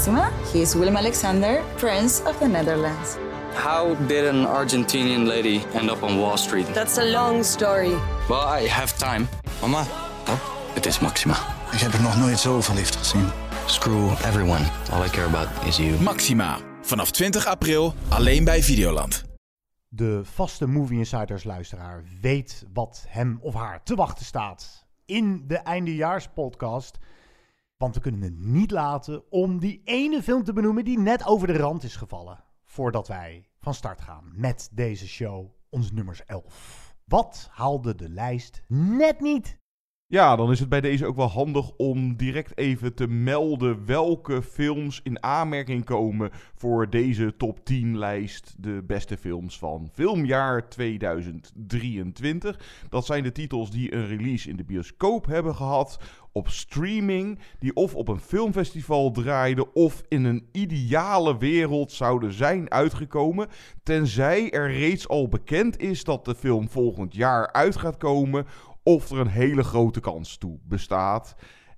Maxima. He is Willem-Alexander, Prince of the Netherlands. How did an Argentinian lady end up on Wall Street? That's a long story. Well, I have time. Mama, Het is Maxima. ik heb er nog nooit zo verliefd gezien. Screw everyone. All I care about is you. Maxima. Vanaf 20 april alleen bij Videoland. De vaste Movie Insiders luisteraar weet wat hem of haar te wachten staat in de eindejaarspodcast. Want we kunnen het niet laten om die ene film te benoemen die net over de rand is gevallen. Voordat wij van start gaan met deze show, ons nummers 11. Wat haalde de lijst net niet? Ja, dan is het bij deze ook wel handig om direct even te melden welke films in aanmerking komen voor deze top 10 lijst. De beste films van filmjaar 2023. Dat zijn de titels die een release in de bioscoop hebben gehad, op streaming, die of op een filmfestival draaiden of in een ideale wereld zouden zijn uitgekomen. Tenzij er reeds al bekend is dat de film volgend jaar uit gaat komen, of er een hele grote kans toe bestaat.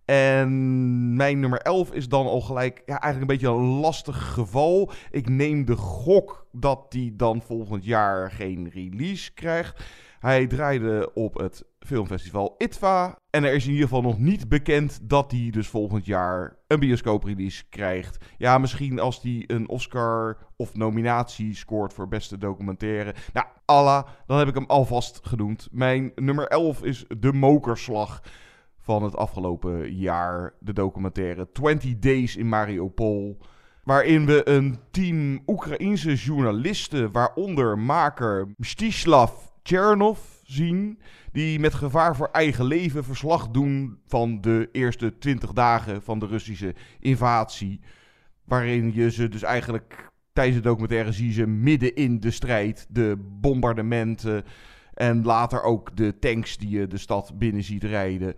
En mijn nummer 11 is dan al gelijk eigenlijk een beetje een lastig geval. Ik neem de gok dat die dan volgend jaar geen release krijgt. Hij draaide op het filmfestival ITVA. En er is in ieder geval nog niet bekend dat hij dus volgend jaar een bioscooprelease krijgt. Ja, misschien als hij een Oscar of nominatie scoort voor beste documentaire. Nou, Allah, dan heb ik hem alvast genoemd. Mijn nummer 11 is De Mokerslag van het afgelopen jaar. De documentaire 20 Days in Mariupol. Waarin we een team Oekraïense journalisten, waaronder maker Mstislav Chernov, zien, die met gevaar voor eigen leven verslag doen van de eerste 20 dagen van de Russische invasie. Waarin je ze dus eigenlijk tijdens de documentaire zie je ze midden in de strijd, de bombardementen en later ook de tanks die je de stad binnen ziet rijden.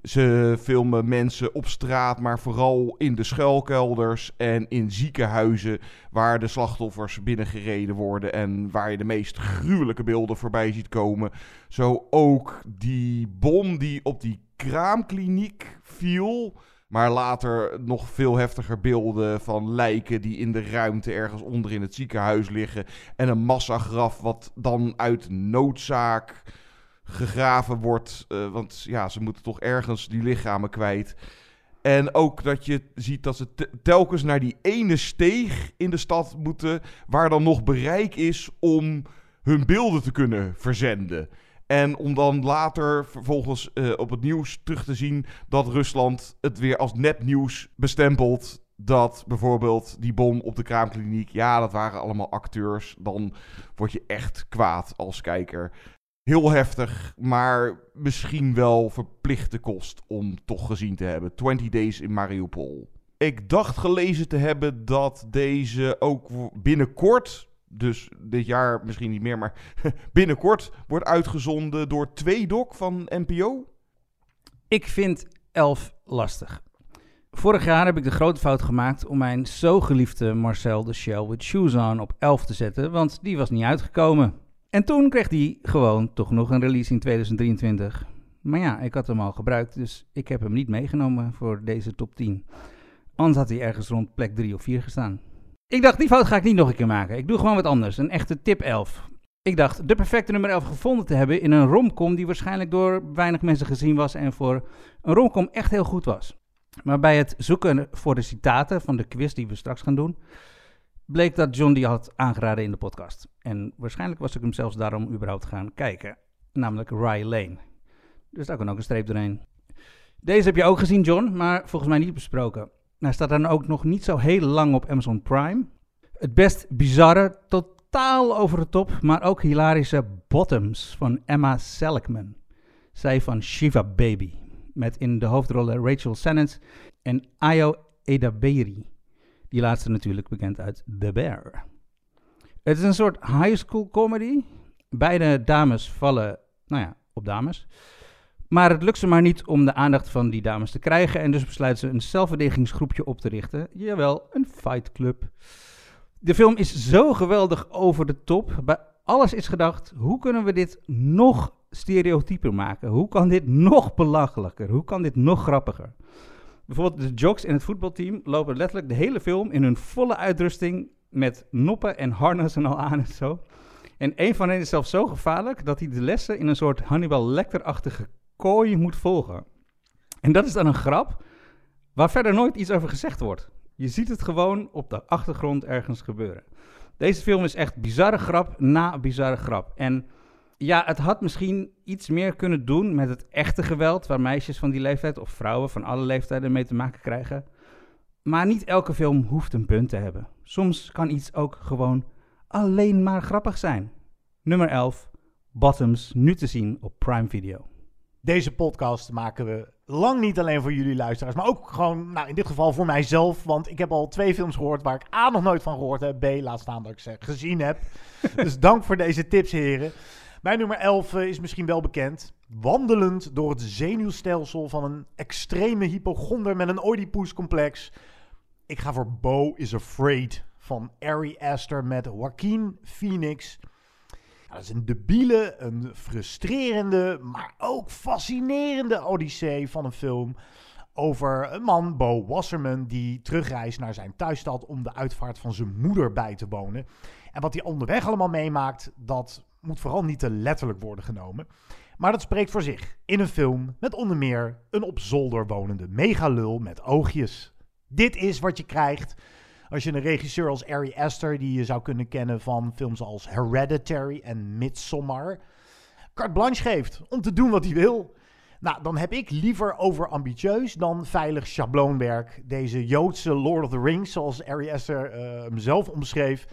Ze filmen mensen op straat, maar vooral in de schuilkelders en in ziekenhuizen waar de slachtoffers binnengereden worden en waar je de meest gruwelijke beelden voorbij ziet komen. Zo ook die bom die op die kraamkliniek viel, maar later nog veel heftiger beelden van lijken die in de ruimte ergens onder in het ziekenhuis liggen. En een massagraf wat dan uit noodzaak gegraven wordt. Want ja, ze moeten toch ergens die lichamen kwijt. En ook dat je ziet dat ze telkens naar die ene steeg in de stad moeten, waar dan nog bereik is om hun beelden te kunnen verzenden. En om dan later vervolgens op het nieuws terug te zien dat Rusland het weer als nepnieuws bestempelt. Dat bijvoorbeeld die bom op de kraamkliniek, ja, dat waren allemaal acteurs. Dan word je echt kwaad als kijker. Heel heftig, maar misschien wel verplichte kost om toch gezien te hebben. 20 Days in Mariupol. Ik dacht gelezen te hebben dat deze ook binnenkort, dus dit jaar misschien niet meer, maar binnenkort wordt uitgezonden door Tweedok van NPO. Ik vind 11 lastig. Vorig jaar heb ik de grote fout gemaakt om mijn zo geliefde Marcel the Shell with Shoes On op 11 te zetten, want die was niet uitgekomen. En toen kreeg die gewoon toch nog een release in 2023. Maar ja, ik had hem al gebruikt, dus ik heb hem niet meegenomen voor deze top 10. Anders had hij ergens rond plek 3 of 4 gestaan. Ik dacht, die fout ga ik niet nog een keer maken. Ik doe gewoon wat anders, een echte tip 11. Ik dacht de perfecte nummer 11 gevonden te hebben in een romcom die waarschijnlijk door weinig mensen gezien was en voor een romcom echt heel goed was. Maar bij het zoeken voor de citaten van de quiz die we straks gaan doen, bleek dat John die had aangeraden in de podcast. En waarschijnlijk was ik hem zelfs daarom überhaupt gaan kijken. Namelijk Rye Lane. Dus daar kan ook een streep doorheen. Deze heb je ook gezien, John, maar volgens mij niet besproken. Hij staat dan ook nog niet zo heel lang op Amazon Prime. Het best bizarre, totaal over de top, maar ook hilarische Bottoms van Emma Seligman. Zij van Shiva Baby. Met in de hoofdrollen Rachel Sennett en Ayo Edebiri. Die laatste natuurlijk bekend uit The Bear. Het is een soort high school comedy. Beide dames vallen, op dames. Maar het lukt ze maar niet om de aandacht van die dames te krijgen. En dus besluiten ze een zelfverdedigingsgroepje op te richten. Jawel, een fight club. De film is zo geweldig over de top. Bij alles is gedacht, hoe kunnen we dit nog stereotyper maken? Hoe kan dit nog belachelijker? Hoe kan dit nog grappiger? Bijvoorbeeld de jocks in het voetbalteam lopen letterlijk de hele film in hun volle uitrusting met noppen en harnessen al aan en zo. En een van hen is zelfs zo gevaarlijk dat hij de lessen in een soort Hannibal Lecter-achtige kooi moet volgen. En dat is dan een grap waar verder nooit iets over gezegd wordt. Je ziet het gewoon op de achtergrond ergens gebeuren. Deze film is echt bizarre grap na bizarre grap. En ja, het had misschien iets meer kunnen doen met het echte geweld waar meisjes van die leeftijd of vrouwen van alle leeftijden mee te maken krijgen. Maar niet elke film hoeft een punt te hebben. Soms kan iets ook gewoon alleen maar grappig zijn. Nummer 11, Bottoms, nu te zien op Prime Video. Deze podcast maken we lang niet alleen voor jullie luisteraars, maar ook gewoon, in dit geval voor mijzelf. Want ik heb al 2 films gehoord waar ik A, nog nooit van gehoord heb, B, laat staan dat ik ze gezien heb. Dus dank voor deze tips, heren. Mijn nummer 11 is misschien wel bekend. Wandelend door het zenuwstelsel van een extreme hypochonder met een Oedipus-complex. Ik ga voor Beau is Afraid van Ari Aster met Joaquin Phoenix. Dat is een debiele, een frustrerende, maar ook fascinerende odyssee van een film over een man, Beau Wasserman, die terugreist naar zijn thuisstad om de uitvaart van zijn moeder bij te wonen. En wat hij onderweg allemaal meemaakt, dat moet vooral niet te letterlijk worden genomen. Maar dat spreekt voor zich in een film met onder meer een op zolder wonende megalul met oogjes. Dit is wat je krijgt als je een regisseur als Ari Aster, die je zou kunnen kennen van films als Hereditary en Midsommar, carte blanche geeft om te doen wat hij wil. Nou, dan heb ik liever overambitieus dan veilig schabloonwerk. Deze Joodse Lord of the Rings, zoals Ari Aster hem zelf omschreef,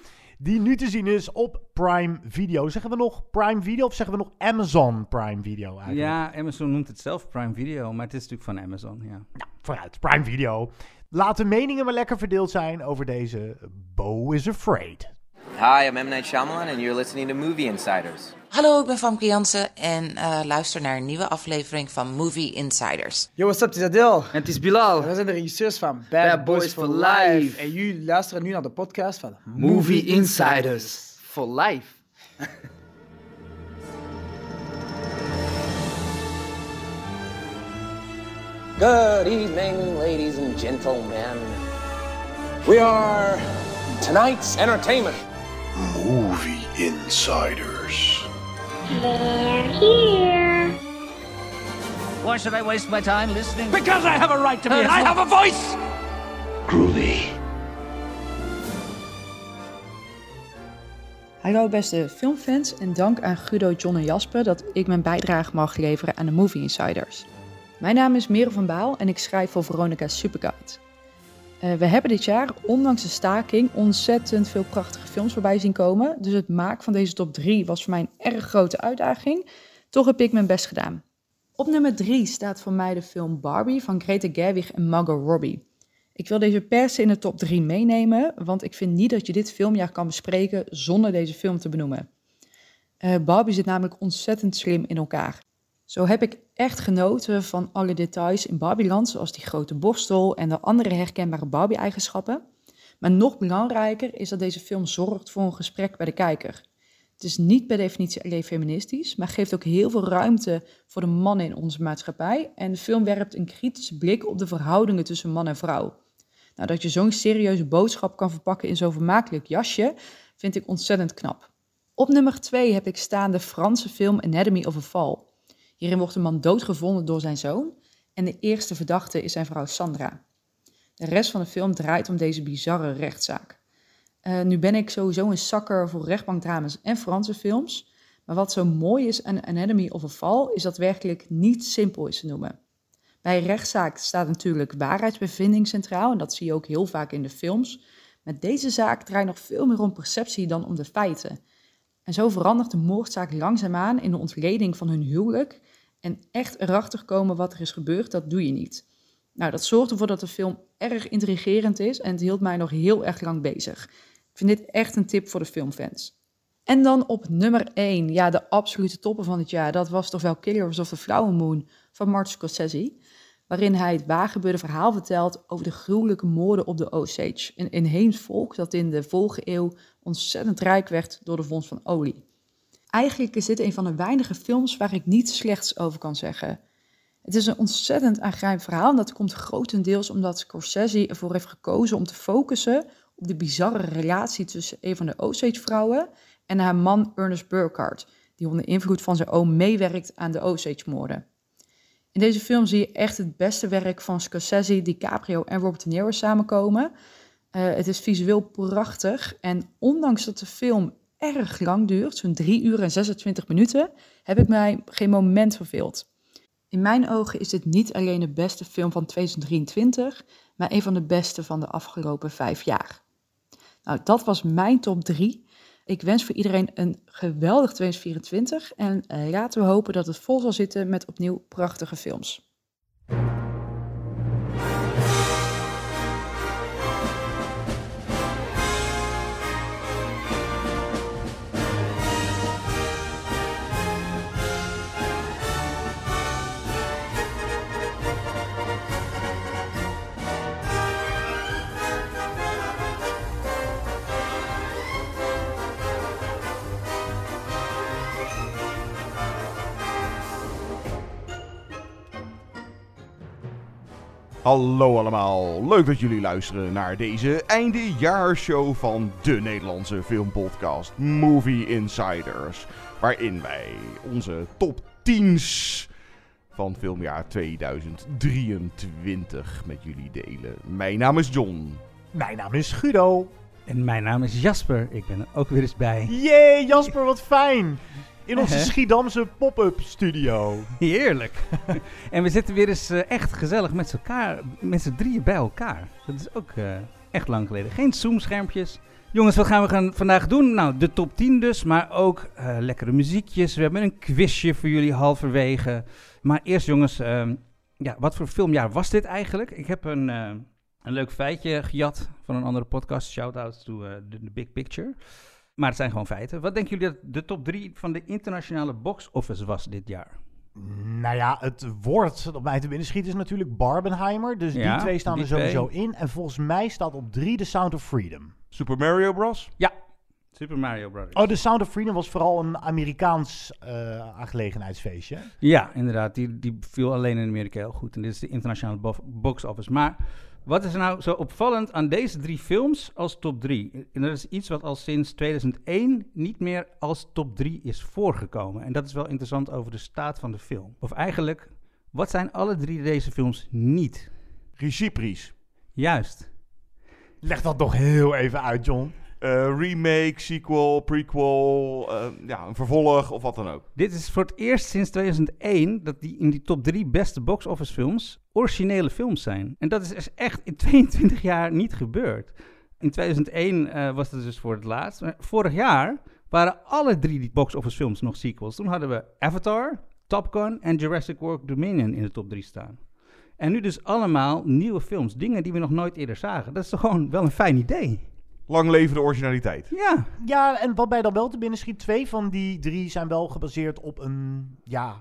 die nu te zien is op Prime Video. Zeggen we nog Prime Video of zeggen we nog Amazon Prime Video eigenlijk? Ja, Amazon noemt het zelf Prime Video, maar het is natuurlijk van Amazon, ja. Nou, vooruit, Prime Video. Laat de meningen maar lekker verdeeld zijn over deze Beau is Afraid. Hi, I'm M. Night Shyamalan and you're listening to Movie Insiders. Hallo, ik ben Famke Jansen en luister naar een nieuwe aflevering van Movie Insiders. Yo, what's up, het is Adil. En het is Bilal. Wij zijn de regisseurs van Bad Boys for Life. En jullie luisteren nu naar de podcast van Movie Insiders. For life. Good evening, ladies and gentlemen. We are tonight's entertainment. Movie Insiders. They're here. Why should I waste my time listening? Because I have a right to be here. I have a voice! Groovy. Hallo beste filmfans en dank aan Guido, John en Jasper dat ik mijn bijdrage mag leveren aan de Movie Insiders. Mijn naam is Merel van Baal en ik schrijf voor Veronica's Superguide. We hebben dit jaar, ondanks de staking, ontzettend veel prachtige films voorbij zien komen. Dus het maken van deze top 3 was voor mij een erg grote uitdaging. Toch heb ik mijn best gedaan. Op nummer 3 staat voor mij de film Barbie van Greta Gerwig en Margot Robbie. Ik wil deze per se in de top 3 meenemen, want ik vind niet dat je dit filmjaar kan bespreken zonder deze film te benoemen. Barbie zit namelijk ontzettend slim in elkaar. Zo heb ik echt genoten van alle details in Barbieland, zoals die grote borstel en de andere herkenbare Barbie-eigenschappen. Maar nog belangrijker is dat deze film zorgt voor een gesprek bij de kijker. Het is niet per definitie alleen feministisch, maar geeft ook heel veel ruimte voor de mannen in onze maatschappij. En de film werpt een kritische blik op de verhoudingen tussen man en vrouw. Nou, dat je zo'n serieuze boodschap kan verpakken in zo'n vermakelijk jasje, vind ik ontzettend knap. Op nummer 2 heb ik staan de Franse film Anatomy of a Fall. Hierin wordt een man doodgevonden door zijn zoon en de eerste verdachte is zijn vrouw Sandra. De rest van de film draait om deze bizarre rechtszaak. Nu ben ik sowieso een zakker voor rechtbankdramas en Franse films, maar wat zo mooi is aan Anatomy of a Fall is dat werkelijk niet simpel is te noemen. Bij rechtszaak staat natuurlijk waarheidsbevinding centraal en dat zie je ook heel vaak in de films. Maar deze zaak draait nog veel meer om perceptie dan om de feiten. En zo verandert de moordzaak langzaamaan in de ontleding van hun huwelijk. En echt erachter komen wat er is gebeurd, dat doe je niet. Nou, dat zorgt ervoor dat de film erg intrigerend is en het hield mij nog heel erg lang bezig. Ik vind dit echt een tip voor de filmfans. En dan op nummer 1, ja, de absolute topper van het jaar. Dat was toch wel Killers of the Flower Moon van Martin Scorsese. Waarin hij het waargebeurde verhaal vertelt over de gruwelijke moorden op de Osage. Een inheems volk dat in de vorige eeuw ontzettend rijk werd door de vondst van olie. Eigenlijk is dit een van de weinige films waar ik niets slechts over kan zeggen. Het is een ontzettend aangrijpend verhaal en dat komt grotendeels omdat Scorsese ervoor heeft gekozen om te focussen op de bizarre relatie tussen een van de Osage-vrouwen en haar man Ernest Burkhardt, die onder invloed van zijn oom meewerkt aan de Osage-moorden. In deze film zie je echt het beste werk van Scorsese, DiCaprio en Robert De Niro samenkomen. Het is visueel prachtig en ondanks dat de film erg lang duurt, zo'n 3 uur en 26 minuten, heb ik mij geen moment verveeld. In mijn ogen is dit niet alleen de beste film van 2023, maar een van de beste van de afgelopen 5 jaar. Nou, dat was mijn top 3. Ik wens voor iedereen een geweldig 2024 en laten we hopen dat het vol zal zitten met opnieuw prachtige films. Hallo allemaal, leuk dat jullie luisteren naar deze eindejaarshow van de Nederlandse filmpodcast Movie Insiders. Waarin wij onze top 10's van filmjaar 2023 met jullie delen. Mijn naam is John. Mijn naam is Guido. En mijn naam is Jasper, ik ben er ook weer eens bij. Jee, Jasper, wat fijn! In onze Schiedamse pop-up studio. Heerlijk. En we zitten weer eens echt gezellig met z'n drieën bij elkaar. Dat is ook echt lang geleden. Geen Zoom-schermpjes. Jongens, wat gaan we vandaag doen? Nou, de top 10 dus, maar ook lekkere muziekjes. We hebben een quizje voor jullie halverwege. Maar eerst jongens, wat voor filmjaar was dit eigenlijk? Ik heb een leuk feitje gejat van een andere podcast. Shout-out to The Big Picture. Maar het zijn gewoon feiten. Wat denken jullie dat de top 3 van de internationale box office was dit jaar? Nou ja, het woord dat mij te binnen schiet is natuurlijk Barbenheimer. Dus die twee staan er sowieso in. En volgens mij staat op 3 The Sound of Freedom. Super Mario Bros? Ja, Super Mario Bros. Oh, The Sound of Freedom was vooral een Amerikaans aangelegenheidsfeestje. Ja, inderdaad. Die viel alleen in Amerika heel goed. En dit is de internationale box office. Maar wat is er nou zo opvallend aan deze 3 films als top 3? En dat is iets wat al sinds 2001 niet meer als top 3 is voorgekomen. En dat is wel interessant over de staat van de film. Of eigenlijk, wat zijn alle 3 deze films niet? Regieprijs. Juist. Leg dat nog heel even uit, John. Remake, sequel, prequel, een vervolg of wat dan ook. Dit is voor het eerst sinds 2001 dat in die top 3 beste box-office films originele films zijn. En dat is dus echt in 22 jaar niet gebeurd. In 2001 was het dus voor het laatst. Maar vorig jaar waren alle 3 die box-office films nog sequels. Toen hadden we Avatar, Top Gun en Jurassic World Dominion in de top 3 staan. En nu dus allemaal nieuwe films. Dingen die we nog nooit eerder zagen. Dat is toch gewoon wel een fijn idee. Lang leven de originaliteit. Ja, en wat mij dan wel te binnen schiet, 2 van die 3 zijn wel gebaseerd op een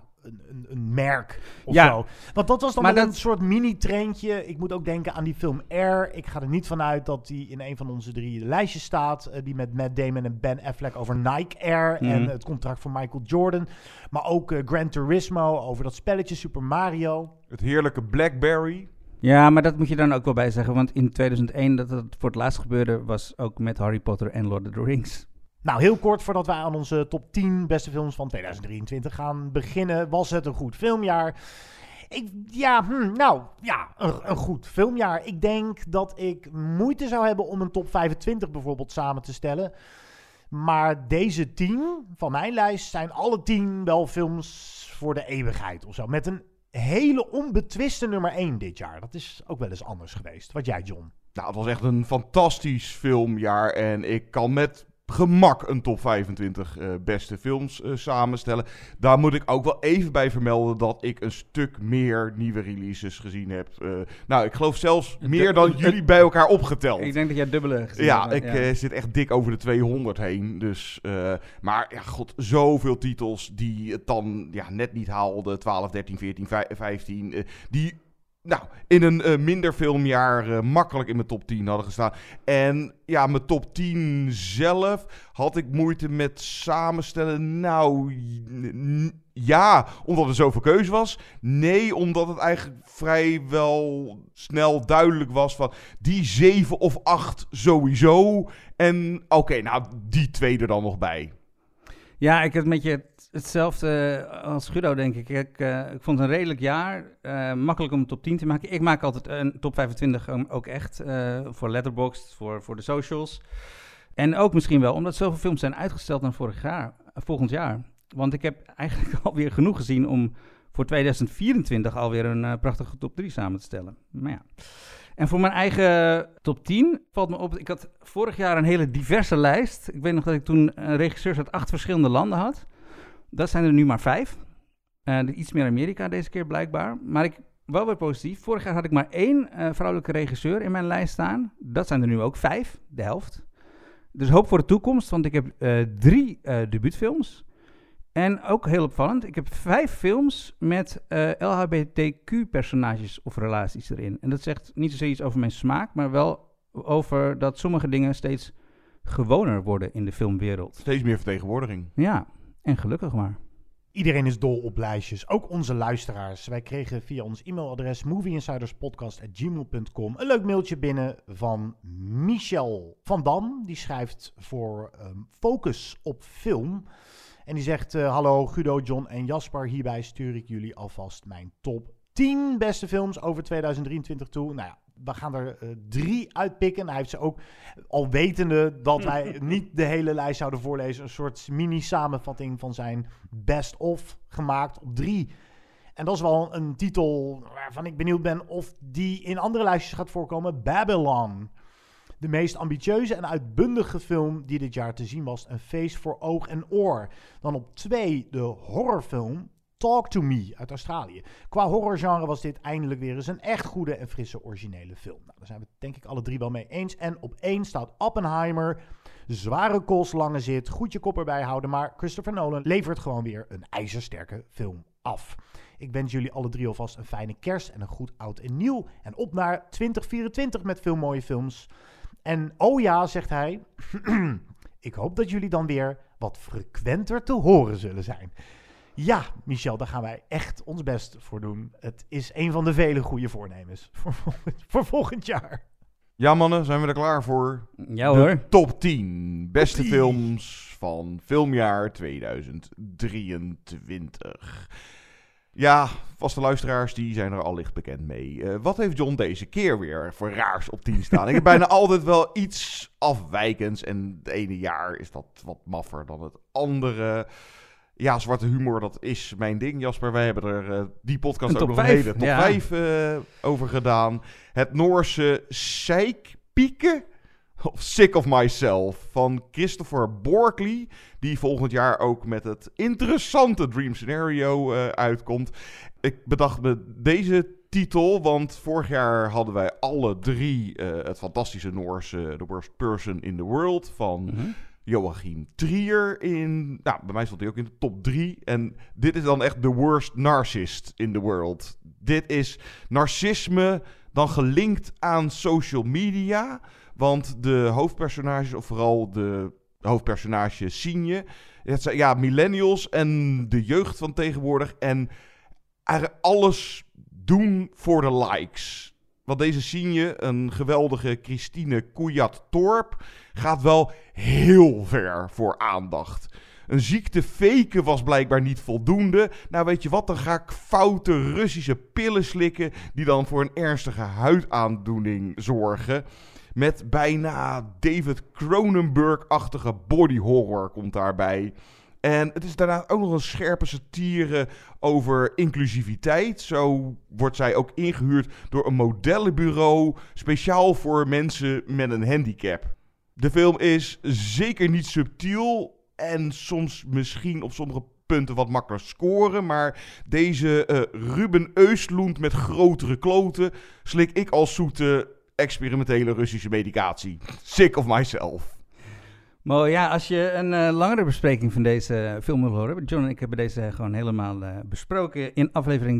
merk of zo. Want dat was dan wel een soort mini-trendje. Ik moet ook denken aan die film Air. Ik ga er niet vanuit dat die in een van onze 3 lijstjes staat. Die met Matt Damon en Ben Affleck over Nike Air en het contract voor Michael Jordan. Maar ook Gran Turismo over dat spelletje Super Mario. Het heerlijke Blackberry. Ja, maar dat moet je dan ook wel bij zeggen. Want in 2001, dat het voor het laatst gebeurde, was ook met Harry Potter en Lord of the Rings. Nou, heel kort voordat wij aan onze top 10 beste films van 2023 gaan beginnen, was het een goed filmjaar. Een goed filmjaar. Ik denk dat ik moeite zou hebben om een top 25 bijvoorbeeld samen te stellen. Maar deze 10 van mijn lijst zijn alle 10 wel films voor de eeuwigheid of zo. Met een hele onbetwiste nummer 1 dit jaar. Dat is ook wel eens anders geweest. Wat jij, John? Nou, het was echt een fantastisch filmjaar. En ik kan met gemak een top 25 beste films samenstellen. Daar moet ik ook wel even bij vermelden dat ik een stuk meer nieuwe releases gezien heb. Ik geloof zelfs meer dan jullie bij elkaar opgeteld. Ik denk dat jij dubbele gezien hebt. Ja, ik zit echt dik over de 200 heen. Dus, zoveel titels die het dan net niet haalden. 12, 13, 14, 15. Die in een minder filmjaar makkelijk in mijn top 10 hadden gestaan. En ja, mijn top 10 zelf had ik moeite met samenstellen. Ja, omdat er zoveel keuze was. Nee, omdat het eigenlijk vrijwel snel duidelijk was van die 7 of 8 sowieso. En oké, die 2 er dan nog bij. Ja, ik heb met je hetzelfde als Guido, denk ik. Ik vond het een redelijk jaar. Makkelijk om een top 10 te maken. Ik maak altijd een top 25 ook echt. Voor Letterboxd, voor de socials. En ook misschien wel omdat zoveel films zijn uitgesteld naar volgend jaar. Want ik heb eigenlijk alweer genoeg gezien om voor 2024 alweer een prachtige top 3 samen te stellen. Maar ja. En voor mijn eigen top 10 valt me op... Ik had vorig jaar een hele diverse lijst. Ik weet nog dat ik toen regisseurs uit 8 verschillende landen had. Dat zijn er nu maar 5. Iets meer Amerika deze keer blijkbaar. Maar ik wel weer positief. Vorig jaar had ik maar 1 vrouwelijke regisseur in mijn lijst staan. Dat zijn er nu ook 5, de helft. Dus hoop voor de toekomst, want ik heb 3 debuutfilms. En ook heel opvallend, ik heb 5 films met LHBTQ-personages of relaties erin. En dat zegt niet zozeer iets over mijn smaak, maar wel over dat sommige dingen steeds gewoner worden in de filmwereld. Steeds meer vertegenwoordiging. Ja, en gelukkig maar. Iedereen is dol op lijstjes, ook onze luisteraars. Wij kregen via ons e-mailadres movieinsiderspodcast@gmail.com een leuk mailtje binnen van Michel van Dam. Die schrijft voor Focus op Film. En die zegt, hallo Guido, John en Jasper, hierbij stuur ik jullie alvast mijn top 10 beste films over 2023 toe. Nou ja, we gaan er 3 uitpikken. Hij heeft ze ook, al wetende dat wij niet de hele lijst zouden voorlezen, een soort mini-samenvatting van zijn best-of gemaakt op 3. En dat is wel een titel waarvan ik benieuwd ben of die in andere lijstjes gaat voorkomen. Babylon. De meest ambitieuze en uitbundige film die dit jaar te zien was. Een feest voor oog en oor. Dan op 2 de horrorfilm Talk to Me uit Australië. Qua horrorgenre was dit eindelijk weer eens een echt goede en frisse originele film. Nou, daar zijn we het denk ik alle 3 wel mee eens. En op 1 staat Oppenheimer. Zware kost, lange zit, goed je kop erbij houden. Maar Christopher Nolan levert gewoon weer een ijzersterke film af. Ik wens jullie alle 3 alvast een fijne kerst en een goed oud en nieuw. En op naar 2024 met veel mooie films. En oh ja, zegt hij, ik hoop dat jullie dan weer wat frequenter te horen zullen zijn. Ja, Michel, daar gaan wij echt ons best voor doen. Het is een van de vele goede voornemens voor volgend jaar. Ja mannen, zijn we er klaar voor? Ja hoor. De top 10 beste films van filmjaar 2023. Ja, vaste luisteraars, die zijn er al licht bekend mee. Wat heeft John deze keer weer voor raars op 10 staan? Ik heb bijna altijd wel iets afwijkends. En het ene jaar is dat wat maffer dan het andere. Ja, zwarte humor, dat is mijn ding, Jasper. Wij hebben er die podcast ook nog een hele top 5 over gedaan. Het Noorse Seikpieken, of Sick of Myself, van Christopher Borkley, die volgend jaar ook met het interessante Dream Scenario uitkomt. Ik bedacht me deze titel, want vorig jaar hadden wij alle 3 het fantastische Noorse The Worst Person in the World van Joachim Trier in... Nou, bij mij stond hij ook in de top 3. En dit is dan echt The Worst Narcissist in the World. Dit is narcisme dan gelinkt aan social media. Want de hoofdpersonages, of vooral de hoofdpersonage Signe, het zijn millennials en de jeugd van tegenwoordig. En eigenlijk alles doen voor de likes. Want deze Signe, een geweldige Christine Kouyat-Torp, gaat wel heel ver voor aandacht. Een ziekte faken was blijkbaar niet voldoende. Nou, weet je wat, dan ga ik foute Russische pillen slikken die dan voor een ernstige huidaandoening zorgen. Met bijna David Cronenberg-achtige body horror komt daarbij. En het is daarna ook nog een scherpe satire over inclusiviteit. Zo wordt zij ook ingehuurd door een modellenbureau speciaal voor mensen met een handicap. De film is zeker niet subtiel en soms misschien op sommige punten wat makkelijker scoren. Maar deze Ruben Östlund met grotere kloten slik ik als zoete experimentele Russische medicatie. Sick of myself. Maar ja, als je een langere bespreking van deze film wil horen... John en ik hebben deze gewoon helemaal besproken in aflevering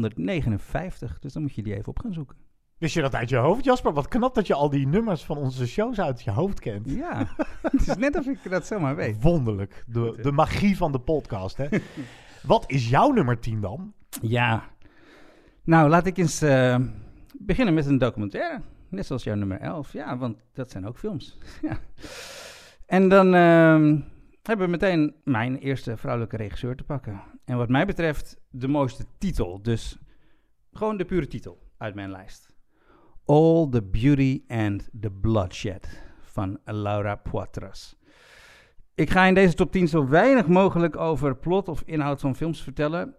359. Dus dan moet je die even op gaan zoeken. Wist je dat uit je hoofd, Jasper? Wat knap dat je al die nummers van onze shows uit je hoofd kent. Ja, het is net of ik dat zomaar weet. Wonderlijk. De magie van de podcast, hè? Wat is jouw nummer 10 dan? Ja, nou laat ik eens beginnen met een documentaire. Net zoals jouw nummer 11. Ja, want dat zijn ook films. Ja. En dan hebben we meteen mijn eerste vrouwelijke regisseur te pakken. En wat mij betreft de mooiste titel. Dus gewoon de pure titel uit mijn lijst. All the Beauty and the Bloodshed van Laura Poitras. Ik ga in deze top 10 zo weinig mogelijk over plot of inhoud van films vertellen.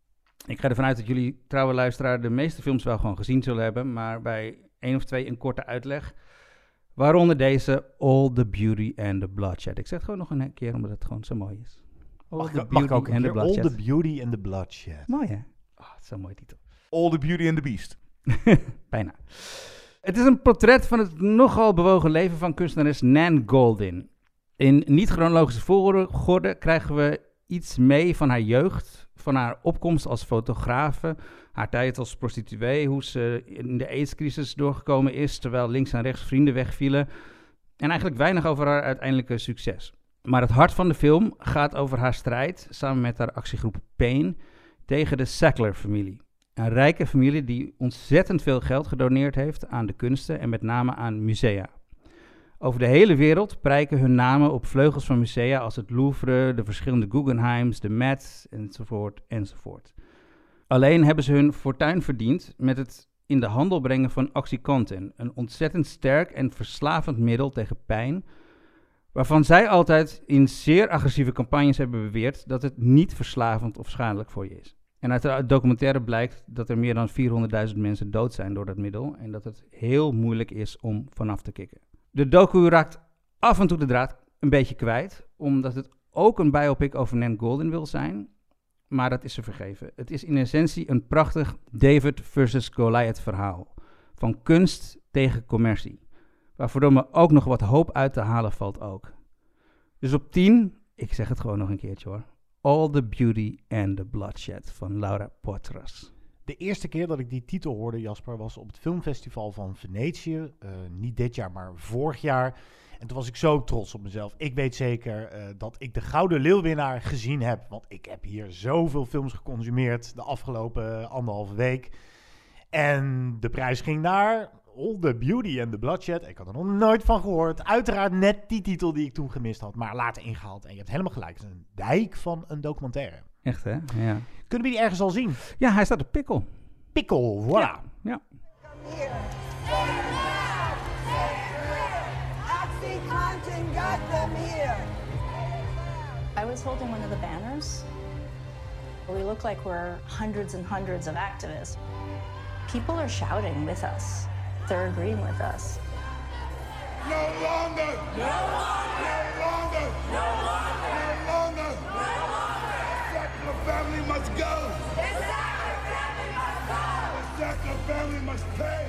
Ik ga ervan uit dat jullie, trouwe luisteraar, de meeste films wel gewoon gezien zullen hebben. Maar bij 1 of 2 een korte uitleg. Waaronder deze All the Beauty and the Bloodshed. Ik zeg het gewoon nog een keer, omdat het gewoon zo mooi is. Mag ik ook een keer? All the Beauty and the Bloodshed. Mooi hè? Oh, het is zo'n mooie titel. All the Beauty and the Beast. Bijna. Het is een portret van het nogal bewogen leven van kunstenares Nan Goldin. In niet-chronologische volgorde krijgen we iets mee van haar jeugd, van haar opkomst als fotografe, haar tijd als prostituee, hoe ze in de AIDS-crisis doorgekomen is, terwijl links en rechts vrienden wegvielen. En eigenlijk weinig over haar uiteindelijke succes. Maar het hart van de film gaat over haar strijd, samen met haar actiegroep Pain, tegen de Sackler-familie. Een rijke familie die ontzettend veel geld gedoneerd heeft aan de kunsten en met name aan musea. Over de hele wereld prijken hun namen op vleugels van musea als het Louvre, de verschillende Guggenheims, de Met, enzovoort, enzovoort. Alleen hebben ze hun fortuin verdiend met het in de handel brengen van OxyContin, een ontzettend sterk en verslavend middel tegen pijn, waarvan zij altijd in zeer agressieve campagnes hebben beweerd dat het niet verslavend of schadelijk voor je is. En uit de documentaire blijkt dat er meer dan 400.000 mensen dood zijn door dat middel en dat het heel moeilijk is om vanaf te kicken. De docu raakt af en toe de draad een beetje kwijt, omdat het ook een biopic over Nan Goldin wil zijn, maar dat is ze vergeven. Het is in essentie een prachtig David versus Goliath verhaal, van kunst tegen commercie, waarvoor me ook nog wat hoop uit te halen valt ook. Dus op 10, ik zeg het gewoon nog een keertje hoor, All the Beauty and the Bloodshed van Laura Poitras. De eerste keer dat ik die titel hoorde, Jasper, was op het filmfestival van Venetië. Niet dit jaar, maar vorig jaar. En toen was ik zo trots op mezelf. Ik weet zeker dat ik de Gouden Leeuwwinnaar gezien heb. Want ik heb hier zoveel films geconsumeerd de afgelopen 1,5 week. En de prijs ging naar All the Beauty and the Bloodshed. Ik had er nog nooit van gehoord. Uiteraard net die titel die ik toen gemist had, maar later ingehaald. En je hebt helemaal gelijk. Het is een dijk van een documentaire. Echt hè? Ja. Kunnen we die ergens al zien? Ja, hij staat op Pickle. Pickle, voilà. Ja. I was holding one of the banners. We look like we're hundreds and hundreds of activists. People are shouting with us. They're agreeing with us. No longer! No longer! No longer! No longer! No longer! No longer! The Sackler family must go! The Sackler family must go! The Sackler family must pay!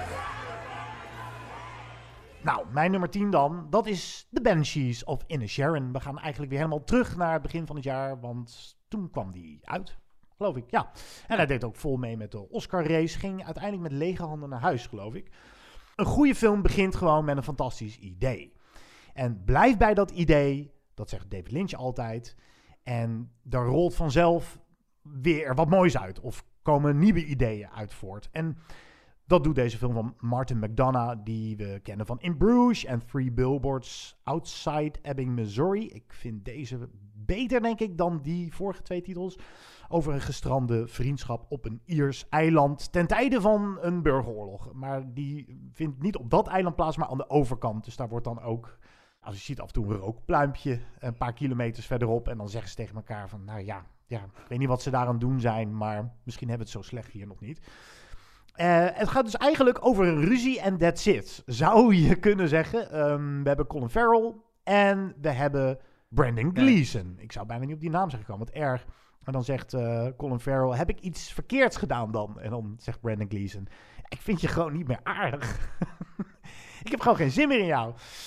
Nou, mijn nummer 10 dan, dat is The Banshees of Inisherin. We gaan eigenlijk weer helemaal terug naar het begin van het jaar, want toen kwam die uit, geloof ik, ja. En hij deed ook vol mee met de Oscar-race, ging uiteindelijk met lege handen naar huis, geloof ik. Een goede film begint gewoon met een fantastisch idee. En blijf bij dat idee, dat zegt David Lynch altijd. En daar rolt vanzelf weer wat moois uit, of komen nieuwe ideeën uit voort. En dat doet deze film van Martin McDonagh, die we kennen van In Bruges en 3 Billboards Outside Ebbing, Missouri. Ik vind deze beter, denk ik, dan die vorige 2 titels. Over een gestrande vriendschap op een Iers eiland ten tijde van een burgeroorlog. Maar die vindt niet op dat eiland plaats, maar aan de overkant. Dus daar wordt dan ook, als je ziet, af en toe een rookpluimpje een paar kilometers verderop. En dan zeggen ze tegen elkaar van, nou ja, ik weet niet wat ze daar aan het doen zijn, maar misschien hebben we het zo slecht hier nog niet. Het gaat dus eigenlijk over een ruzie en that's it, zou je kunnen zeggen. We hebben Colin Farrell en we hebben Brendan Gleeson. Ik zou bijna niet op die naam zeggen komen, wat erg. En dan zegt Colin Farrell, heb ik iets verkeerds gedaan dan? En dan zegt Brendan Gleeson, ik vind je gewoon niet meer aardig. Ik heb gewoon geen zin meer in jou.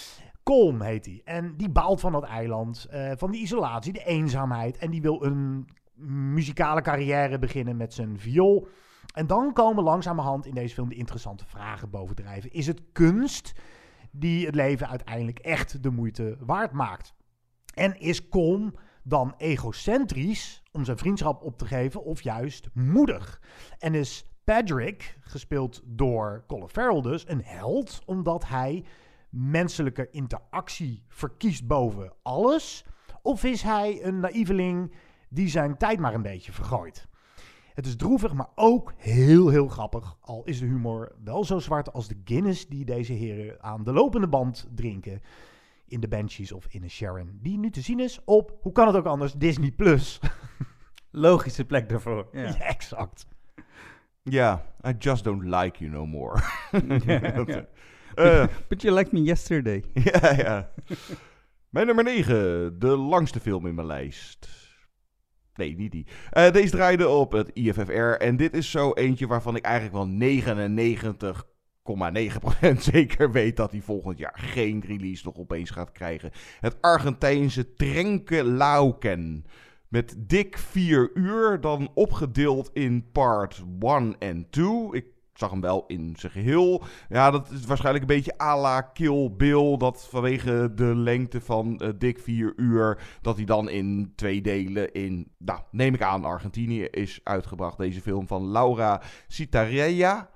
Colm heet hij. En die baalt van dat eiland, van die isolatie, de eenzaamheid. En die wil een muzikale carrière beginnen met zijn viool. En dan komen langzamerhand in deze film de interessante vragen bovendrijven. Is het kunst die het leven uiteindelijk echt de moeite waard maakt? En is Colm dan egocentrisch om zijn vriendschap op te geven of juist moedig? En is Patrick, gespeeld door Colin Farrell dus, een held omdat hij menselijke interactie verkiest boven alles? Of is hij een naïveling die zijn tijd maar een beetje vergooit? Het is droevig, maar ook heel grappig. Al is de humor wel zo zwart als de Guinness die deze heren aan de lopende band drinken in de Banshees of in Sharon. Die nu te zien is op, hoe kan het ook anders, Disney+. Logische plek daarvoor. Ja. Ja, exact. Ja, I just don't like you no more. But you liked me yesterday. Ja. Mijn nummer 9, de langste film in mijn lijst. Nee, niet die. Deze draaide op het IFFR. En dit is zo eentje waarvan ik eigenlijk wel 99,9% zeker weet dat hij volgend jaar geen release nog opeens gaat krijgen. Het Argentijnse Trenque Lauquen. Met dik 4 uur, dan opgedeeld in part 1 en 2. Ik zag hem wel in zijn geheel. Ja, dat is waarschijnlijk een beetje à la Kill Bill. Dat vanwege de lengte van dik 4 uur, dat hij dan in 2 delen in, nou, neem ik aan, Argentinië is uitgebracht. Deze film van Laura Citarella.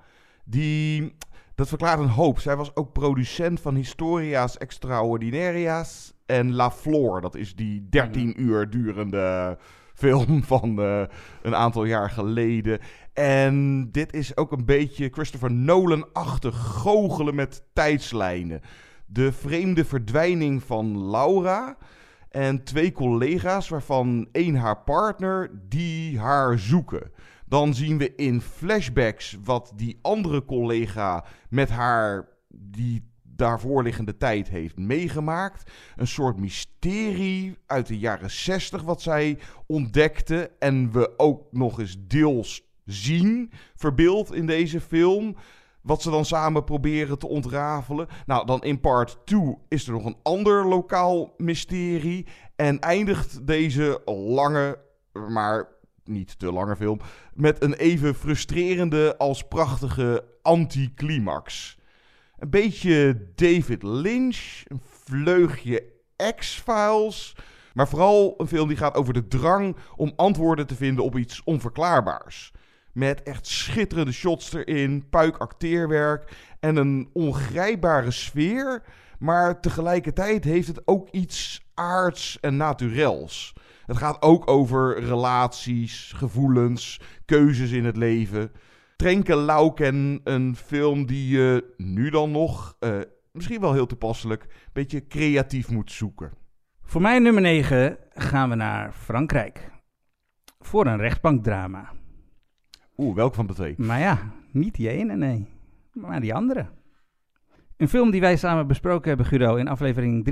Dat verklaart een hoop. Zij was ook producent van Historias Extraordinarias en La Flor. Dat is die 13 uur durende film van een aantal jaar geleden. En dit is ook een beetje Christopher Nolan-achtig goochelen met tijdslijnen. De vreemde verdwijning van Laura en 2 collega's, waarvan 1 haar partner, die haar zoeken. Dan zien we in flashbacks wat die andere collega met haar die daarvoor liggende tijd heeft meegemaakt. Een soort mysterie uit de jaren 60 wat zij ontdekte. En we ook nog eens deels zien, verbeeld in deze film. Wat ze dan samen proberen te ontrafelen. Nou, dan in part 2 is er nog een ander lokaal mysterie. En eindigt deze lange, maar niet te lange film met een even frustrerende als prachtige anticlimax. Een beetje David Lynch, een vleugje X-Files, maar vooral een film die gaat over de drang om antwoorden te vinden op iets onverklaarbaars. Met echt schitterende shots erin, puik acteerwerk en een ongrijpbare sfeer, maar tegelijkertijd heeft het ook iets aards en naturels. Het gaat ook over relaties, gevoelens, keuzes in het leven. Trenque Lauquen, een film die je nu dan nog, misschien wel heel toepasselijk, een beetje creatief moet zoeken. Voor mijn nummer 9 gaan we naar Frankrijk. Voor een rechtbankdrama. Welke van de 2? Maar ja, niet die ene, nee. Maar die andere. Een film die wij samen besproken hebben, Guido, in aflevering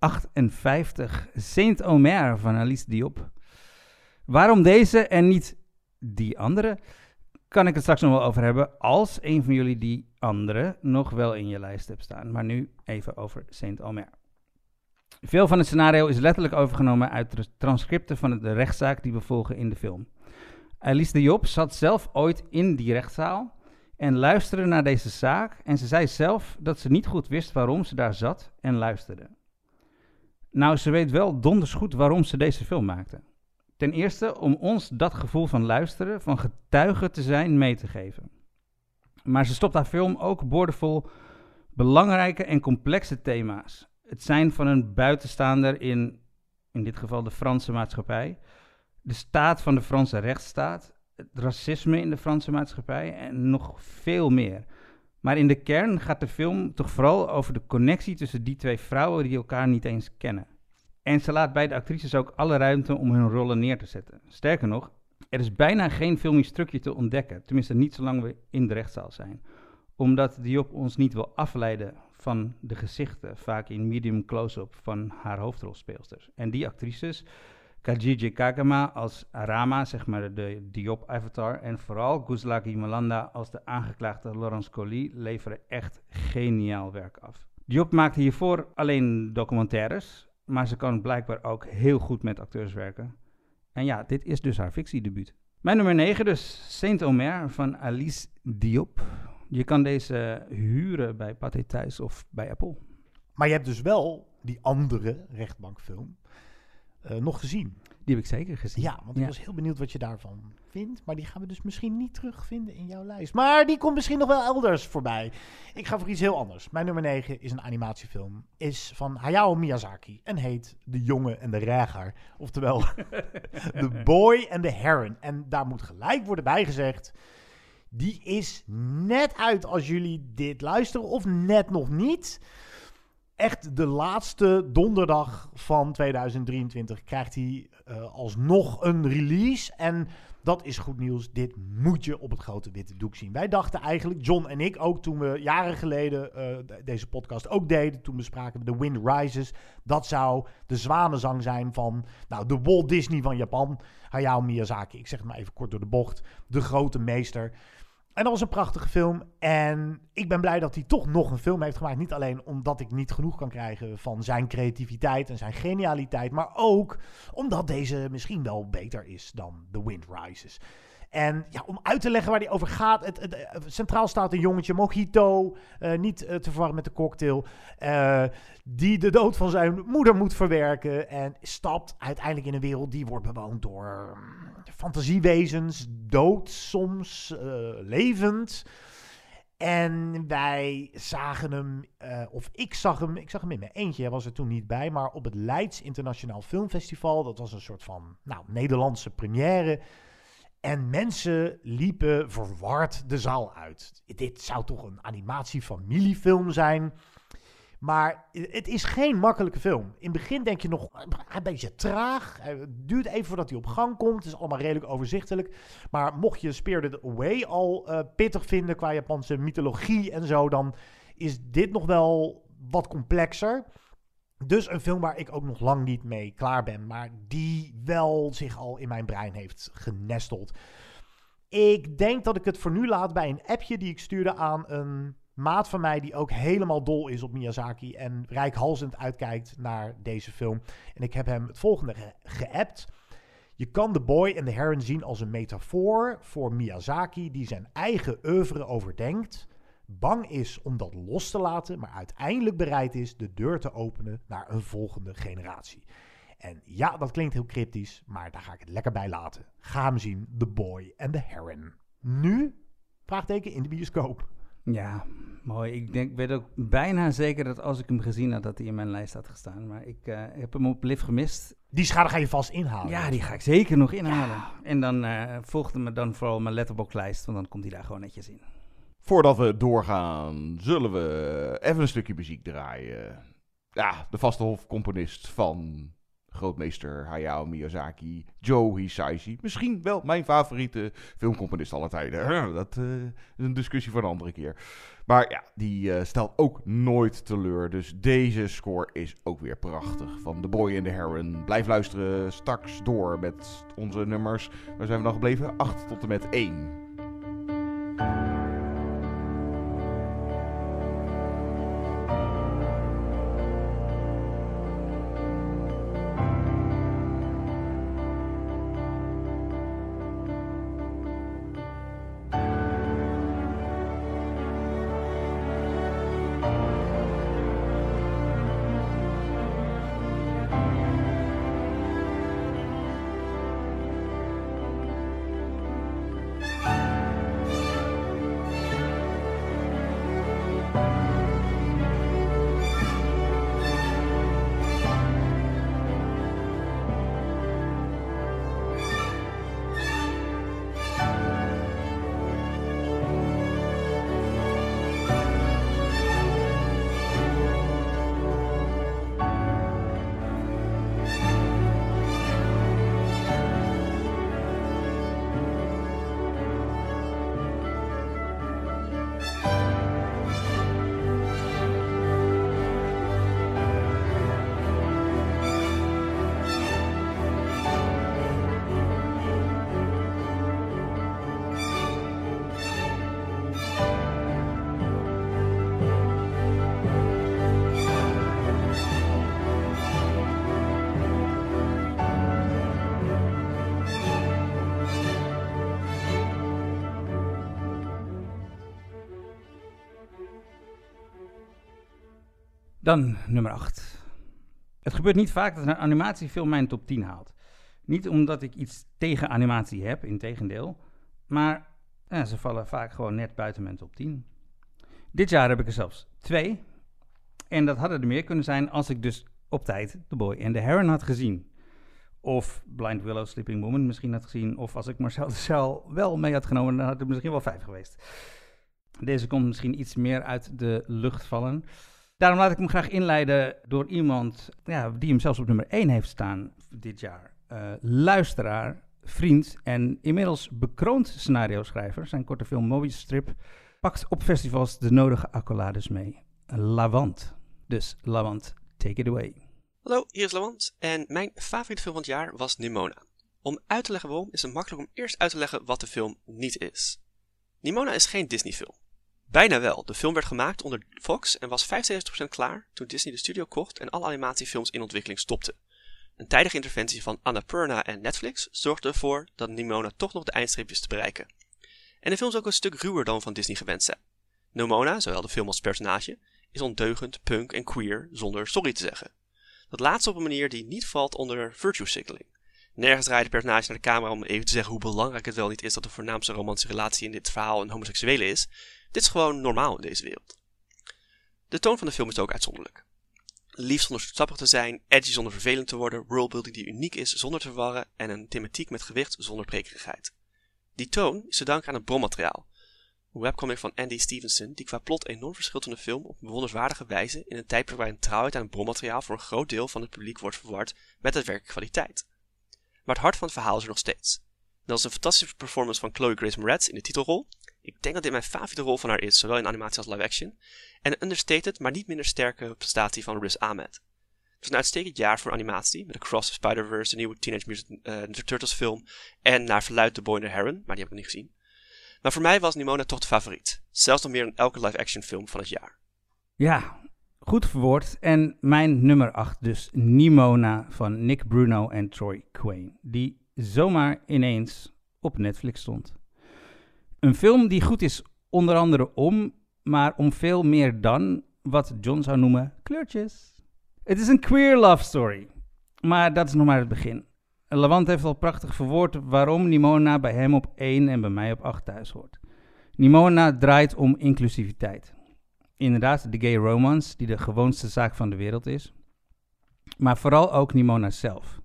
358. Saint-Omer van Alice Diop. Waarom deze en niet die andere, kan ik het straks nog wel over hebben, als een van jullie die andere nog wel in je lijst hebt staan. Maar nu even over Saint-Omer. Veel van het scenario is letterlijk overgenomen uit de transcripten van de rechtszaak die we volgen in de film. Alice Diop zat zelf ooit in die rechtszaal en luisterde naar deze zaak. En ze zei zelf dat ze niet goed wist waarom ze daar zat en luisterde. Nou, ze weet wel donders goed waarom ze deze film maakte. Ten eerste om ons dat gevoel van luisteren, van getuige te zijn, mee te geven. Maar ze stopt haar film ook boordevol belangrijke en complexe thema's. Het zijn van een buitenstaander in dit geval de Franse maatschappij, de staat van de Franse rechtsstaat, het racisme in de Franse maatschappij en nog veel meer. Maar in de kern gaat de film toch vooral over de connectie tussen die 2 vrouwen die elkaar niet eens kennen. En ze laat bij de actrices ook alle ruimte om hun rollen neer te zetten. Sterker nog, er is bijna geen filmisch trucje te ontdekken, tenminste niet zolang we in de rechtszaal zijn. Omdat Diop ons niet wil afleiden van de gezichten, vaak in medium close-up van haar hoofdrolspeelsters. En die actrices, Kajiji Kagama als Arama, zeg maar de Diop-avatar, en vooral Guzlaki Malanda als de aangeklaagde Laurence Colli, leveren echt geniaal werk af. Diop maakte hiervoor alleen documentaires, maar ze kan blijkbaar ook heel goed met acteurs werken. En ja, dit is dus haar fictiedebuut. Mijn nummer 9 dus, Saint-Omer van Alice Diop. Je kan deze huren bij Pathé Thuis of bij Apple. Maar je hebt dus wel die andere rechtbankfilm nog gezien. Die heb ik zeker gezien. Ja, want ik was heel benieuwd wat je daarvan vindt. Maar die gaan we dus misschien niet terugvinden in jouw lijst. Maar die komt misschien nog wel elders voorbij. Ik ga voor iets heel anders. Mijn nummer 9 is een animatiefilm. Is van Hayao Miyazaki. En heet De Jongen en de Reiger. Oftewel, The Boy and the Heron. En daar moet gelijk worden bijgezegd. Die is net uit als jullie dit luisteren. Of net nog niet. Echt de laatste donderdag van 2023 krijgt hij alsnog een release. En dat is goed nieuws. Dit moet je op het grote witte doek zien. Wij dachten eigenlijk, John en ik ook, toen we jaren geleden deze podcast ook deden. Toen bespraken we The Wind Rises. Dat zou de zwanenzang zijn van de Walt Disney van Japan. Hayao Miyazaki. Ik zeg het maar even kort door de bocht. De grote meester. En dat was een prachtige film. En ik ben blij dat hij toch nog een film heeft gemaakt. Niet alleen omdat ik niet genoeg kan krijgen van zijn creativiteit en zijn genialiteit. Maar ook omdat deze misschien wel beter is dan The Wind Rises. En ja, om uit te leggen waar die over gaat. Centraal staat een jongetje, Mojito. Niet te verwarren met de cocktail. Die de dood van zijn moeder moet verwerken. En stapt uiteindelijk in een wereld die wordt bewoond door fantasiewezens. Dood soms, levend. En wij zagen hem, of ik zag hem in mijn eentje. Hij was er toen niet bij. Maar op het Leids Internationaal Filmfestival. Dat was een soort van Nederlandse première. En mensen liepen verward de zaal uit. Dit zou toch een animatiefamiliefilm zijn. Maar het is geen makkelijke film. In het begin denk je nog een beetje traag. Het duurt even voordat hij op gang komt. Het is allemaal redelijk overzichtelijk. Maar mocht je Spirited Away al pittig vinden qua Japanse mythologie en zo, dan is dit nog wel wat complexer. Dus een film waar ik ook nog lang niet mee klaar ben, maar die wel zich al in mijn brein heeft genesteld. Ik denk dat ik het voor nu laat bij een appje die ik stuurde aan een maat van mij die ook helemaal dol is op Miyazaki en reikhalzend uitkijkt naar deze film. En ik heb hem het volgende geappt. Je kan The Boy and the Heron zien als een metafoor voor Miyazaki die zijn eigen oeuvre overdenkt, bang is om dat los te laten, maar uiteindelijk bereid is de deur te openen naar een volgende generatie. En ja, dat klinkt heel cryptisch, maar daar ga ik het lekker bij laten. Ga hem zien, The Boy and the Heron. Nu? Vraagteken in de bioscoop. Ja, mooi. Ik weet ook bijna zeker dat als ik hem gezien had, dat hij in mijn lijst had gestaan. Maar ik heb hem op Liv gemist. Die schade ga je vast inhalen. Ja, die ga ik zeker nog inhalen. Ja. En dan volgde me dan vooral mijn Letterboxd-lijst, want dan komt hij daar gewoon netjes in. Voordat we doorgaan, zullen we even een stukje muziek draaien. Ja, de vaste hofcomponist van grootmeester Hayao Miyazaki, Joe Hisaishi. Misschien wel mijn favoriete filmcomponist aller tijden. Dat is een discussie voor een andere keer. Maar ja, die stelt ook nooit teleur. Dus deze score is ook weer prachtig. Van The Boy and the Heron. Blijf luisteren straks door met onze nummers. Waar zijn we dan gebleven? 8 tot en met 1. Dan nummer 8. Het gebeurt niet vaak dat een animatiefilm mijn top 10 haalt. Niet omdat ik iets tegen animatie heb, integendeel. Maar ze vallen vaak gewoon net buiten mijn top 10. Dit jaar heb ik er zelfs 2. En dat hadden er meer kunnen zijn als ik dus op tijd The Boy and the Heron had gezien. Of Blind Willow, Sleeping Woman misschien had gezien. Of als ik Marcel Duchamp wel mee had genomen, dan had het misschien wel 5 geweest. Deze komt misschien iets meer uit de lucht vallen. Daarom laat ik hem graag inleiden door iemand die hem zelfs op nummer 1 heeft staan dit jaar. Luisteraar, vriend en inmiddels bekroond scenario-schrijver. Zijn korte film Mobius Strip pakt op festivals de nodige accolades mee. Lawant. Dus Lawant, take it away. Hallo, hier is Lawant en mijn favoriete film van het jaar was Nimona. Om uit te leggen waarom is het makkelijk om eerst uit te leggen wat de film niet is. Nimona is geen Disney-film. Bijna wel. De film werd gemaakt onder Fox en was 75% klaar toen Disney de studio kocht en alle animatiefilms in ontwikkeling stopte. Een tijdige interventie van Annapurna en Netflix zorgde ervoor dat Nimona toch nog de eindstreep wist te bereiken. En de film is ook een stuk ruwer dan van Disney gewend zijn. Nimona, zowel de film als personage, is ondeugend, punk en queer zonder sorry te zeggen. Dat laatste op een manier die niet valt onder virtue signaling. Nergens draait de personage naar de camera om even te zeggen hoe belangrijk het wel niet is dat de voornaamste romantische relatie in dit verhaal een homoseksuele is. Dit is gewoon normaal in deze wereld. De toon van de film is ook uitzonderlijk. Lief zonder zoetsappig te zijn, edgy zonder vervelend te worden, worldbuilding die uniek is zonder te verwarren en een thematiek met gewicht zonder prekerigheid. Die toon is te danken aan het bronmateriaal. Een webcomic van Andy Stevenson die qua plot enorm verschilt van de film op een bewonderenswaardige wijze in een tijdperk waarin trouwheid aan het bronmateriaal voor een groot deel van het publiek wordt verward met het werkelijke kwaliteit. Maar het hart van het verhaal is er nog steeds. Dat is een fantastische performance van Chloe Grace Moretz in de titelrol. Ik denk dat dit mijn favoriete rol van haar is, zowel in animatie als live action. En een understated, maar niet minder sterke prestatie van Riz Ahmed. Het was een uitstekend jaar voor animatie, met Across the Spider-Verse, de nieuwe Teenage Mutant Ninja Turtles film, en naar verluidt The Boy and the Heron, maar die heb ik nog niet gezien. Maar voor mij was Nimona toch de favoriet, zelfs nog meer dan elke live action film van het jaar. Ja, goed verwoord. En mijn nummer 8 dus Nimona van Nick Bruno en Troy Quane, die zomaar ineens op Netflix stond. Een film die goed is onder andere maar om veel meer dan wat John zou noemen kleurtjes. Het is een queer love story, maar dat is nog maar het begin. Lawant heeft al prachtig verwoord waarom Nimona bij hem op 1 en bij mij op 8 thuis hoort. Nimona draait om inclusiviteit. Inderdaad, de gay romance, die de gewoonste zaak van de wereld is. Maar vooral ook Nimona zelf.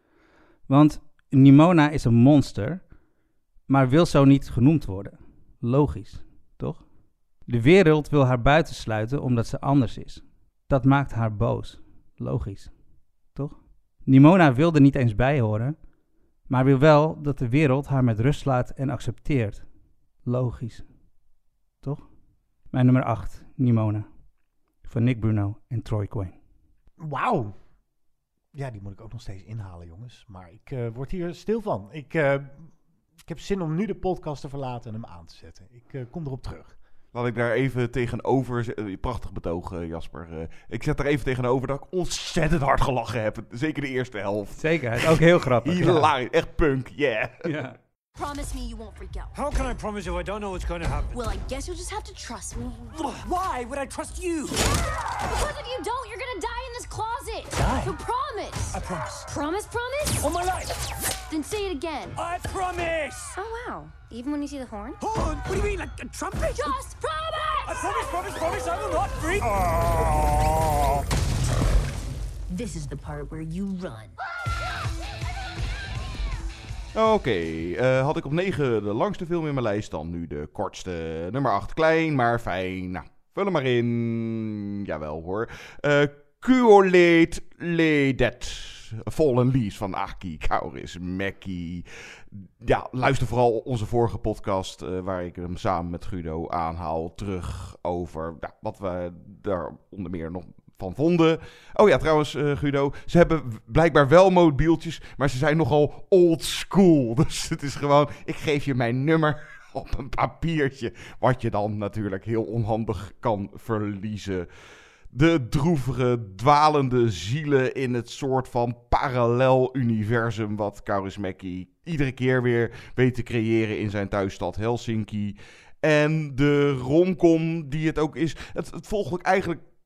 Want Nimona is een monster, maar wil zo niet genoemd worden. Logisch, toch? De wereld wil haar buitensluiten omdat ze anders is. Dat maakt haar boos. Logisch, toch? Nimona wil er niet eens bij horen, maar wil wel dat de wereld haar met rust laat en accepteert. Logisch, toch? Mijn nummer 8, Nimona. Van Nick Bruno en Troy Quane. Wauw. Ja, die moet ik ook nog steeds inhalen, jongens. Maar ik word hier stil van. Ik heb zin om nu de podcast te verlaten en hem aan te zetten. Ik kom erop terug. Laat ik daar even tegenover... Prachtig betoog, Jasper. Ik zet er even tegenover dat ik ontzettend hard gelachen heb. Zeker de eerste helft. Zeker, het is ook heel grappig. Hilarisch, echt punk, yeah. Ja. Promise me you won't freak out. How can I promise if I don't know what's going to happen? Well, I guess you'll just have to trust me. Why would I trust you? Because if you don't, you're gonna die in this closet. Die? So promise. I promise. Promise? On my life. Then say it again. I promise. Oh, wow. Even when you see the horn? Horn? What do you mean, like a trumpet? Just promise! I promise, I will not freak. This is the part where you run. Oké, had ik op 9 de langste film in mijn lijst, dan nu de kortste. Nummer 8, klein maar fijn. Nou, vul hem maar in. Jawel hoor. Kuoleet Ledet. Fallen Leaves van Aki Kaurismäki. Ja, luister vooral onze vorige podcast, waar ik hem samen met Guido aanhaal, terug over wat we daar onder meer nog van vonden. Oh ja, trouwens, Guido, ze hebben blijkbaar wel mobieltjes, maar ze zijn nogal old school. Dus het is gewoon, ik geef je mijn nummer op een papiertje, wat je dan natuurlijk heel onhandig kan verliezen. De droevige, dwalende zielen in het soort van parallel universum wat Kaurismäki iedere keer weer weet te creëren in zijn thuisstad Helsinki. En de romcom die het ook is. Het volgt ook eigenlijk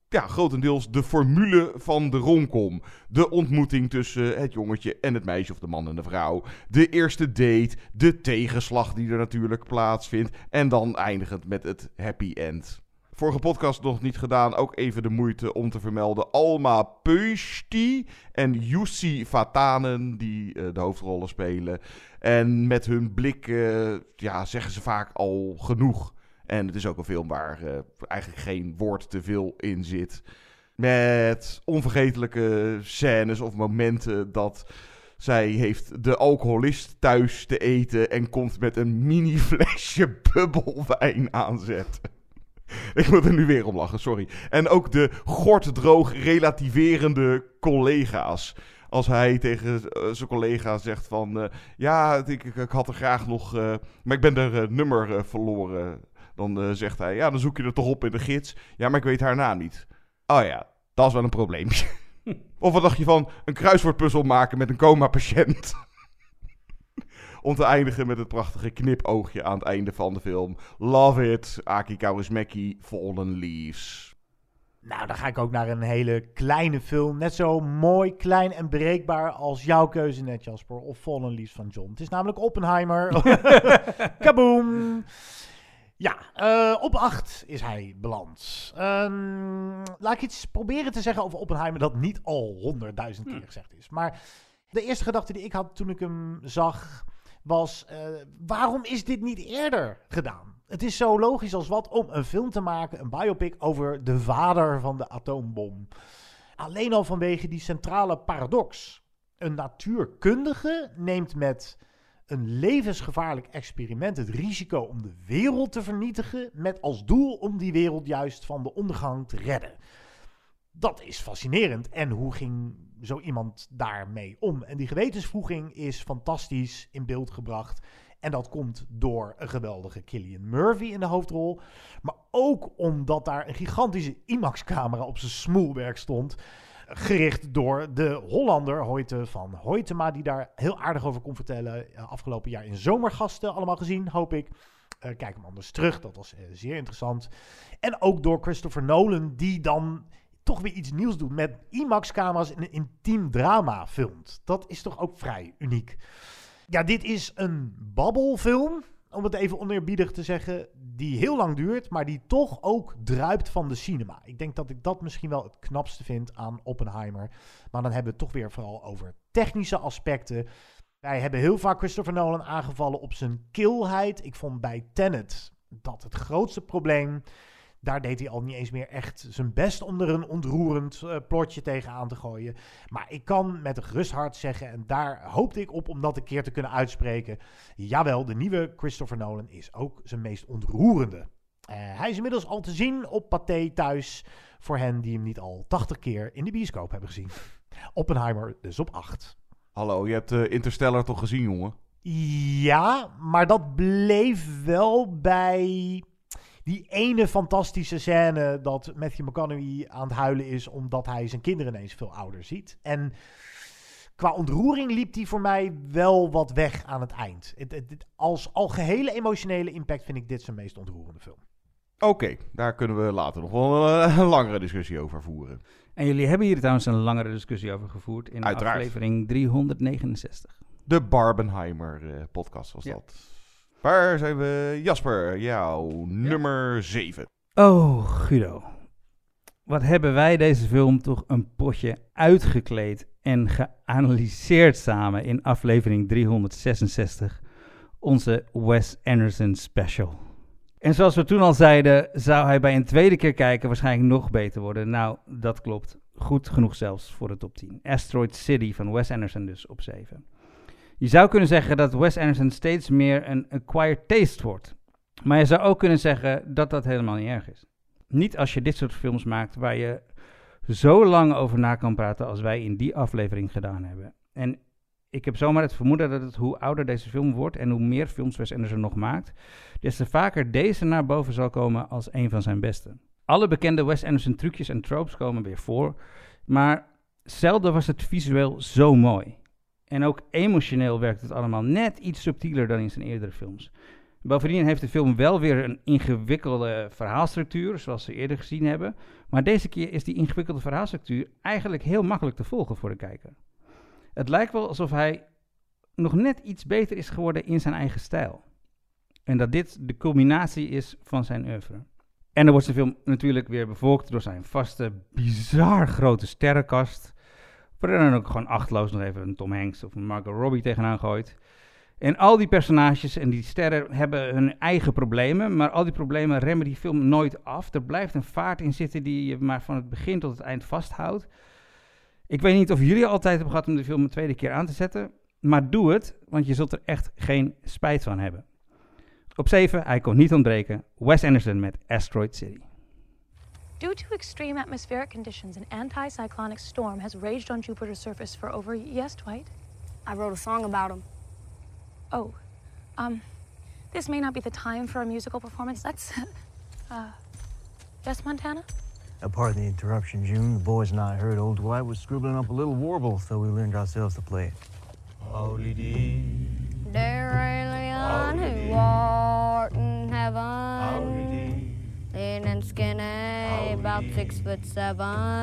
grotendeels de formule van de romcom. De ontmoeting tussen het jongetje en het meisje of de man en de vrouw. De eerste date, de tegenslag die er natuurlijk plaatsvindt. En dan eindigend met het happy end. Vorige podcast nog niet gedaan, ook even de moeite om te vermelden. Alma Pöysti en Jussi Vatanen die de hoofdrollen spelen. En met hun blik zeggen ze vaak al genoeg. En het is ook een film waar eigenlijk geen woord te veel in zit. Met onvergetelijke scènes of momenten dat zij heeft de alcoholist thuis te eten en komt met een mini flesje bubbelwijn aanzetten. Ik moet er nu weer om lachen, sorry. En ook de gorddroog relativerende collega's. Als hij tegen zijn collega zegt van... ik had er graag nog... maar ik ben er nummer verloren. Dan zegt hij... Ja, dan zoek je er toch op in de gids. Ja, maar ik weet haar naam niet. Oh ja, dat is wel een probleempje. Of wat dacht je van een kruiswoordpuzzel maken met een coma-patiënt? Om te eindigen met het prachtige knipoogje aan het einde van de film. Love it, Aki Kaurismäki, Fallen Leaves. Nou, dan ga ik ook naar een hele kleine film. Net zo mooi, klein en bereikbaar als jouw keuze net, Jasper. Of Fallen Leaves van John. Het is namelijk Oppenheimer. Kaboom! Ja, op 8 is hij beland. Laat ik iets proberen te zeggen over Oppenheimer dat niet al 100.000 keer gezegd is. Maar de eerste gedachte die ik had toen ik hem zag was... waarom is dit niet eerder gedaan? Het is zo logisch als wat om een film te maken, een biopic over de vader van de atoombom. Alleen al vanwege die centrale paradox. Een natuurkundige neemt met een levensgevaarlijk experiment het risico om de wereld te vernietigen, met als doel om die wereld juist van de ondergang te redden. Dat is fascinerend. En hoe ging zo iemand daarmee om? En die gewetenswroeging is fantastisch in beeld gebracht. En dat komt door een geweldige Cillian Murphy in de hoofdrol. Maar ook omdat daar een gigantische IMAX-camera op zijn smoelwerk stond. Gericht door de Hollander Hoyte van Hoytema, die daar heel aardig over kon vertellen. Afgelopen jaar in Zomergasten allemaal gezien, hoop ik. Kijk hem anders terug, dat was zeer interessant. En ook door Christopher Nolan, die dan toch weer iets nieuws doet met IMAX-camera's in een intiem drama filmt. Dat is toch ook vrij uniek. Ja, dit is een babbelfilm, om het even oneerbiedig te zeggen, die heel lang duurt, maar die toch ook druipt van de cinema. Ik denk dat ik dat misschien wel het knapste vind aan Oppenheimer. Maar dan hebben we het toch weer vooral over technische aspecten. Wij hebben heel vaak Christopher Nolan aangevallen op zijn kilheid. Ik vond bij Tenet dat het grootste probleem. Daar deed hij al niet eens meer echt zijn best om er een ontroerend plotje tegenaan te gooien. Maar ik kan met een gerust hart zeggen, en daar hoopte ik op om dat een keer te kunnen uitspreken. Jawel, de nieuwe Christopher Nolan is ook zijn meest ontroerende. Hij is inmiddels al te zien op Pathé thuis, voor hen die hem niet al 80 keer in de bioscoop hebben gezien. Oppenheimer dus op 8. Hallo, je hebt Interstellar toch gezien, jongen? Ja, maar dat bleef wel bij die ene fantastische scène dat Matthew McConaughey aan het huilen is omdat hij zijn kinderen ineens veel ouder ziet. En qua ontroering liep die voor mij wel wat weg aan het eind. Als algehele emotionele impact vind ik dit zijn meest ontroerende film. Oké, daar kunnen we later nog wel een langere discussie over voeren. En jullie hebben hier trouwens een langere discussie over gevoerd in aflevering 369. De Barbenheimer podcast was dat. Waar zijn we? Jasper, jouw nummer 7. Oh, Guido. Wat hebben wij deze film toch een potje uitgekleed en geanalyseerd samen in aflevering 366. Onze Wes Anderson special. En zoals we toen al zeiden, zou hij bij een tweede keer kijken waarschijnlijk nog beter worden. Nou, dat klopt. Goed genoeg zelfs voor de top 10. Asteroid City van Wes Anderson dus op 7. Je zou kunnen zeggen dat Wes Anderson steeds meer een acquired taste wordt. Maar je zou ook kunnen zeggen dat dat helemaal niet erg is. Niet als je dit soort films maakt waar je zo lang over na kan praten als wij in die aflevering gedaan hebben. En ik heb zomaar het vermoeden dat hoe ouder deze film wordt en hoe meer films Wes Anderson nog maakt, des te vaker deze naar boven zal komen als een van zijn beste. Alle bekende Wes Anderson trucjes en tropes komen weer voor, maar zelden was het visueel zo mooi. En ook emotioneel werkt het allemaal net iets subtieler dan in zijn eerdere films. Bovendien heeft de film wel weer een ingewikkelde verhaalstructuur, zoals we eerder gezien hebben. Maar deze keer is die ingewikkelde verhaalstructuur eigenlijk heel makkelijk te volgen voor de kijker. Het lijkt wel alsof hij nog net iets beter is geworden in zijn eigen stijl. En dat dit de culminatie is van zijn oeuvre. En dan wordt de film natuurlijk weer bevolkt door zijn vaste, bizar grote sterrenkast. Waar er dan ook gewoon achtloos nog even een Tom Hanks of een Margot Robbie tegenaan gooit. En al die personages en die sterren hebben hun eigen problemen, maar al die problemen remmen die film nooit af. Er blijft een vaart in zitten die je maar van het begin tot het eind vasthoudt. Ik weet niet of jullie altijd hebben gehad om de film een tweede keer aan te zetten, maar doe het, want je zult er echt geen spijt van hebben. Op 7, hij kon niet ontbreken, Wes Anderson met Asteroid City. Due to extreme atmospheric conditions, an anti-cyclonic storm has raged on Jupiter's surface for over... Yes, Dwight? I wrote a song about him. Oh, this may not be the time for a musical performance. That's, yes, Montana? Pardon the interruption, June. The boys and I heard old Dwight was scribbling up a little warble, so we learned ourselves to play it. Howdy-dee. There alien who art in heaven. Howdy-dee. Thin and skinny, about 6'7".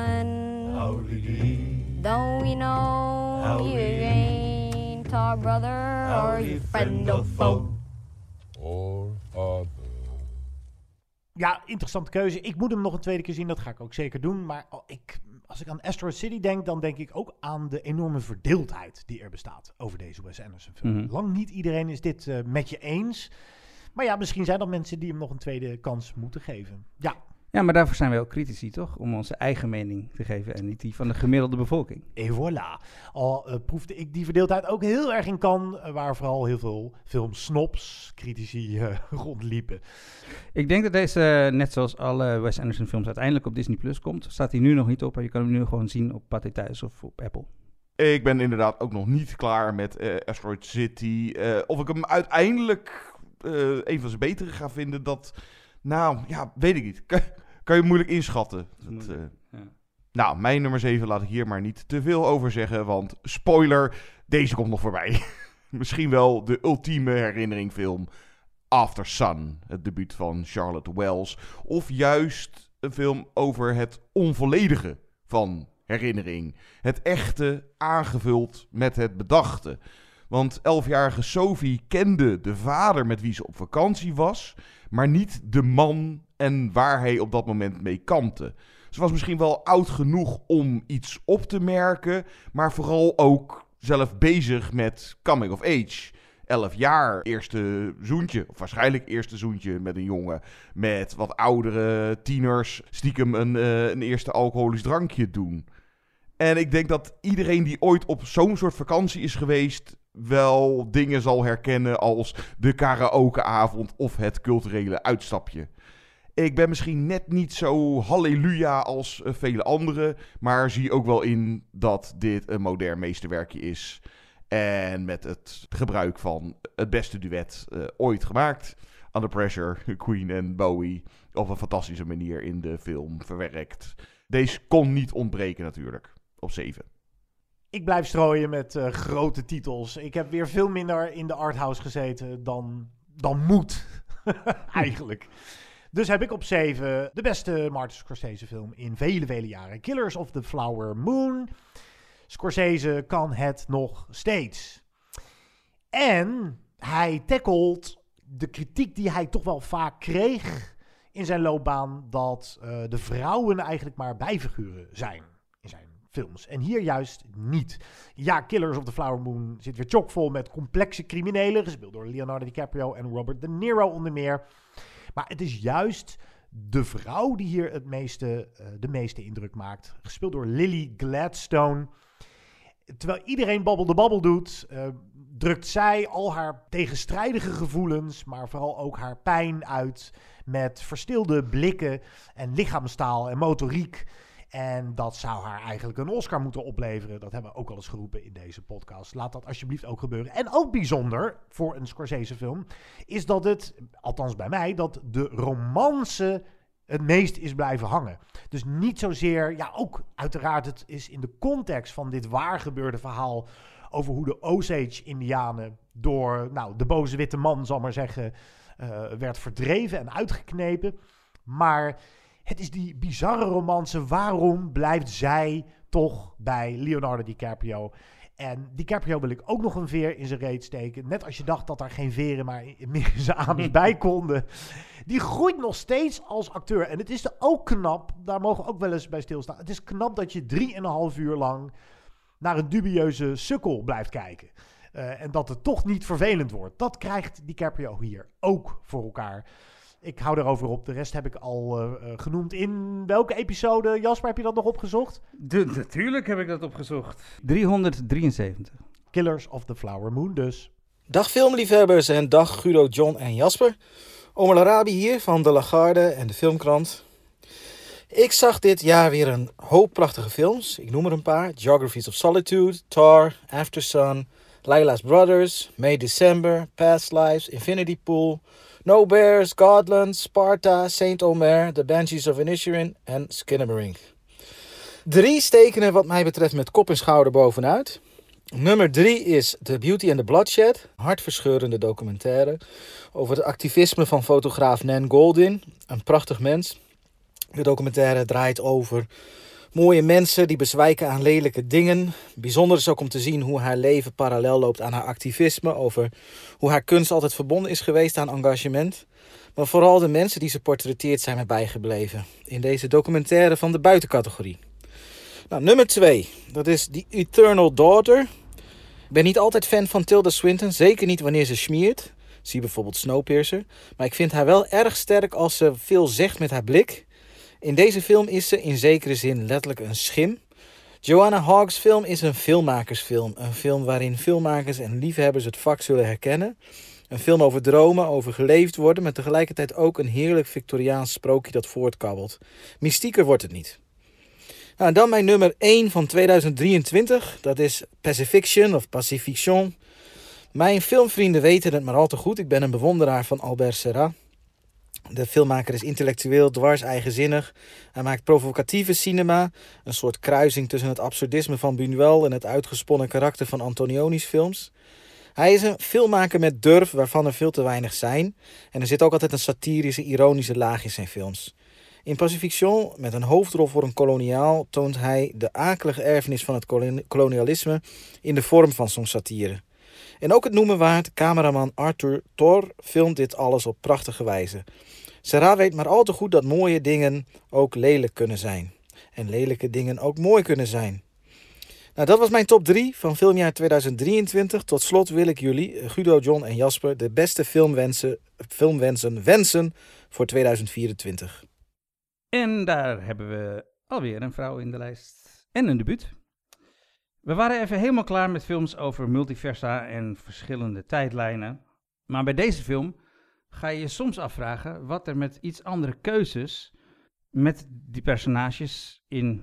Howdy-dee. Don't we know Howdy-dee. you ain't our brother or your friend or foe? Or father. Ja, interessante keuze. Ik moet hem nog een tweede keer zien, dat ga ik ook zeker doen. Maar als ik aan Asteroid City denk, dan denk ik ook aan de enorme verdeeldheid die er bestaat over deze Wes Anderson film. Mhm. Lang niet iedereen is dit met je eens. Maar ja, misschien zijn er mensen die hem nog een tweede kans moeten geven. Ja. Ja, maar daarvoor zijn wij ook critici, toch? Om onze eigen mening te geven en niet die van de gemiddelde bevolking. Et voilà. Al proefde ik die verdeeldheid ook heel erg in Cannes, waar vooral heel veel filmsnobs, critici rondliepen. Ik denk dat deze, net zoals alle Wes Anderson films, uiteindelijk op Disney Plus komt. Staat hij nu nog niet op, maar je kan hem nu gewoon zien op Pathé Thuis of op Apple. Ik ben inderdaad ook nog niet klaar met Asteroid City. Of ik hem uiteindelijk een van zijn betere ga vinden, dat... Nou, ja, weet ik niet. Kan je moeilijk inschatten. Ja. Nou, mijn nummer 7 laat ik hier maar niet te veel over zeggen, want spoiler, deze komt nog voorbij. Misschien wel de ultieme herinneringfilm After Sun, het debuut van Charlotte Wells. Of juist een film over het onvolledige van herinnering. Het echte aangevuld met het bedachte. Want 11-jarige Sophie kende de vader met wie ze op vakantie was, maar niet de man en waar hij op dat moment mee kampte. Ze was misschien wel oud genoeg om iets op te merken, maar vooral ook zelf bezig met coming of age. 11 jaar, eerste zoentje, of waarschijnlijk eerste zoentje met een jongen. Met wat oudere tieners stiekem een eerste alcoholisch drankje doen. En ik denk dat iedereen die ooit op zo'n soort vakantie is geweest wel dingen zal herkennen als de karaokeavond of het culturele uitstapje. Ik ben misschien net niet zo halleluja als vele anderen, maar zie ook wel in dat dit een modern meesterwerkje is. En met het gebruik van het beste duet ooit gemaakt, Under Pressure, Queen en Bowie, op een fantastische manier in de film verwerkt. Deze kon niet ontbreken natuurlijk, op 7. Ik blijf strooien met grote titels. Ik heb weer veel minder in de arthouse gezeten dan moet, eigenlijk. Dus heb ik op 7 de beste Martin Scorsese film in vele, vele jaren. Killers of the Flower Moon. Scorsese kan het nog steeds. En hij tackelt de kritiek die hij toch wel vaak kreeg in zijn loopbaan, dat de vrouwen eigenlijk maar bijfiguren zijn in zijn films. En hier juist niet. Ja, Killers of the Flower Moon zit weer chockvol met complexe criminelen, gespeeld door Leonardo DiCaprio en Robert De Niro onder meer. Maar het is juist de vrouw die hier de meeste indruk maakt. Gespeeld door Lily Gladstone. Terwijl iedereen babbel doet, drukt zij al haar tegenstrijdige gevoelens, maar vooral ook haar pijn uit met verstilde blikken en lichaamstaal en motoriek. En dat zou haar eigenlijk een Oscar moeten opleveren. Dat hebben we ook al eens geroepen in deze podcast. Laat dat alsjeblieft ook gebeuren. En ook bijzonder voor een Scorsese film is dat het, althans bij mij, dat de romance het meest is blijven hangen. Dus niet zozeer, ja ook uiteraard het is in de context van dit waar gebeurde verhaal over hoe de Osage-Indianen door de boze witte man, zal maar zeggen, werd verdreven en uitgeknepen. Maar het is die bizarre romance. Waarom blijft zij toch bij Leonardo DiCaprio? En DiCaprio wil ik ook nog een veer in zijn reet steken. Net als je dacht dat er geen veren maar meer in zijn anus bij konden. Die groeit nog steeds als acteur. En het is ook knap, daar mogen we ook wel eens bij stilstaan. Het is knap dat je 3,5 uur lang naar een dubieuze sukkel blijft kijken. En dat het toch niet vervelend wordt. Dat krijgt DiCaprio hier ook voor elkaar. Ik hou erover op. De rest heb ik al genoemd. In welke episode, Jasper, heb je dat nog opgezocht? Natuurlijk heb ik dat opgezocht. 373. Killers of the Flower Moon dus. Dag filmliefhebbers en dag Guido, John en Jasper. Omar Arabi hier van De Lagarde en de Filmkrant. Ik zag dit jaar weer een hoop prachtige films. Ik noem er een paar. Geographies of Solitude, Tar, After Sun, Laila's Brothers, May December, Past Lives, Infinity Pool, No Bears, Godland, Sparta, Saint Omer, The Banshees of Inisherin en Skinamarink. 3 steken er wat mij betreft met kop en schouder bovenuit. Nummer 3 is The Beauty and the Bloodshed, hartverscheurende documentaire over het activisme van fotograaf Nan Goldin, een prachtig mens. De documentaire draait over mooie mensen die bezwijken aan lelijke dingen. Bijzonder is ook om te zien hoe haar leven parallel loopt aan haar activisme, over hoe haar kunst altijd verbonden is geweest aan engagement. Maar vooral de mensen die ze portretteert zijn mij bijgebleven in deze documentaire van de buitencategorie. Nou, nummer 2, dat is The Eternal Daughter. Ik ben niet altijd fan van Tilda Swinton, zeker niet wanneer ze smiert. Zie bijvoorbeeld Snowpiercer. Maar ik vind haar wel erg sterk als ze veel zegt met haar blik. In deze film is ze in zekere zin letterlijk een schim. Joanna Hoggs' film is een filmmakersfilm. Een film waarin filmmakers en liefhebbers het vak zullen herkennen. Een film over dromen, over geleefd worden, maar tegelijkertijd ook een heerlijk Victoriaans sprookje dat voortkabbelt. Mystieker wordt het niet. Nou, dan mijn nummer 1 van 2023. Dat is Pacifiction of Pacifiction. Mijn filmvrienden weten het maar al te goed. Ik ben een bewonderaar van Albert Serra. De filmmaker is intellectueel, dwars eigenzinnig. Hij maakt provocatieve cinema. Een soort kruising tussen het absurdisme van Buñuel en het uitgesponnen karakter van Antonioni's films. Hij is een filmmaker met durf, waarvan er veel te weinig zijn. En er zit ook altijd een satirische, ironische laag in zijn films. In Pacifiction, met een hoofdrol voor een koloniaal, toont hij de akelige erfenis van het kolonialisme in de vorm van zo'n satire. En ook het noemen waard, cameraman Arthur Thor filmt dit alles op prachtige wijze. Serra weet maar al te goed dat mooie dingen ook lelijk kunnen zijn. En lelijke dingen ook mooi kunnen zijn. Nou, dat was mijn top 3 van filmjaar 2023. Tot slot wil ik jullie, Guido, John en Jasper, de beste filmwensen wensen voor 2024. En daar hebben we alweer een vrouw in de lijst. En een debuut. We waren even helemaal klaar met films over multiversa en verschillende tijdlijnen. Maar bij deze film ga je je soms afvragen wat er met iets andere keuzes met die personages in,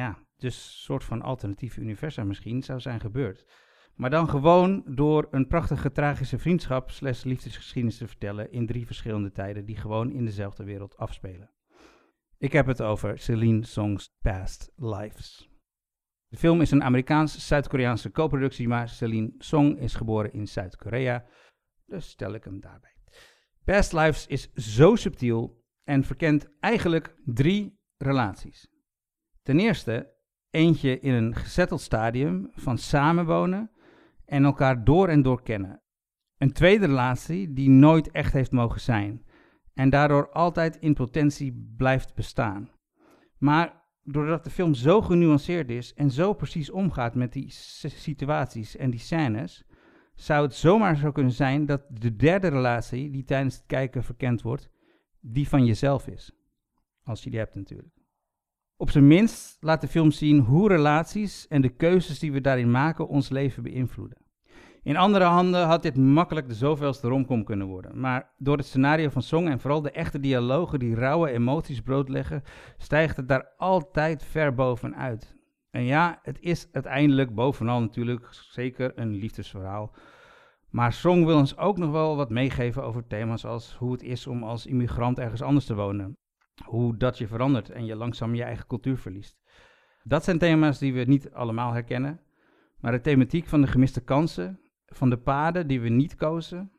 dus soort van alternatieve universa misschien zou zijn gebeurd. Maar dan gewoon door een prachtige tragische vriendschap / liefdesgeschiedenis te vertellen in 3 verschillende tijden die gewoon in dezelfde wereld afspelen. Ik heb het over Celine Song's Past Lives. De film is een Amerikaans-Zuid-Koreaanse co-productie, maar Celine Song is geboren in Zuid-Korea, dus stel ik hem daarbij. Past Lives is zo subtiel en verkent eigenlijk 3 relaties. Ten eerste, eentje in een gezetteld stadium van samenwonen en elkaar door en door kennen. Een tweede relatie die nooit echt heeft mogen zijn en daardoor altijd in potentie blijft bestaan. Maar doordat de film zo genuanceerd is en zo precies omgaat met die situaties en die scènes, zou het zomaar zo kunnen zijn dat de derde relatie die tijdens het kijken verkend wordt, die van jezelf is. Als je die hebt natuurlijk. Op zijn minst laat de film zien hoe relaties en de keuzes die we daarin maken ons leven beïnvloeden. In andere handen had dit makkelijk de zoveelste romcom kunnen worden. Maar door het scenario van Song en vooral de echte dialogen die rauwe emoties blootleggen, stijgt het daar altijd ver bovenuit. En ja, het is uiteindelijk bovenal natuurlijk zeker een liefdesverhaal. Maar Song wil ons ook nog wel wat meegeven over thema's als hoe het is om als immigrant ergens anders te wonen. Hoe dat je verandert en je langzaam je eigen cultuur verliest. Dat zijn thema's die we niet allemaal herkennen. Maar de thematiek van de gemiste kansen, van de paden die we niet kozen,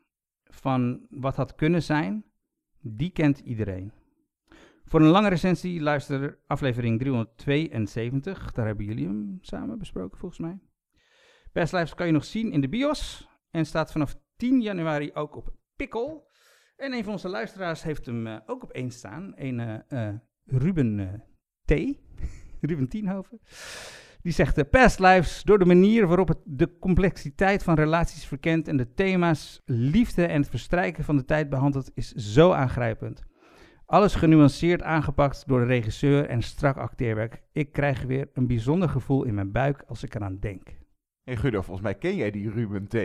van wat had kunnen zijn, die kent iedereen. Voor een lange recensie luister aflevering 372. Daar hebben jullie hem samen besproken volgens mij. Past Lives kan je nog zien in de bios en staat vanaf 10 januari ook op Pikkel. En een van onze luisteraars heeft hem ook op 1 staan. Een Ruben T. Ruben Tienhoven. Die zegt, Past Lives, door de manier waarop het de complexiteit van relaties verkent en de thema's liefde en het verstrijken van de tijd behandelt, is zo aangrijpend. Alles genuanceerd aangepakt door de regisseur en strak acteerwerk. Ik krijg weer een bijzonder gevoel in mijn buik als ik eraan denk. Hey Guido, volgens mij ken jij die Ruben T.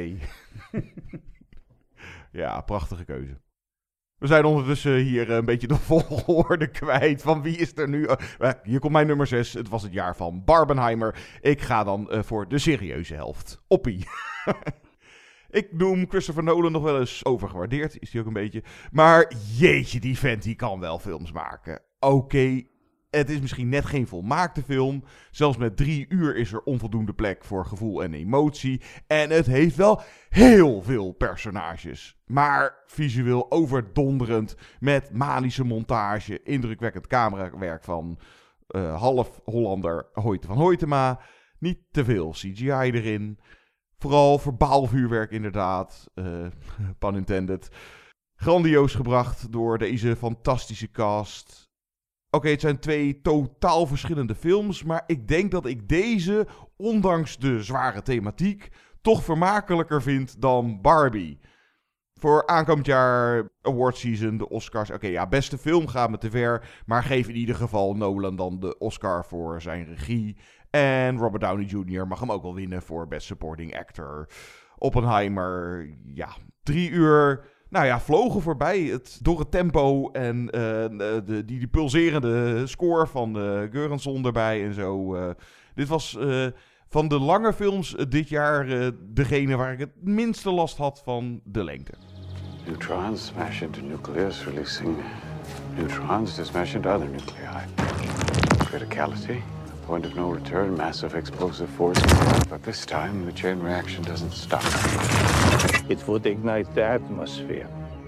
Ja, prachtige keuze. We zijn ondertussen hier een beetje de volgorde kwijt van wie is er nu. Hier komt mijn nummer 6. Het was het jaar van Barbenheimer. Ik ga dan voor de serieuze helft. Oppie. Ik noem Christopher Nolan nog wel eens overgewaardeerd. Is hij ook een beetje. Maar jeetje, die vent die kan wel films maken. Oké, het is misschien net geen volmaakte film. Zelfs met 3 uur is er onvoldoende plek voor gevoel en emotie. En het heeft wel heel veel personages. Maar visueel overdonderend met manische montage, indrukwekkend camerawerk van half Hollander Hoyte van Hoytema. Niet te veel CGI erin. Vooral verbaal vuurwerk inderdaad. Pun intended. Grandioos gebracht door deze fantastische cast. Oké, het zijn 2 totaal verschillende films, maar ik denk dat ik deze, ondanks de zware thematiek, toch vermakelijker vind dan Barbie. Voor aankomend jaar, award season, de Oscars. Oké, ja, beste film gaat me te ver, maar geef in ieder geval Nolan dan de Oscar voor zijn regie. En Robert Downey Jr. mag hem ook wel winnen voor Best Supporting Actor. Oppenheimer, ja, 3 uur... Nou ja, vlogen voorbij. Door het tempo en die pulserende score van Göransson erbij en zo. Dit was van de lange films dit jaar degene waar ik het minste last had van de lengte. Neutrons smash into nucleus, releasing neutrons to smash into other nuclei. Criticality, point of no return, massive explosive force. But this time the chain reaction doesn't stop. It would ignite the atmosphere.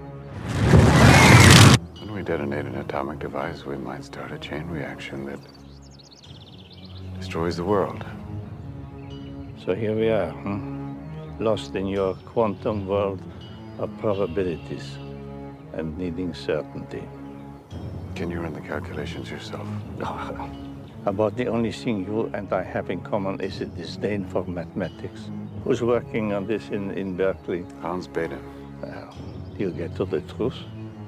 When we detonate an atomic device, we might start a chain reaction that destroys the world. So here we are, lost in your quantum world of probabilities and needing certainty. Can you run the calculations yourself? About the only thing you and I have in common is a disdain for mathematics. Who's working on this in Berkeley? Hans Bethe. You'll get to the truth.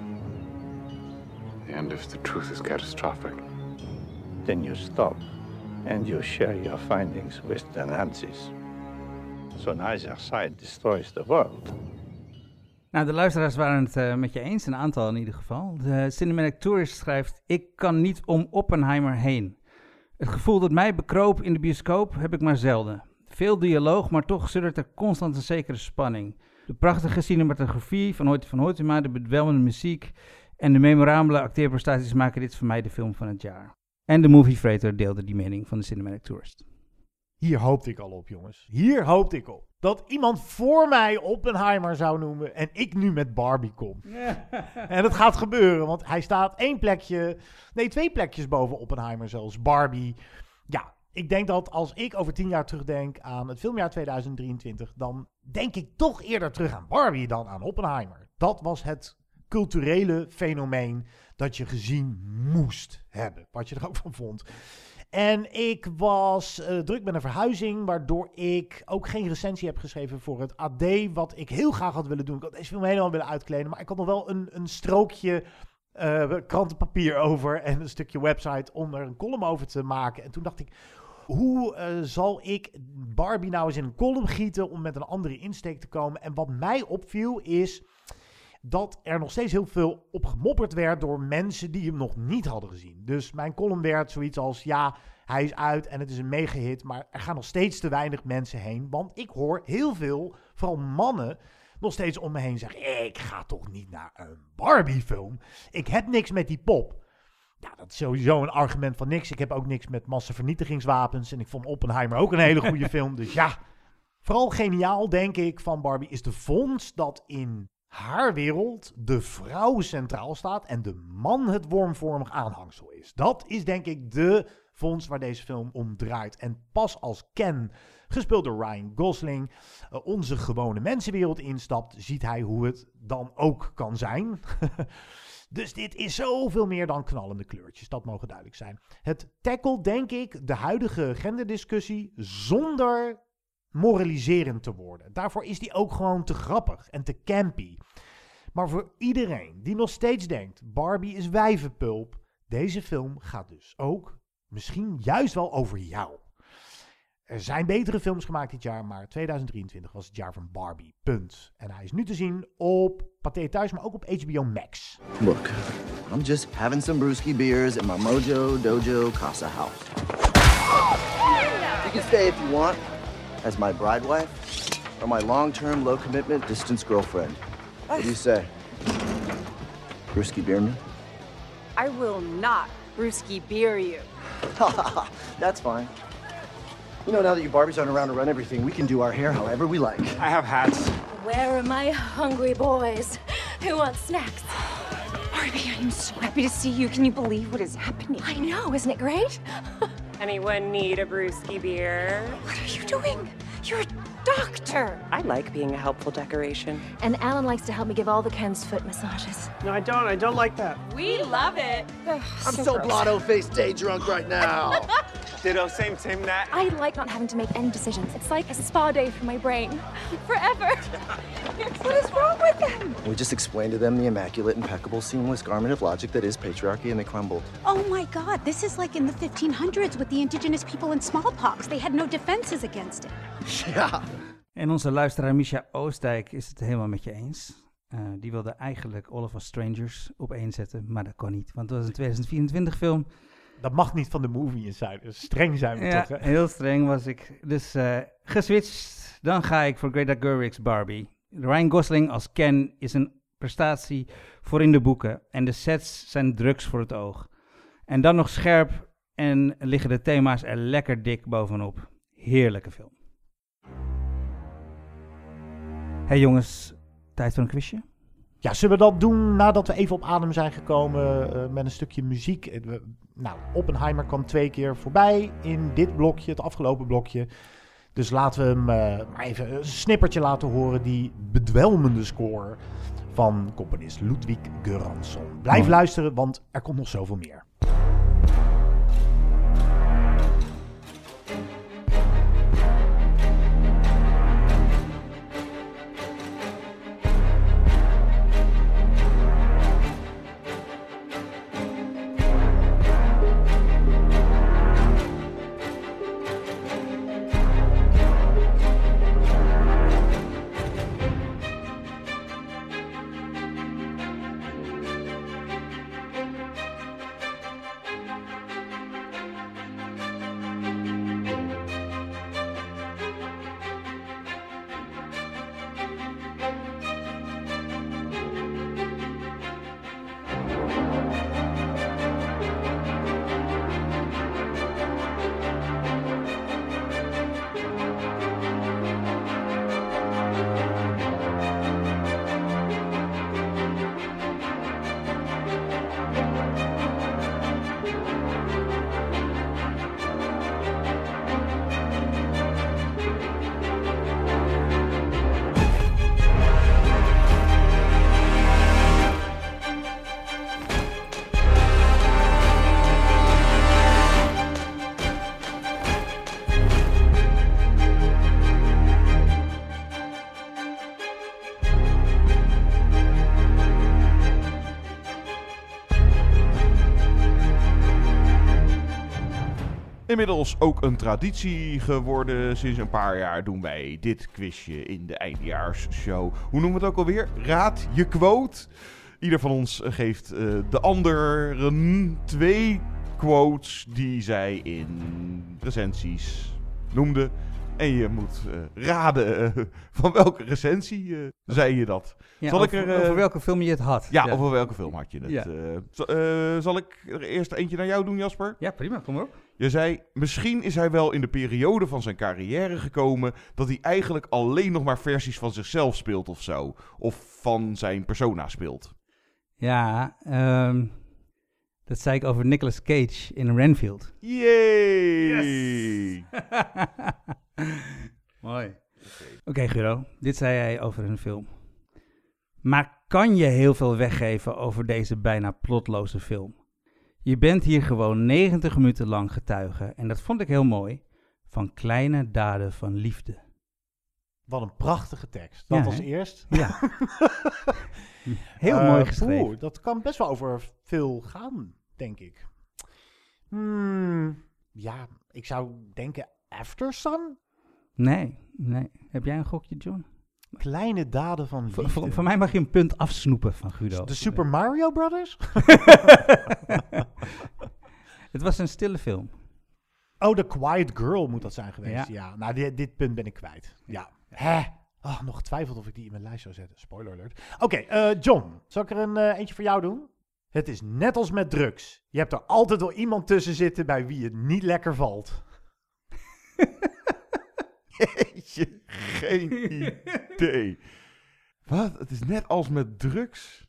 And if the truth is catastrophic? Then you stop and you share your findings with the Nazis. So neither side destroys the world. Nou, de luisteraars waren het met je eens, een aantal in ieder geval. De Cinematic Tourist schrijft, ik kan niet om Oppenheimer heen. Het gevoel dat mij bekroop in de bioscoop heb ik maar zelden. Veel dialoog, maar toch suddert er constant een zekere spanning. De prachtige cinematografie van Hoyte van Hoytema, de bedwelmende muziek en de memorabele acteerprestaties maken dit voor mij de film van het jaar. En de Movie Freighter deelde die mening van de Cinematic Tourist. Hier hoopte ik al op, jongens. Hier hoopte ik op. Dat iemand voor mij Oppenheimer zou noemen en ik nu met Barbie kom. En dat gaat gebeuren, want hij staat 2 plekjes boven Oppenheimer zelfs. Barbie. Ja, ik denk dat als ik over 10 jaar terugdenk aan het filmjaar 2023, dan denk ik toch eerder terug aan Barbie dan aan Oppenheimer. Dat was het culturele fenomeen dat je gezien moest hebben. Wat je er ook van vond. En ik was druk met een verhuizing, waardoor ik ook geen recensie heb geschreven voor het AD, wat ik heel graag had willen doen. Ik had deze film helemaal willen uitkleden, maar ik had nog wel een strookje krantenpapier over en een stukje website om er een column over te maken. En toen dacht ik, hoe zal ik Barbie nou eens in een column gieten om met een andere insteek te komen? En wat mij opviel is dat er nog steeds heel veel op gemopperd werd door mensen die hem nog niet hadden gezien. Dus mijn column werd zoiets als, ja, hij is uit en het is een mega-hit, maar er gaan nog steeds te weinig mensen heen. Want ik hoor heel veel, vooral mannen, nog steeds om me heen zeggen, ik ga toch niet naar een Barbie-film. Ik heb niks met die pop. Ja, dat is sowieso een argument van niks. Ik heb ook niks met massavernietigingswapens en ik vond Oppenheimer ook een hele goede film. Dus ja, vooral geniaal, denk ik, van Barbie is de vondst dat in haar wereld de vrouw centraal staat en de man het wormvormig aanhangsel is. Dat is denk ik de fonds waar deze film om draait. En pas als Ken, gespeeld door Ryan Gosling, onze gewone mensenwereld instapt, ziet hij hoe het dan ook kan zijn. Dus dit is zoveel meer dan knallende kleurtjes, dat mogen duidelijk zijn. Het tackelt, denk ik, de huidige genderdiscussie zonder moraliserend te worden. Daarvoor is die ook gewoon te grappig en te campy. Maar voor iedereen die nog steeds denkt, Barbie is wijvenpulp, deze film gaat dus ook misschien juist wel over jou. Er zijn betere films gemaakt dit jaar, maar 2023 was het jaar van Barbie, punt. En hij is nu te zien op Pathé Thuis, maar ook op HBO Max. Look, I'm just having some brewski beers at my Mojo Dojo Casa House. You can stay if you want, as my bride wife, or my long-term, low-commitment, distance girlfriend. What do you say? Brewski beer me? I will not brewski beer you. That's fine. You know, now that you Barbies aren't around to run everything, we can do our hair however we like. I have hats. Where are my hungry boys? Who want snacks? Barbie, I'm so happy to see you. Can you believe what is happening? I know, isn't it great? Anyone need a brewski beer? What are you doing? You're a doctor. I like being a helpful decoration. And Alan likes to help me give all the Kens foot massages. No, I don't. I don't like that. We love it. I'm so blotto-faced day drunk right now. Ditto, same, Nat. I like not having to make any decisions. It's like a spa day for my brain. Forever. What is wrong with them? We just explained to them the immaculate, impeccable, seamless garment of logic that is patriarchy, and they crumbled. Oh my God, this is like in the 1500s with the indigenous people in smallpox. They had no defenses against it. Ja. En onze luisteraar Misha Oostdijk is het helemaal met je eens. Die wilde eigenlijk All of Us Strangers op één zetten, maar dat kon niet, want het was een 2024 film. Dat mag niet van de Movie Insiders. Streng zijn we toch, hè? Heel streng was ik. Dus geswitcht. Dan ga ik voor Greta Gerwig's Barbie. Ryan Gosling als Ken is een prestatie voor in de boeken. En de sets zijn drugs voor het oog. En dan nog scherp en liggen de thema's er lekker dik bovenop. Heerlijke film. Hey jongens, tijd voor een quizje? Ja, zullen we dat doen nadat we even op adem zijn gekomen met een stukje muziek? Nou, Oppenheimer kwam 2 keer voorbij in dit blokje, het afgelopen blokje. Dus laten we hem maar even een snippertje laten horen, die bedwelmende score van componist Ludwig Göransson. Blijf luisteren, want er komt nog zoveel meer. Inmiddels ook een traditie geworden. Sinds een paar jaar doen wij dit quizje in de eindejaarsshow. Hoe noemen we het ook alweer? Raad je quote. Ieder van ons geeft de anderen 2 quotes die zij in recensies noemden. En je moet raden van welke recensie zei je dat. Ja, zal over welke film je het had. Ja, over welke film had je het. Ja. Zal ik er eerst eentje naar jou doen, Jasper? Ja, prima. Kom maar op. Je zei, misschien is hij wel in de periode van zijn carrière gekomen dat hij eigenlijk alleen nog maar versies van zichzelf speelt of zo. Of van zijn persona speelt. Ja, dat zei ik over Nicolas Cage in Renfield. Yay! Yes! Mooi. Oké, Guido, dit zei jij over een film. Maar kan je heel veel weggeven over deze bijna plotloze film? Je bent hier gewoon 90 minuten lang getuige, en dat vond ik heel mooi, van kleine daden van liefde. Wat een prachtige tekst. Dat Ja, als hè? eerst. Ja. Heel mooi geschreven. Oeh, dat kan best wel over veel gaan, denk ik. Ja, ik zou denken After Sun? Nee. Heb jij een gokje, John? Kleine daden van liefde. Voor mij mag je een punt afsnoepen van Guido. De Super Mario Brothers? Het was een stille film. Oh, The Quiet Girl moet dat zijn geweest. Ja. Ja. Nou, dit punt ben ik kwijt. Ja. Hè? Oh, nog getwijfeld of ik die in mijn lijst zou zetten. Spoiler alert. Oké, John, zal ik er een eentje voor jou doen? Het is net als met drugs. Je hebt er altijd wel iemand tussen zitten bij wie het niet lekker valt. Jeetje, geen idee. Wat? Het is net als met drugs?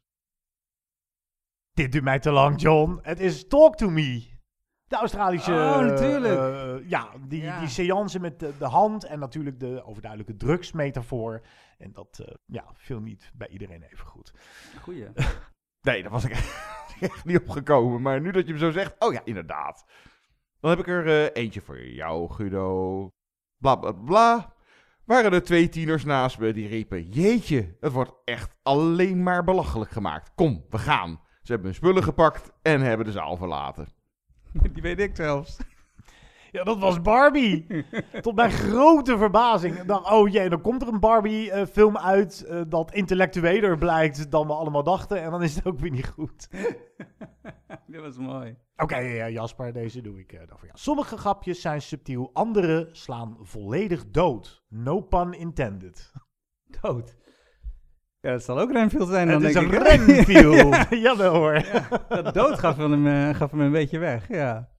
Dit duurt mij te lang, John. Het is Talk to Me. De Australische... Oh, natuurlijk. Die seance met de hand en natuurlijk de overduidelijke drugsmetafoor. En dat viel niet bij iedereen even goed. Goeie. Nee, daar was ik echt niet op gekomen. Maar nu dat je hem zo zegt, oh ja, inderdaad. Dan heb ik er eentje voor jou, Guido. Bla, bla, bla. Waren er 2 tieners naast me die riepen, jeetje, het wordt echt alleen maar belachelijk gemaakt. Kom, we gaan. Ze hebben hun spullen gepakt en hebben de zaal verlaten. Die weet ik zelfs. Ja, dat was Barbie. Tot mijn grote verbazing. Ik dacht, oh jee, dan komt er een Barbie-film uit dat intellectueler blijkt dan we allemaal dachten. En dan is het ook weer niet goed. Dat was mooi. Oké, Jasper, deze doe ik dan voor jou. Sommige grapjes zijn subtiel, andere slaan volledig dood. No pun intended. Dood. Ja, dat zal ook Renfield zijn dan, Het is denk een ik. Renfield. Jawel hoor. Ja, dat dood gaf hem een beetje weg, ja.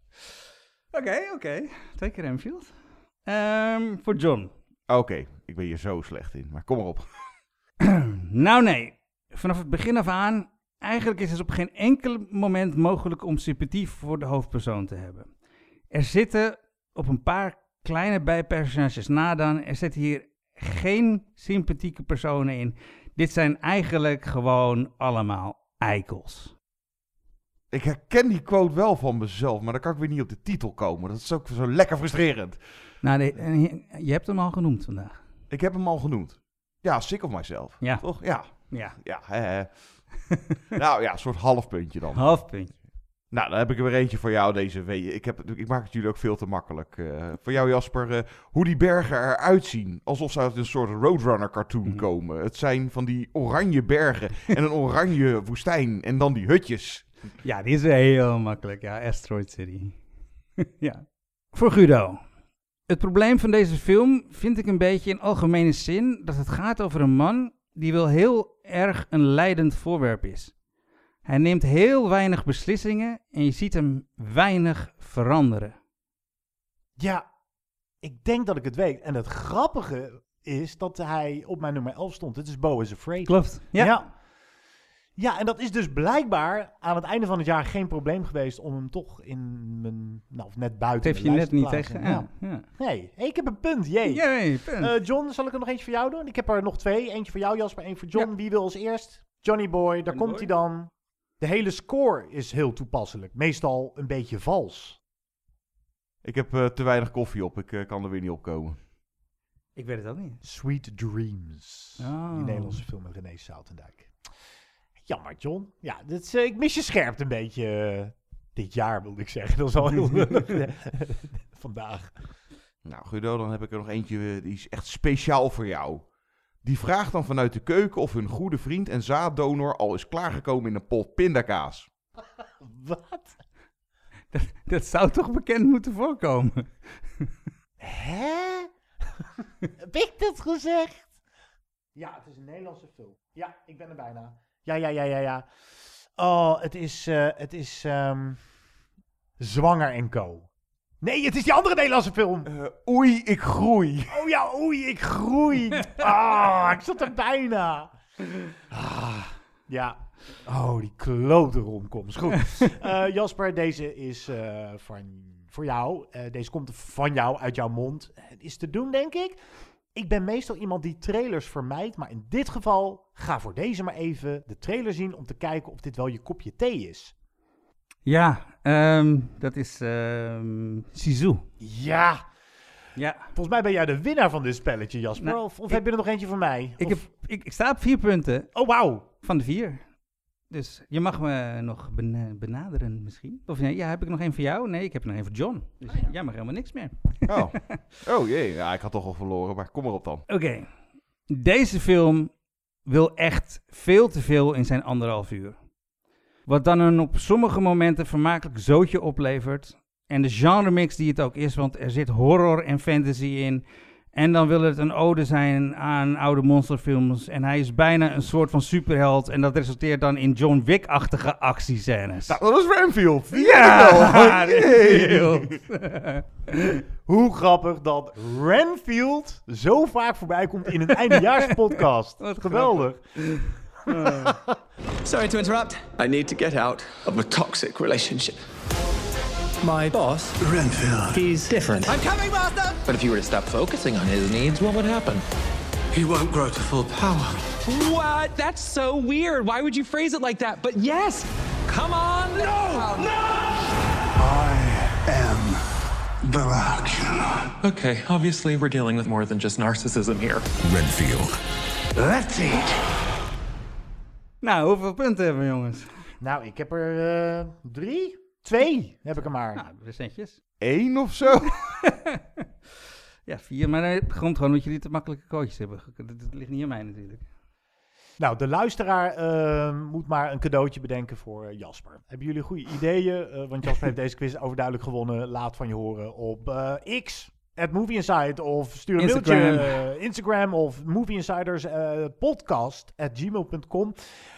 Oké. 2 keer Renfield. Voor John. Oké, ik ben hier zo slecht in, maar kom maar op. Nou nee, vanaf het begin af aan, eigenlijk is het op geen enkel moment mogelijk om sympathie voor de hoofdpersoon te hebben. Er zitten op een paar kleine bijpersonages na dan, er zitten hier geen sympathieke personen in. Dit zijn eigenlijk gewoon allemaal eikels. Ik herken die quote wel van mezelf, maar dan kan ik weer niet op de titel komen. Dat is ook zo lekker frustrerend. Nou, je hebt hem al genoemd vandaag. Ik heb hem al genoemd. Ja, Sick of Myself. Ja. Toch? Ja. Ja. Nou ja, een soort half puntje dan. Half puntje. Nou, dan heb ik er weer eentje voor jou deze week. Ik maak het jullie ook veel te makkelijk. Voor jou, Jasper, hoe die bergen eruit zien. Alsof ze uit een soort Roadrunner cartoon komen. Het zijn van die oranje bergen en een oranje woestijn en dan die hutjes. Ja, die is heel makkelijk. Ja, Asteroid City. Ja. Voor Guido. Het probleem van deze film vind ik een beetje in algemene zin dat het gaat over een man die wel heel erg een leidend voorwerp is. Hij neemt heel weinig beslissingen en je ziet hem weinig veranderen. Ja, ik denk dat ik het weet. En het grappige is dat hij op mijn nummer 11 stond. Het is Beau is Afraid. Klopt, ja. Ja, en dat is dus blijkbaar aan het einde van het jaar geen probleem geweest om hem toch in mijn, of net buiten Dat de heeft je lijst net te niet plaatsen. tegen. Ja. Nee, ik heb een punt, jee. Jee, punt. John, zal ik er nog eentje voor jou doen? Ik heb er nog 2. Eentje voor jou, Jasper, 1 voor John. Ja. Wie wil als eerst? Johnny Boy, daar komt hij dan. De hele score is heel toepasselijk. Meestal een beetje vals. Ik heb te weinig koffie op. Ik kan er weer niet op komen. Ik weet het ook niet. Sweet Dreams. Oh. Die Nederlandse film met René Soutendijk. Jammer, John. Ja, ik mis je scherpt een beetje dit jaar, wilde ik zeggen. Dat is al heel vandaag. Nou, Guido, dan heb ik er nog eentje die is echt speciaal voor jou. Die vraagt dan vanuit de keuken of hun goede vriend en zaaddonor al is klaargekomen in een pot pindakaas. Wat? Dat zou toch bekend moeten voorkomen? Hè? Heb ik dat gezegd? Ja, het is een Nederlandse film. Ja, ik ben er bijna. Ja. Oh, het is Zwanger en Co. Nee, het is die andere Nederlandse film. Oei, ik groei. Oh ja, Oei, ik groei. Ik zat er bijna. Ja. Oh, die klote romcoms. Goed. Jasper, deze is voor jou. Deze komt van jou, uit jouw mond. Het is te doen, denk ik. Ik ben meestal iemand die trailers vermijdt. Maar in dit geval, ga voor deze maar even de trailer zien om te kijken of dit wel je kopje thee is. Ja, dat is Sisu. Ja. Ja. Volgens mij ben jij de winnaar van dit spelletje, Jasper. Nou, of heb je er nog eentje voor mij? Ik sta op 4 punten. Oh, wauw. Van de 4. Dus je mag me nog benaderen misschien. Of nee, heb ik nog één voor jou? Nee, ik heb er nog één voor John. Dus jij mag helemaal niks meer. Oh jee, ja, ik had toch al verloren, maar kom erop dan. Oké. Deze film wil echt veel te veel in zijn 1,5 uur. Wat dan een op sommige momenten vermakelijk zootje oplevert. En de genremix die het ook is, want er zit horror en fantasy in. En dan wil het een ode zijn aan oude monsterfilms. En hij is bijna een soort van superheld. En dat resulteert dan in John Wick-achtige actiescènes. Nou, dat is Renfield. Ja, Renfield. Hoe grappig dat Renfield zo vaak voorbij komt in een eindejaarspodcast. Geweldig. Sorry to interrupt. I need to get out of a toxic relationship. My boss, Renfield. he's different. I'm coming, master! But if you were to stop focusing on his needs, what would happen? He won't grow to full power. What? That's so weird. Why would you phrase it like that? But yes! Come on! No! I am Dracula. Okay, obviously we're dealing with more than just narcissism here. Renfield. Let's eat. Nou, hoeveel punten hebben we, jongens? Nou, ik heb er 3. 2 heb ik er maar. Nou, recentjes. 1 of zo? Ja, 4. Maar het komt gewoon omdat jullie te makkelijke kootjes hebben. Dat ligt niet aan mij natuurlijk. Nou, de luisteraar moet maar een cadeautje bedenken voor Jasper. Hebben jullie goede ideeën? Want Jasper heeft deze quiz overduidelijk gewonnen. Laat van je horen op X, @Movie Insight, of stuur een mailtje Instagram of Movie Insiders podcast@gmail.com.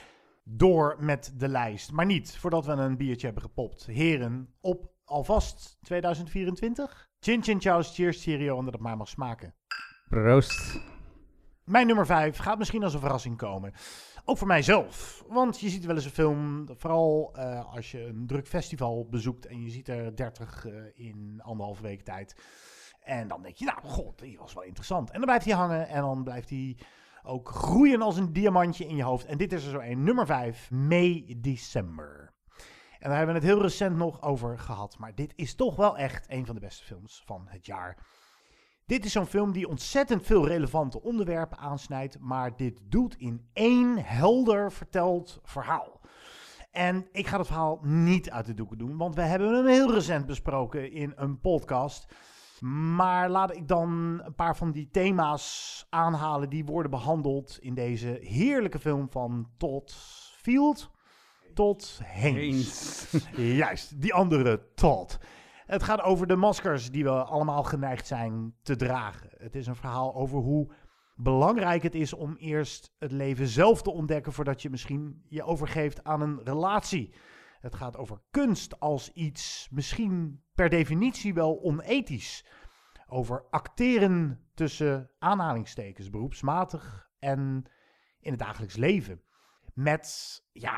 Door met de lijst. Maar niet voordat we een biertje hebben gepopt. Heren, op alvast 2024. Chin chin chows, cheers, cheerio, en dat het maar mag smaken. Proost. Mijn nummer 5 gaat misschien als een verrassing komen. Ook voor mijzelf. Want je ziet wel eens een film, vooral als je een druk festival bezoekt en je ziet er 30 in 1,5 week tijd. En dan denk je, nou god, die was wel interessant. En dan blijft hij hangen en dan blijft hij ook groeien als een diamantje in je hoofd. En dit is er zo een. Nummer 5, May December. En daar hebben we het heel recent nog over gehad. Maar dit is toch wel echt een van de beste films van het jaar. Dit is zo'n film die ontzettend veel relevante onderwerpen aansnijdt. Maar dit doet in 1 helder verteld verhaal. En ik ga het verhaal niet uit de doeken doen. Want we hebben hem heel recent besproken in een podcast. Maar laat ik dan een paar van die thema's aanhalen die worden behandeld in deze heerlijke film van Todd Field. Todd Haynes. Juist, die andere Todd. Het gaat over de maskers die we allemaal geneigd zijn te dragen. Het is een verhaal over hoe belangrijk het is om eerst het leven zelf te ontdekken voordat je misschien je overgeeft aan een relatie. Het gaat over kunst als iets misschien per definitie wel onethisch. Over acteren tussen aanhalingstekens, beroepsmatig en in het dagelijks leven. Met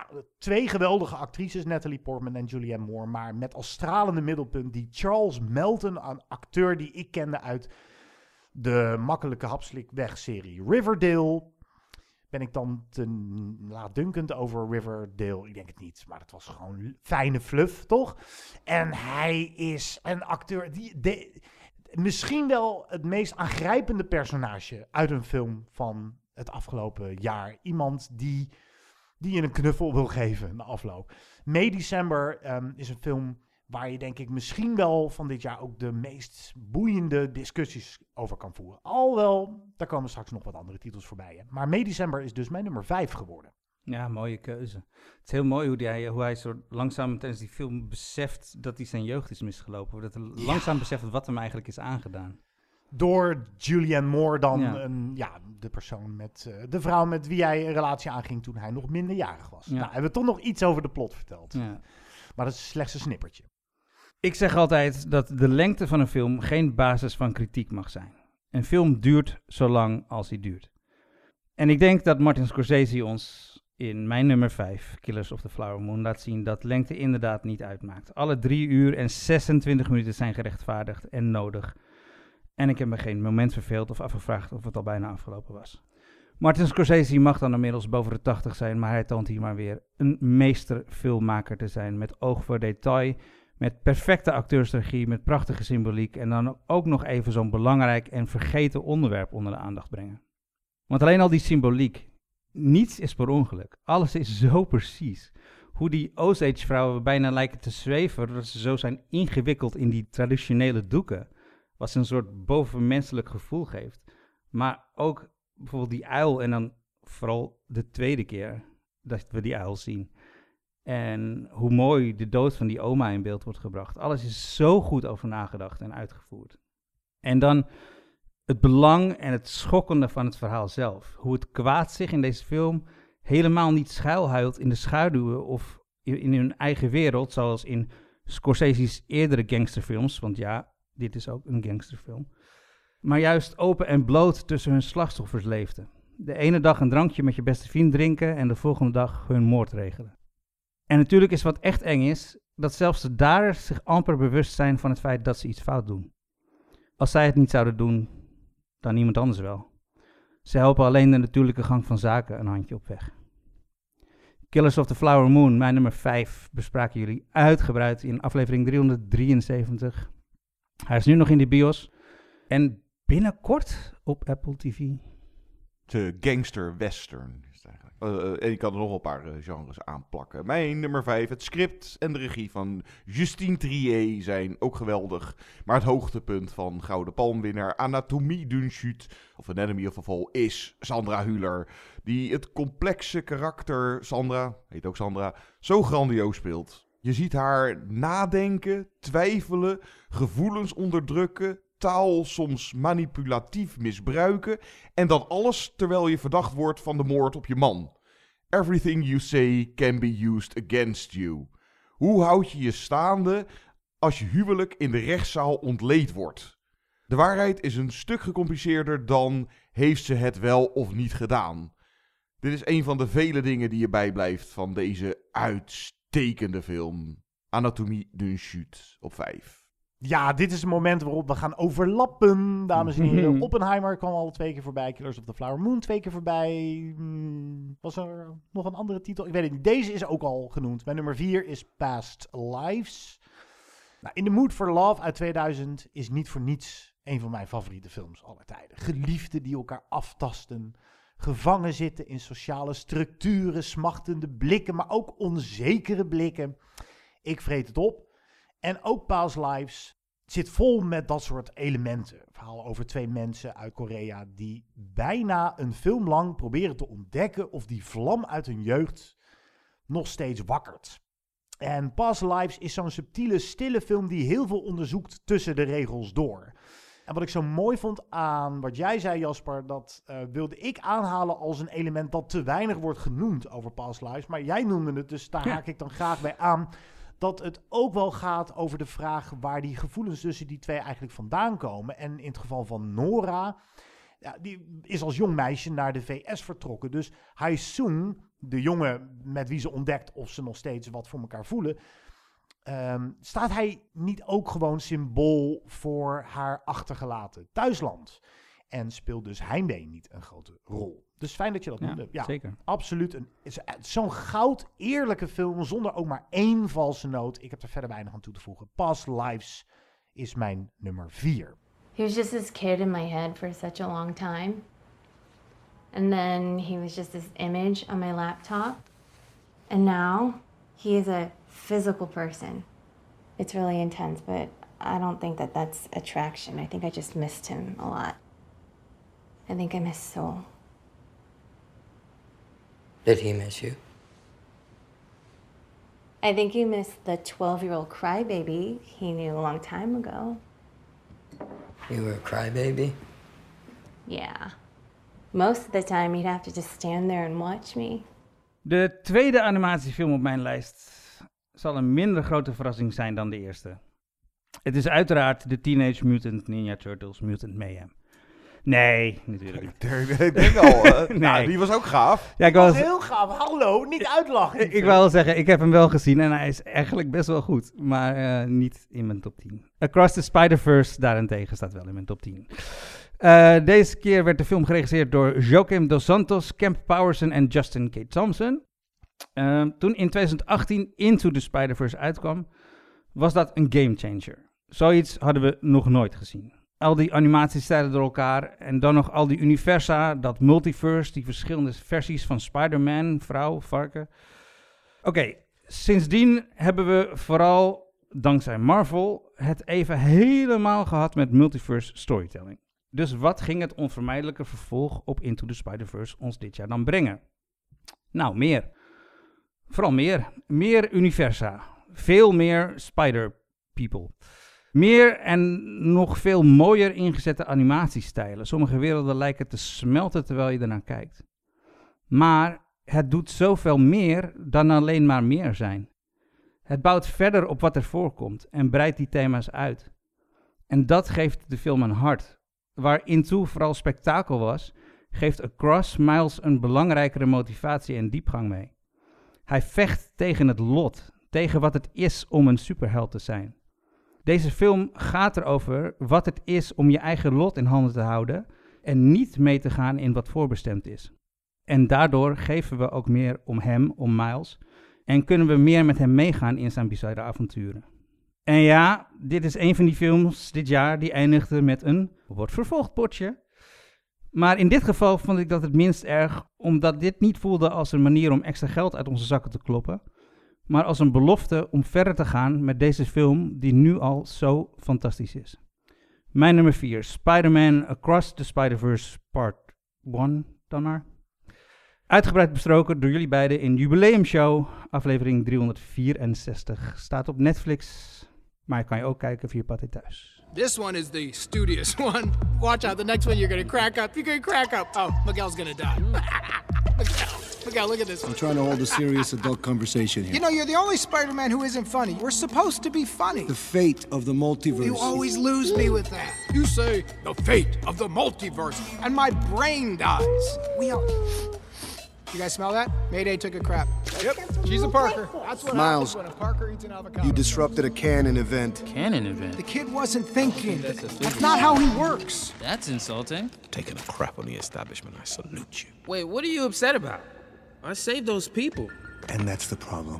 2 geweldige actrices, Natalie Portman en Julianne Moore. Maar met als stralende middelpunt die Charles Melton, een acteur die ik kende uit de makkelijke hapslikweg-serie Riverdale. Ben ik dan te laatdunkend over Riverdale? Ik denk het niet, maar het was gewoon fijne fluff, toch? En hij is een acteur die misschien wel het meest aangrijpende personage uit een film van het afgelopen jaar. Iemand die je een knuffel wil geven na afloop. May December is een film waar je denk ik misschien wel van dit jaar ook de meest boeiende discussies over kan voeren. Alhoewel, daar komen straks nog wat andere titels voorbij. Hè. Maar May December is dus mijn nummer 5 geworden. Ja, mooie keuze. Het is heel mooi hoe hij zo langzaam tijdens die film beseft dat hij zijn jeugd is misgelopen. Dat hij langzaam beseft wat hem eigenlijk is aangedaan. Door Julianne Moore dan, de persoon de vrouw met wie hij een relatie aanging toen hij nog minderjarig was. Ja. Nou, hebben we toch nog iets over de plot verteld. Ja. Maar dat is slechts een snippertje. Ik zeg altijd dat de lengte van een film geen basis van kritiek mag zijn. Een film duurt zo lang als hij duurt. En ik denk dat Martin Scorsese ons in mijn nummer 5, Killers of the Flower Moon, laat zien dat lengte inderdaad niet uitmaakt. Alle 3 uur en 26 minuten zijn gerechtvaardigd en nodig. En ik heb me geen moment verveeld of afgevraagd of het al bijna afgelopen was. Martin Scorsese mag dan inmiddels boven de 80 zijn, maar hij toont hier maar weer een meesterfilmmaker te zijn. Met oog voor detail, met perfecte acteursregie, met prachtige symboliek en dan ook nog even zo'n belangrijk en vergeten onderwerp onder de aandacht brengen. Want alleen al die symboliek, niets is per ongeluk. Alles is zo precies. Hoe die Osage vrouwen bijna lijken te zweven, doordat ze zo zijn ingewikkeld in die traditionele doeken, wat ze een soort bovenmenselijk gevoel geeft. Maar ook bijvoorbeeld die uil en dan vooral de tweede keer dat we die uil zien. En hoe mooi de dood van die oma in beeld wordt gebracht. Alles is zo goed over nagedacht en uitgevoerd. En dan het belang en het schokkende van het verhaal zelf. Hoe het kwaad zich in deze film helemaal niet schuilhuilt in de schaduwen of in hun eigen wereld, zoals in Scorsese's eerdere gangsterfilms, want ja, dit is ook een gangsterfilm. Maar juist open en bloot tussen hun slachtoffers leefde. De ene dag een drankje met je beste vriend drinken en de volgende dag hun moord regelen. En natuurlijk is wat echt eng is, dat zelfs de daders zich amper bewust zijn van het feit dat ze iets fout doen. Als zij het niet zouden doen, dan niemand anders wel. Ze helpen alleen de natuurlijke gang van zaken een handje op weg. Killers of the Flower Moon, mijn nummer 5, bespraken jullie uitgebreid in aflevering 373. Hij is nu nog in de bios en binnenkort op Apple TV. De gangster western is het eigenlijk. En ik kan er nog een paar genres aanplakken. Mijn nummer 5, het script en de regie van Justine Triet zijn ook geweldig. Maar het hoogtepunt van Gouden Palmwinnaar Anatomie d'une Chute, of Anatomy of a Fall, is Sandra Hüller. Die het complexe karakter Sandra, heet ook Sandra, zo grandioos speelt. Je ziet haar nadenken, twijfelen, gevoelens onderdrukken, taal soms manipulatief misbruiken en dat alles terwijl je verdacht wordt van de moord op je man. Everything you say can be used against you. Hoe houd je je staande als je huwelijk in de rechtszaal ontleed wordt? De waarheid is een stuk gecompliceerder dan heeft ze het wel of niet gedaan. Dit is een van de vele dingen die je bijblijft van deze uitstekende film. Anatomie d'une Chute op 5. Ja, dit is het moment waarop we gaan overlappen, dames en heren. Oppenheimer kwam al 2 keer voorbij. Killers of the Flower Moon 2 keer voorbij. Was er nog een andere titel? Ik weet het niet. Deze is ook al genoemd. Mijn nummer 4 is Past Lives. Nou, In the Mood for Love uit 2000 is niet voor niets een van mijn favoriete films aller tijden. Geliefden die elkaar aftasten. Gevangen zitten in sociale structuren. Smachtende blikken, maar ook onzekere blikken. Ik vreet het op. En ook Past Lives zit vol met dat soort elementen. Een verhaal over 2 mensen uit Korea die bijna een film lang proberen te ontdekken of die vlam uit hun jeugd nog steeds wakkert. En Past Lives is zo'n subtiele, stille film die heel veel onderzoekt tussen de regels door. En wat ik zo mooi vond aan wat jij zei, Jasper, dat wilde ik aanhalen als een element dat te weinig wordt genoemd over Past Lives. Maar jij noemde het, dus daar haak ik dan graag bij aan. Dat het ook wel gaat over de vraag waar die gevoelens tussen die 2 eigenlijk vandaan komen. En in het geval van Nora, ja, die is als jong meisje naar de VS vertrokken. Dus Hae-sung, de jongen met wie ze ontdekt of ze nog steeds wat voor elkaar voelen, staat hij niet ook gewoon symbool voor haar achtergelaten thuisland? En speelt dus heimwee niet een grote rol? Dus fijn dat je dat noemde. Ja, zeker. Absoluut. Zo'n goud eerlijke film zonder ook maar 1 valse noot. Ik heb er verder weinig aan toe te voegen. Past Lives is mijn nummer 4. He was just this kid in my head for such a long time. And then he was just this image on my laptop. And now he is a physical person. It's really intense, but I don't think that that's attraction. I think I just missed him a lot. I think I miss Soul. Did he miss you? I think he missed the 12-year-old crybaby he knew a long time ago. You were a crybaby? Yeah. Most of the time he'd have to just stand there and watch me. De tweede animatiefilm op mijn lijst zal een minder grote verrassing zijn dan de eerste. Het is uiteraard de Teenage Mutant Ninja Turtles Mutant Mayhem. Nee, natuurlijk niet. Ik denk al, nee. Nou, die was ook gaaf. Ja, Dat was heel gaaf. Hallo, niet uitlachen. Ik wou wel zeggen, ik heb hem wel gezien en hij is eigenlijk best wel goed. Maar niet in mijn top 10. Across the Spider-Verse daarentegen staat wel in mijn top 10. Deze keer werd de film geregisseerd door Joaquim Dos Santos, Kemp Powerson en Justin K. Thompson. Toen in 2018 Into the Spider-Verse uitkwam, was dat een gamechanger. Zoiets hadden we nog nooit gezien. Al die animatiestijlen door elkaar en dan nog al die universa, dat multiverse, die verschillende versies van Spider-Man, vrouw, varken. Oké, sindsdien hebben we vooral, dankzij Marvel, het even helemaal gehad met multiverse storytelling. Dus wat ging het onvermijdelijke vervolg op Into the Spider-Verse ons dit jaar dan brengen? Nou, Vooral meer. Meer universa. Veel meer Spider-People. Meer en nog veel mooier ingezette animatiestijlen. Sommige werelden lijken te smelten terwijl je ernaar kijkt. Maar het doet zoveel meer dan alleen maar meer zijn. Het bouwt verder op wat er voorkomt en breidt die thema's uit. En dat geeft de film een hart. Waar Into vooral spektakel was, geeft Across Miles een belangrijkere motivatie en diepgang mee. Hij vecht tegen het lot, tegen wat het is om een superheld te zijn. Deze film gaat erover wat het is om je eigen lot in handen te houden en niet mee te gaan in wat voorbestemd is. En daardoor geven we ook meer om hem, om Miles, en kunnen we meer met hem meegaan in zijn bizarre avonturen. En ja, dit is een van die films dit jaar die eindigde met een wordt vervolgd potje. Maar in dit geval vond ik dat het minst erg, omdat dit niet voelde als een manier om extra geld uit onze zakken te kloppen, maar als een belofte om verder te gaan met deze film die nu al zo fantastisch is. Mijn nummer 4, Spider-Man Across the Spider-Verse Part 1 dan maar. Uitgebreid besproken door jullie beiden in Jubileumshow, aflevering 364. Staat op Netflix, maar je kan je ook kijken via Pathé Thuis. This one is the studious one. Watch out, the next one you're gonna crack up. You're gonna crack up. Oh, Miguel's gonna die. Miguel, look at this one. I'm trying to hold a serious adult conversation here. You know, you're the only Spider-Man who isn't funny. We're supposed to be funny. The fate of the multiverse. You always lose me with that. You say, the fate of the multiverse, and my brain dies. We all... You guys smell that? Mayday took a crap. Yep, she's a Parker. That's what Miles, happens when a Parker eats an avocado. you disrupted a canon event. Canon event? The kid wasn't thinking. That's not how he works. That's insulting. Taking a crap on the establishment, I salute you. Wait, what are you upset about? I saved those people. And that's the problem.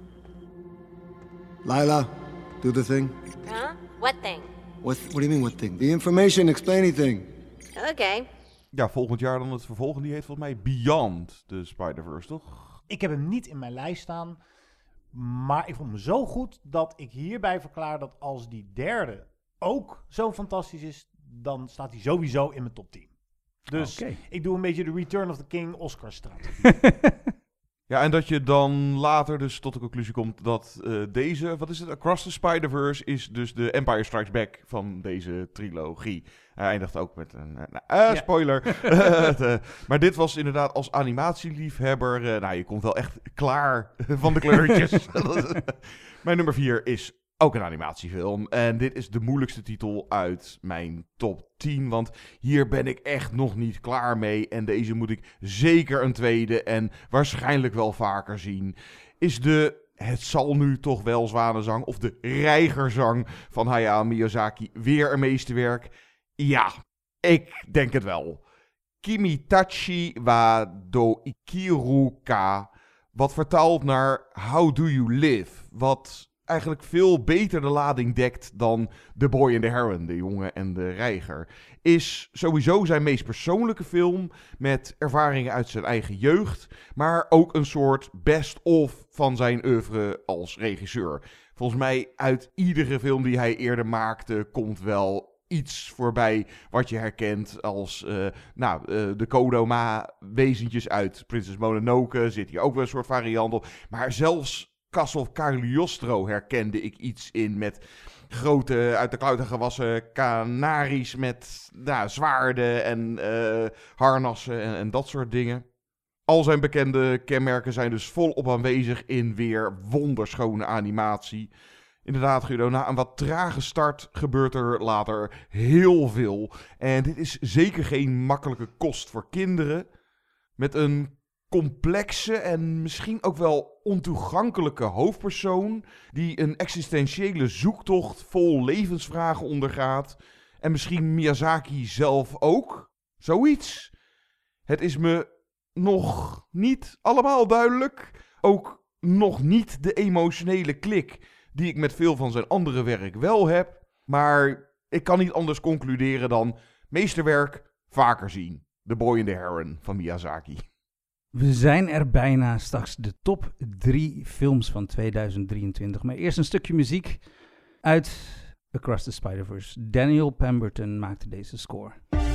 Lila, do the thing. Huh? What thing? What do you mean, what thing? The information, explain anything. Okay. Ja, volgend jaar dan het vervolg. En die heet volgens mij Beyond the Spider-Verse, toch? Ik heb hem niet in mijn lijst staan. Maar ik vond hem zo goed dat ik hierbij verklaar dat als die derde ook zo fantastisch is, dan staat hij sowieso in mijn top 10. Dus ik doe een beetje de Return of the King Oscar-strategie. Ja, en dat je dan later dus tot de conclusie komt dat deze, wat is het, Across the Spider-Verse is dus de Empire Strikes Back van deze trilogie. Hij eindigt ook met een spoiler. Maar dit was inderdaad als animatieliefhebber, nou je komt wel echt klaar van de kleurtjes. Mijn nummer 4 is ook een animatiefilm. En dit is de moeilijkste titel uit mijn top 10. Want hier ben ik echt nog niet klaar mee. En deze moet ik zeker een tweede en waarschijnlijk wel vaker zien. Is het zal nu toch wel Zwanenzang of de reigerzang van Hayao Miyazaki weer een meesterwerk? Ja, ik denk het wel. Kimitachi wa do ikiru ka. Wat vertaald naar How do you live? Wat eigenlijk veel beter de lading dekt dan The Boy and the Heron, de jongen en de reiger. Is sowieso zijn meest persoonlijke film met ervaringen uit zijn eigen jeugd, maar ook een soort best-of van zijn oeuvre als regisseur. Volgens mij uit iedere film die hij eerder maakte komt wel iets voorbij wat je herkent als de Kodama-wezentjes uit Prinses Mononoke. Zit hier ook wel een soort variant op. Maar zelfs Castle of Cagliostro herkende ik iets in met grote, uit de klauwen gewassen kanaries met zwaarden en harnassen en dat soort dingen. Al zijn bekende kenmerken zijn dus volop aanwezig in weer wonderschone animatie. Inderdaad, Guido, na een wat trage start gebeurt er later heel veel. En dit is zeker geen makkelijke kost voor kinderen. Met een complexe en misschien ook wel ontoegankelijke hoofdpersoon die een existentiële zoektocht vol levensvragen ondergaat. En misschien Miyazaki zelf ook. Zoiets. Het is me nog niet allemaal duidelijk. Ook nog niet de emotionele klik die ik met veel van zijn andere werk wel heb. Maar ik kan niet anders concluderen dan meesterwerk vaker zien. The Boy and the Heron van Miyazaki. We zijn er bijna, straks de top 3 films van 2023. Maar eerst een stukje muziek uit Across the Spider-Verse. Daniel Pemberton maakte deze score.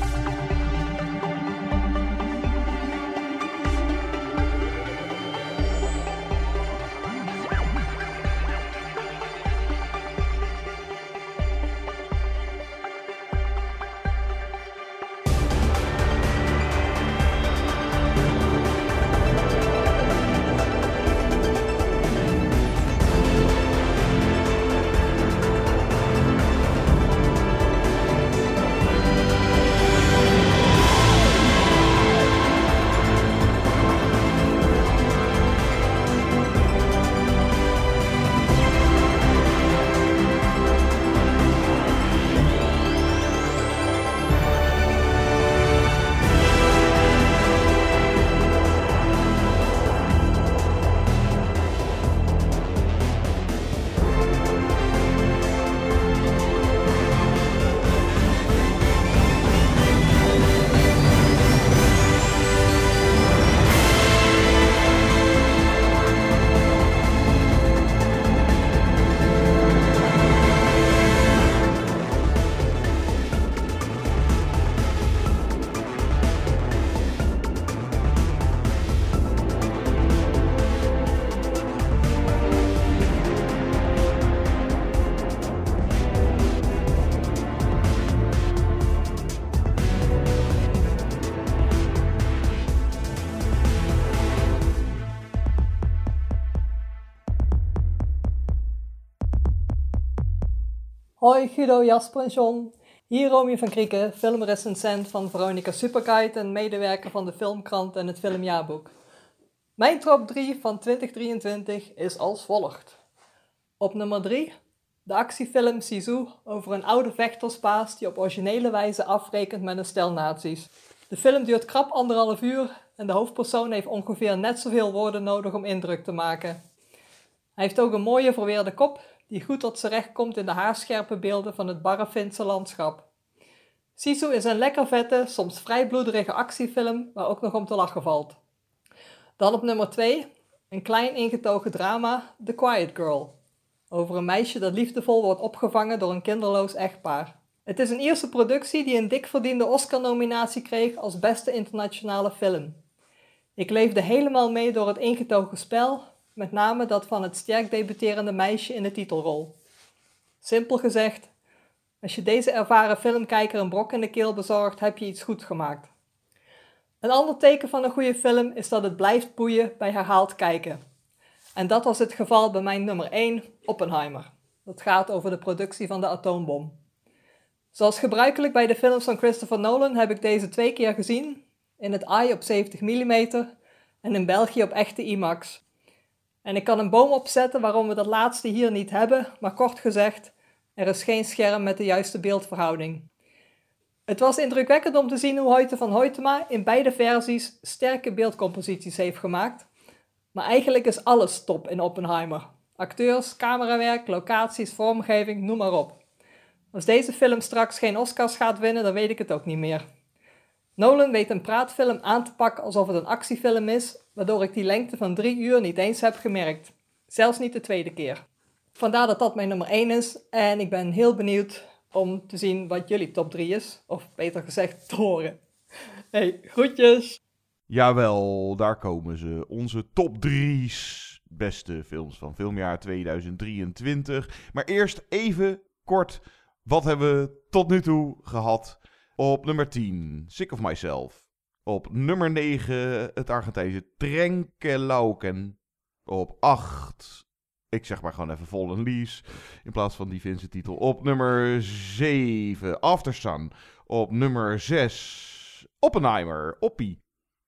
Hoi Guido, Jasper en John. Hier Romy van Krieken, filmrecensent van Veronica Superguide en medewerker van de Filmkrant en het Filmjaarboek. Mijn top 3 van 2023 is als volgt. Op nummer 3, de actiefilm Sisu over een oude vechtersbaas die op originele wijze afrekent met een stel nazi's. De film duurt krap 1,5 uur en de hoofdpersoon heeft ongeveer net zoveel woorden nodig om indruk te maken. Hij heeft ook een mooie verweerde kop die goed tot zijn recht komt in de haarscherpe beelden van het barre Finse landschap. Sisu is een lekker vette, soms vrij bloederige actiefilm waar ook nog om te lachen valt. Dan op nummer 2, een klein ingetogen drama, The Quiet Girl. Over een meisje dat liefdevol wordt opgevangen door een kinderloos echtpaar. Het is een Ierse productie die een dik verdiende Oscar-nominatie kreeg als beste internationale film. Ik leefde helemaal mee door het ingetogen spel, met name dat van het sterk debuterende meisje in de titelrol. Simpel gezegd, als je deze ervaren filmkijker een brok in de keel bezorgt, heb je iets goed gemaakt. Een ander teken van een goede film is dat het blijft boeien bij herhaald kijken. En dat was het geval bij mijn nummer 1, Oppenheimer. Dat gaat over de productie van de atoombom. Zoals gebruikelijk bij de films van Christopher Nolan heb ik deze 2 keer gezien, in het AI op 70 mm en in België op echte IMAX. En ik kan een boom opzetten waarom we dat laatste hier niet hebben, maar kort gezegd, er is geen scherm met de juiste beeldverhouding. Het was indrukwekkend om te zien hoe Hoyte van Hoytema in beide versies sterke beeldcomposities heeft gemaakt. Maar eigenlijk is alles top in Oppenheimer. Acteurs, camerawerk, locaties, vormgeving, noem maar op. Als deze film straks geen Oscars gaat winnen, dan weet ik het ook niet meer. Nolan weet een praatfilm aan te pakken alsof het een actiefilm is, waardoor ik die lengte van 3 uur niet eens heb gemerkt. Zelfs niet de tweede keer. Vandaar dat dat mijn nummer 1 is en ik ben heel benieuwd om te zien wat jullie top 3 is. Of beter gezegd, te horen. Hey, groetjes! Jawel, daar komen ze. Onze top 3's beste films van filmjaar 2023. Maar eerst even kort, wat hebben we tot nu toe gehad? Op nummer 10, Sick of Myself. Op nummer 9, het Argentijnse Trenkelauken. Op 8, Ik zeg maar gewoon even Fallen Leaves in plaats van die Vincent titel. Op nummer 7, After Sun. Op nummer 6, Oppenheimer, Oppie.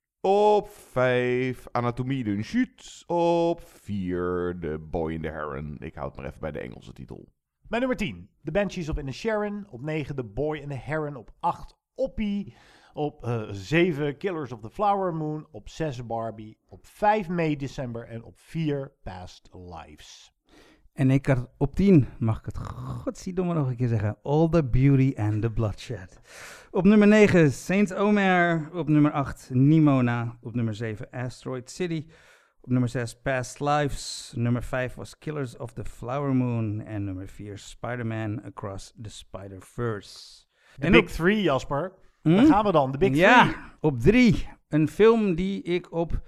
Op 5, Anatomie d'une chute. Op 4, The Boy in the Heron. Ik houd maar even bij de Engelse titel. Bij nummer 10, The Banshees of Inisherin. Op 9, The Boy in the Heron. Op 8, Oppie. Op 7, Killers of the Flower Moon. Op 6, Barbie. Op 5, May December. En op 4, Past Lives. En ik had op 10, mag ik het godzijdank nog een keer zeggen, All the Beauty and the Bloodshed. Op nummer 9, Saint Omer. Op nummer 8, Nimona. Op nummer 7, Asteroid City. Op nummer 6, Past Lives. Nummer 5 was Killers of the Flower Moon. En nummer 4, Spider-Man Across the Spider-Verse. De Big 3, Jasper. Daar gaan we dan, de Big 3. Ja, op 3. Een film die ik op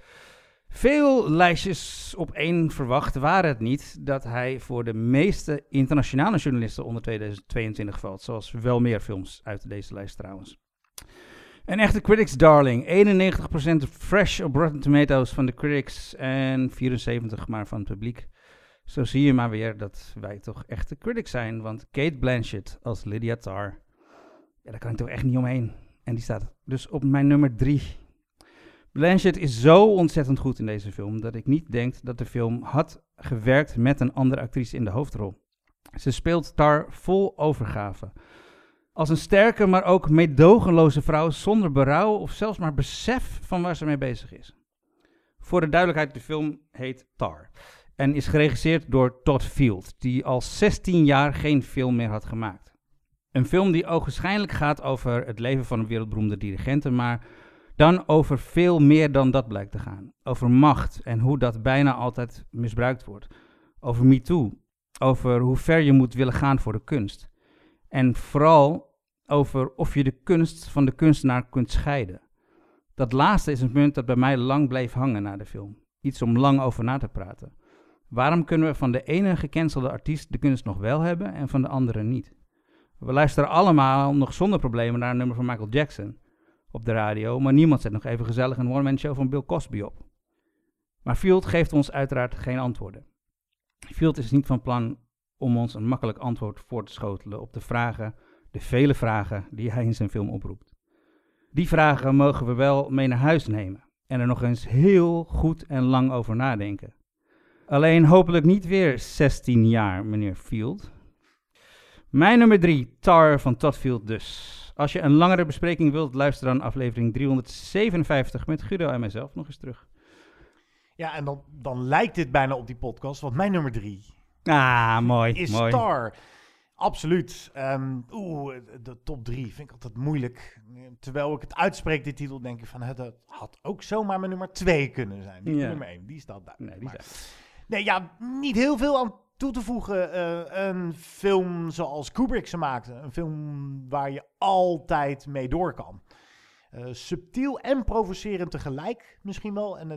veel lijstjes op 1 verwacht. Waar het niet dat hij voor de meeste internationale journalisten onder 2022 valt. Zoals wel meer films uit deze lijst trouwens. Een echte critics darling. 91% fresh op Rotten Tomatoes van de critics en 74% maar van het publiek. Zo zie je maar weer dat wij toch echte critics zijn. Want Cate Blanchett als Lydia Tarr, ja, daar kan ik toch echt niet omheen. En die staat dus op mijn nummer 3. Blanchett is zo ontzettend goed in deze film dat ik niet denk dat de film had gewerkt met een andere actrice in de hoofdrol. Ze speelt Tarr vol overgave. Als een sterke, maar ook meedogenloze vrouw zonder berouw of zelfs maar besef van waar ze mee bezig is. Voor de duidelijkheid, de film heet Tar en is geregisseerd door Todd Field, die al 16 jaar geen film meer had gemaakt. Een film die ogenschijnlijk gaat over het leven van een wereldberoemde dirigente, maar dan over veel meer dan dat blijkt te gaan. Over macht en hoe dat bijna altijd misbruikt wordt. Over MeToo, over hoe ver je moet willen gaan voor de kunst. En vooral over of je de kunst van de kunstenaar kunt scheiden. Dat laatste is een punt dat bij mij lang bleef hangen na de film. Iets om lang over na te praten. Waarom kunnen we van de ene gecancelde artiest de kunst nog wel hebben en van de andere niet? We luisteren allemaal nog zonder problemen naar een nummer van Michael Jackson op de radio, maar niemand zet nog even gezellig een one-man show van Bill Cosby op. Maar Field geeft ons uiteraard geen antwoorden. Field is niet van plan om ons een makkelijk antwoord voor te schotelen op de vragen, de vele vragen die hij in zijn film oproept. Die vragen mogen we wel mee naar huis nemen en er nog eens heel goed en lang over nadenken. Alleen hopelijk niet weer 16 jaar, meneer Field. Mijn nummer 3, Tar van Todd Field dus. Als je een langere bespreking wilt, luister dan aflevering 357 met Guido en mijzelf nog eens terug. Ja, en dan lijkt dit bijna op die podcast, want mijn nummer 3 mooi, is mooi. Tar. Absoluut. De top 3 vind ik altijd moeilijk. Terwijl ik het uitspreek, die titel, denk ik van, het had ook zomaar mijn nummer 2 kunnen zijn. Die nummer 1, die staat daar. Nee, ja, niet heel veel aan toe te voegen. Een film zoals Kubrick ze maakte. Een film waar je altijd mee door kan. Subtiel en provocerend tegelijk misschien wel. En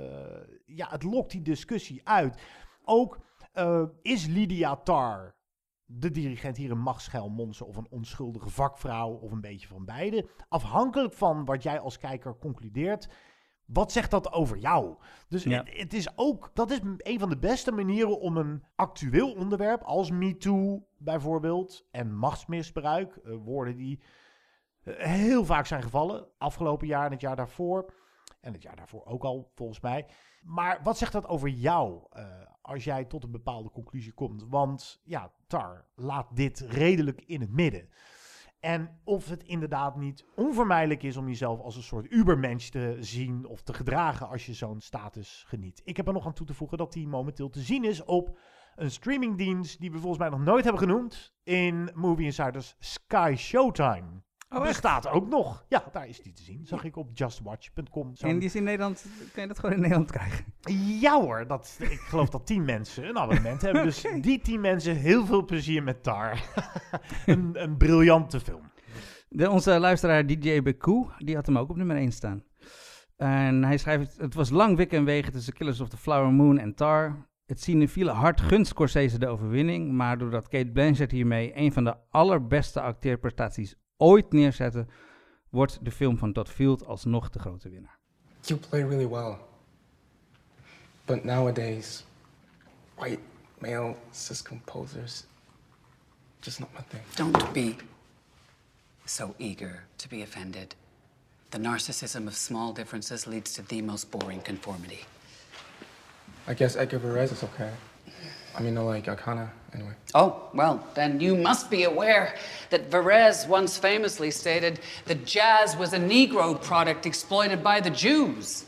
het lokt die discussie uit. Ook is Lydia Tarr, de dirigent, hier een machtsgeilmonster of een onschuldige vakvrouw of een beetje van beide? Afhankelijk van wat jij als kijker concludeert, wat zegt dat over jou? Dus het is ook, dat is een van de beste manieren om een actueel onderwerp als MeToo bijvoorbeeld en machtsmisbruik, woorden die heel vaak zijn gevallen, afgelopen jaar en het jaar daarvoor. En het jaar daarvoor ook al, volgens mij. Maar wat zegt dat over jou als jij tot een bepaalde conclusie komt? Want ja, Tar laat dit redelijk in het midden. En of het inderdaad niet onvermijdelijk is om jezelf als een soort ubermensch te zien of te gedragen als je zo'n status geniet. Ik heb er nog aan toe te voegen dat die momenteel te zien is op een streamingdienst die we volgens mij nog nooit hebben genoemd in Movie Insiders, Sky Showtime. Bestaat ook nog. Ja, daar is die te zien. Zag ik op justwatch.com. En die is in Nederland, kan je dat gewoon in Nederland krijgen? Ja hoor, ik geloof dat 10 mensen een abonnement hebben. Dus die 10 mensen heel veel plezier met Tar. een briljante film. Onze luisteraar DJ Bekou, die had hem ook op nummer 1 staan. En hij schrijft, het was lang wikken en wegen tussen Killers of the Flower Moon en Tar. Het cinefiele hart gunt Scorsese de overwinning, maar doordat Cate Blanchett hiermee een van de allerbeste acteerprestaties ooit neerzetten, wordt de film van Todd Field alsnog de grote winnaar. You play really well. But nowadays, Male cis composers, just not my thing. Don't be so eager to be offended. The narcissism of small differences leads to the most boring conformity. I guess Edgar Varese is okay. I mean, no, like Arcana, anyway. Oh, well, then you must be aware that Varese once famously stated that jazz was a Negro product exploited by the Jews.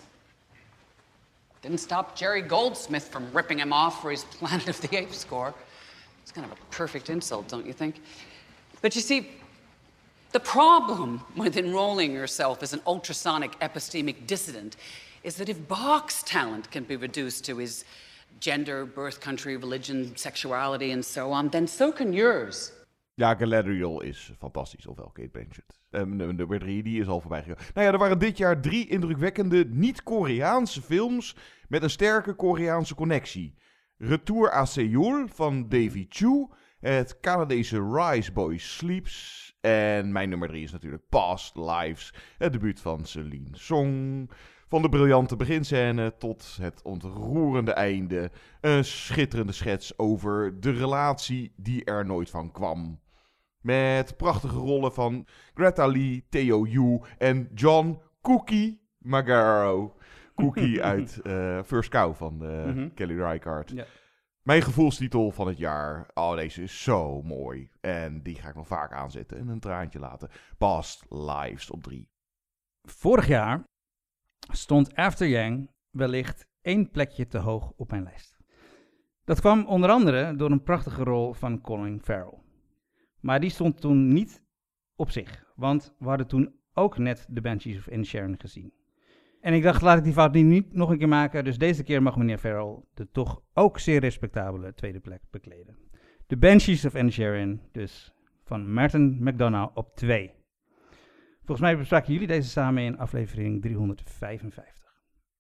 Didn't stop Jerry Goldsmith from ripping him off for his Planet of the Apes score. It's kind of a perfect insult, don't you think? But you see, the problem with enrolling yourself as an ultrasonic epistemic dissident is that if Bach's talent can be reduced to his gender, birth country, religion, sexuality and so on, then so can yours. Ja, Galadriel is fantastisch, ofwel Kate Blanchett. Nummer 3, die is al voorbij gegaan. Nou ja, er waren dit jaar 3 indrukwekkende niet-Koreaanse films met een sterke Koreaanse connectie. Retour à Seoul van Davy Chu, het Canadese Rise Boy Sleeps en mijn nummer 3 is natuurlijk Past Lives, het debuut van Celine Song. Van de briljante beginscène tot het ontroerende einde. Een schitterende schets over de relatie die er nooit van kwam. Met prachtige rollen van Greta Lee, Theo Yu en John Cookie Magaro. Cookie uit First Cow van Kelly Reichardt. Ja. Mijn gevoelstitel van het jaar. Oh, deze is zo mooi. En die ga ik nog vaak aanzetten en een traantje laten. Past Lives op 3. Vorig jaar stond After Yang wellicht 1 plekje te hoog op mijn lijst. Dat kwam onder andere door een prachtige rol van Colin Farrell. Maar die stond toen niet op zich, want we hadden toen ook net The Banshees of Inisherin gezien. En ik dacht, laat ik die fout niet nog een keer maken, dus deze keer mag meneer Farrell de toch ook zeer respectabele tweede plek bekleden. The Banshees of Inisherin, dus van Martin McDonagh op 2. Volgens mij bespraken jullie deze samen in aflevering 355.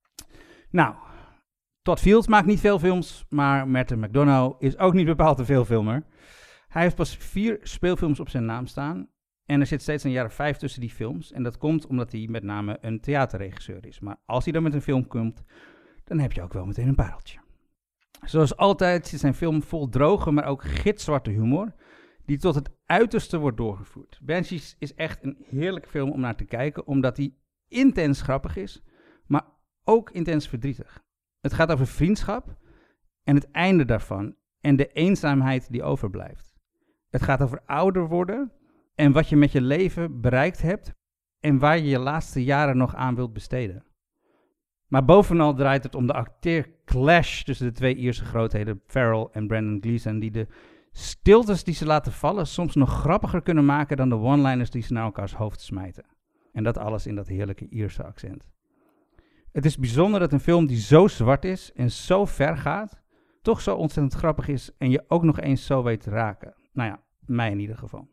Nou, Todd Fields maakt niet veel films, maar Martin McDonagh is ook niet bepaald een veelfilmer. Hij heeft pas 4 speelfilms op zijn naam staan en er zit steeds een jaar of 5 tussen die films. En dat komt omdat hij met name een theaterregisseur is. Maar als hij dan met een film komt, dan heb je ook wel meteen een pareltje. Zoals altijd zit zijn film vol droge, maar ook gitzwarte humor, die tot het uiterste wordt doorgevoerd. Banshees is echt een heerlijke film om naar te kijken, omdat hij intens grappig is, maar ook intens verdrietig. Het gaat over vriendschap en het einde daarvan en de eenzaamheid die overblijft. Het gaat over ouder worden en wat je met je leven bereikt hebt en waar je je laatste jaren nog aan wilt besteden. Maar bovenal draait het om de acteerclash tussen de 2 Ierse grootheden, Farrell en Brendan Gleeson, die de stiltes die ze laten vallen soms nog grappiger kunnen maken dan de one-liners die ze naar elkaars hoofd smijten. En dat alles in dat heerlijke Ierse accent. Het is bijzonder dat een film die zo zwart is en zo ver gaat, toch zo ontzettend grappig is en je ook nog eens zo weet te raken. Nou ja, mij in ieder geval.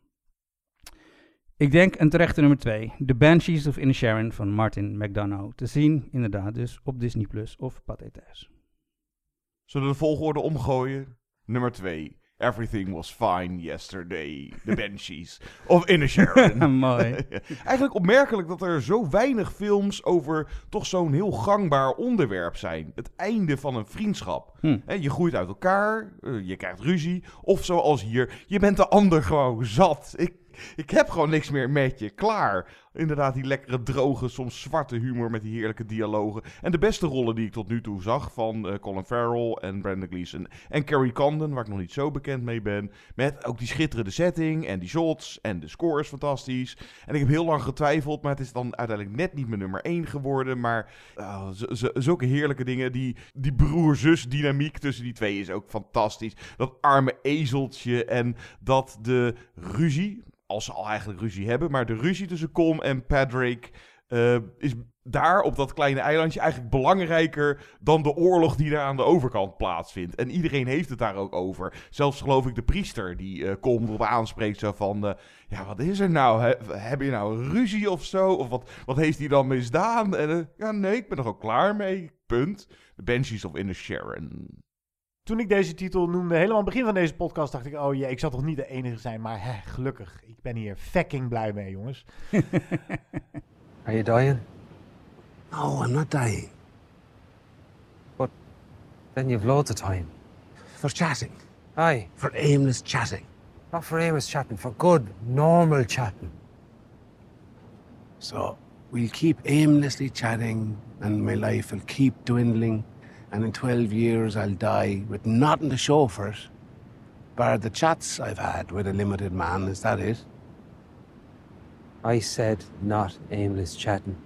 Ik denk een terechte nummer 2, The Banshees of Inisherin van Martin McDonagh. Te zien inderdaad dus op Disney Plus of Pathé Thuis. Zullen we de volgorde omgooien? Nummer 2. Everything was fine yesterday. The Banshees of Inisherin. Mooi. Eigenlijk opmerkelijk dat er zo weinig films over toch zo'n heel gangbaar onderwerp zijn. Het einde van een vriendschap. Je groeit uit elkaar, je krijgt ruzie. Of zoals hier, je bent de ander gewoon zat. Ik heb gewoon niks meer met je. Klaar. Inderdaad, die lekkere, droge, soms zwarte humor met die heerlijke dialogen. En de beste rollen die ik tot nu toe zag van Colin Farrell en Brendan Gleeson en Carrie Condon, waar ik nog niet zo bekend mee ben. Met ook die schitterende setting en die shots en de score is fantastisch. En ik heb heel lang getwijfeld, maar het is dan uiteindelijk net niet mijn nummer 1 geworden. Maar zulke heerlijke dingen. Die broer-zus dynamiek tussen die twee is ook fantastisch. Dat arme ezeltje en dat de ruzie, als ze al eigenlijk ruzie hebben, maar de ruzie tussen Com en Padraig is daar op dat kleine eilandje eigenlijk belangrijker dan de oorlog die daar aan de overkant plaatsvindt. En iedereen heeft het daar ook over. Zelfs geloof ik de priester die Com erop aanspreekt zo van, ja, wat is er nou? Heb je nou ruzie of zo? Of wat heeft hij dan misdaan? En ja, nee, ik ben er ook klaar mee. Punt. The Banshees of Inisherin. Toen ik deze titel noemde, helemaal aan het begin van deze podcast, dacht ik, oh jee, ik zal toch niet de enige zijn, maar gelukkig. Ik ben hier fucking blij mee, jongens. Are you dying? No, I'm not dying. But then you've loads of time. for chatting. Aye. For aimless chatting. Not for aimless chatting, for good, normal chatting. So, we'll keep aimlessly chatting, and my life will keep dwindling, and in 12 years I'll die with nothing to show for it. Bar the chats I've had with a limited man, is that it? I said not aimless chatting.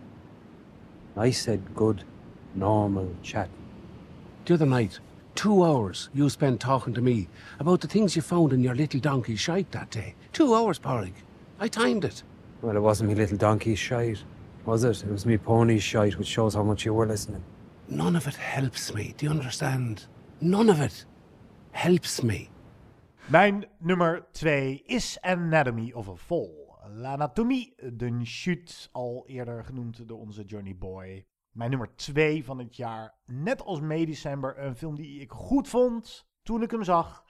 I said good, normal chatting. The other night, 2 hours you spent talking to me about the things you found in your little donkey shite that day. 2 hours, Porrig. I timed it. Well, it wasn't me little donkey's shite, was it? It was me pony's shite, which shows how much you were listening. None of it helps me, do you understand? None of it helps me. Mijn nummer 2 is Anatomy of a Fall. L'Anatomie d'une Chute, al eerder genoemd door onze Johnny Boy. Mijn nummer 2 van het jaar, net als May December, een film die ik goed vond toen ik hem zag.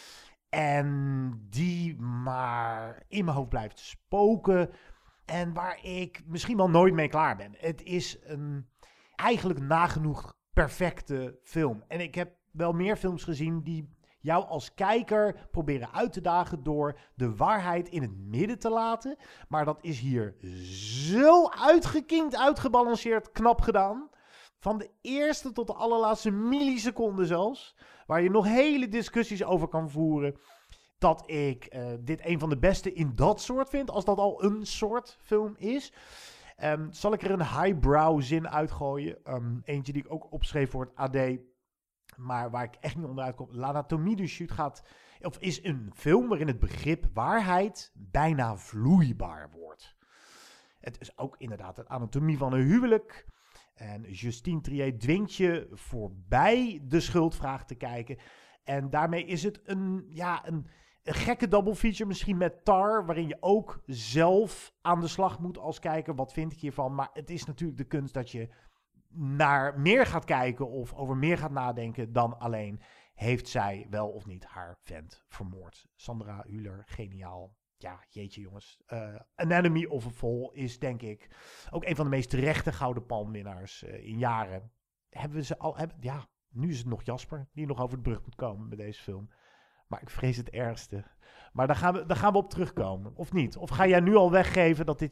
En die maar in mijn hoofd blijft spoken. En waar ik misschien wel nooit mee klaar ben. Het is een eigenlijk nagenoeg perfecte film. En ik heb wel meer films gezien die jou als kijker proberen uit te dagen door de waarheid in het midden te laten. Maar dat is hier zo uitgekinkt, uitgebalanceerd, knap gedaan. Van de eerste tot de allerlaatste milliseconde zelfs. Waar je nog hele discussies over kan voeren. Dat ik dit een van de beste in dat soort vind. Als dat al een soort film is. Zal ik er een highbrow zin uitgooien. Eentje die ik ook opschreef voor het AD. Maar waar ik echt niet onderuit kom. L'Anatomie d'une Chute is een film waarin het begrip waarheid bijna vloeibaar wordt. Het is ook inderdaad een anatomie van een huwelijk. En Justine Triet dwingt je voorbij de schuldvraag te kijken. En daarmee is het een gekke double feature misschien met Tar, waarin je ook zelf aan de slag moet als kijker. Wat vind ik hiervan? Maar het is natuurlijk de kunst dat je naar meer gaat kijken of over meer gaat nadenken dan alleen heeft zij wel of niet haar vent vermoord. Sandra Hüller, geniaal. Ja, jeetje jongens. Anatomy of a Fall is denk ik ook een van de meest terechte Gouden Palmwinnaars in jaren. Hebben we ze al? Nu is het nog Jasper die nog over de brug moet komen met deze film. Maar ik vrees het ergste. Maar daar gaan we op terugkomen. Of niet? Of ga jij nu al weggeven dat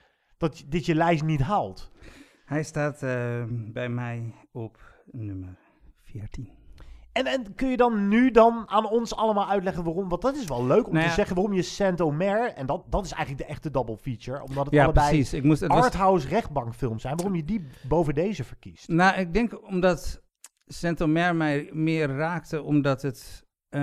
dit je lijst niet haalt? Hij staat bij mij op nummer 14. En kun je dan nu aan ons allemaal uitleggen waarom? Want dat is wel leuk om te zeggen waarom je Saint-Omer... En dat is eigenlijk de echte double feature. Omdat het allebei arthouse rechtbankfilms zijn. Waarom je die boven deze verkiest. Nou, ik denk omdat Saint-Omer mij meer raakte. Omdat het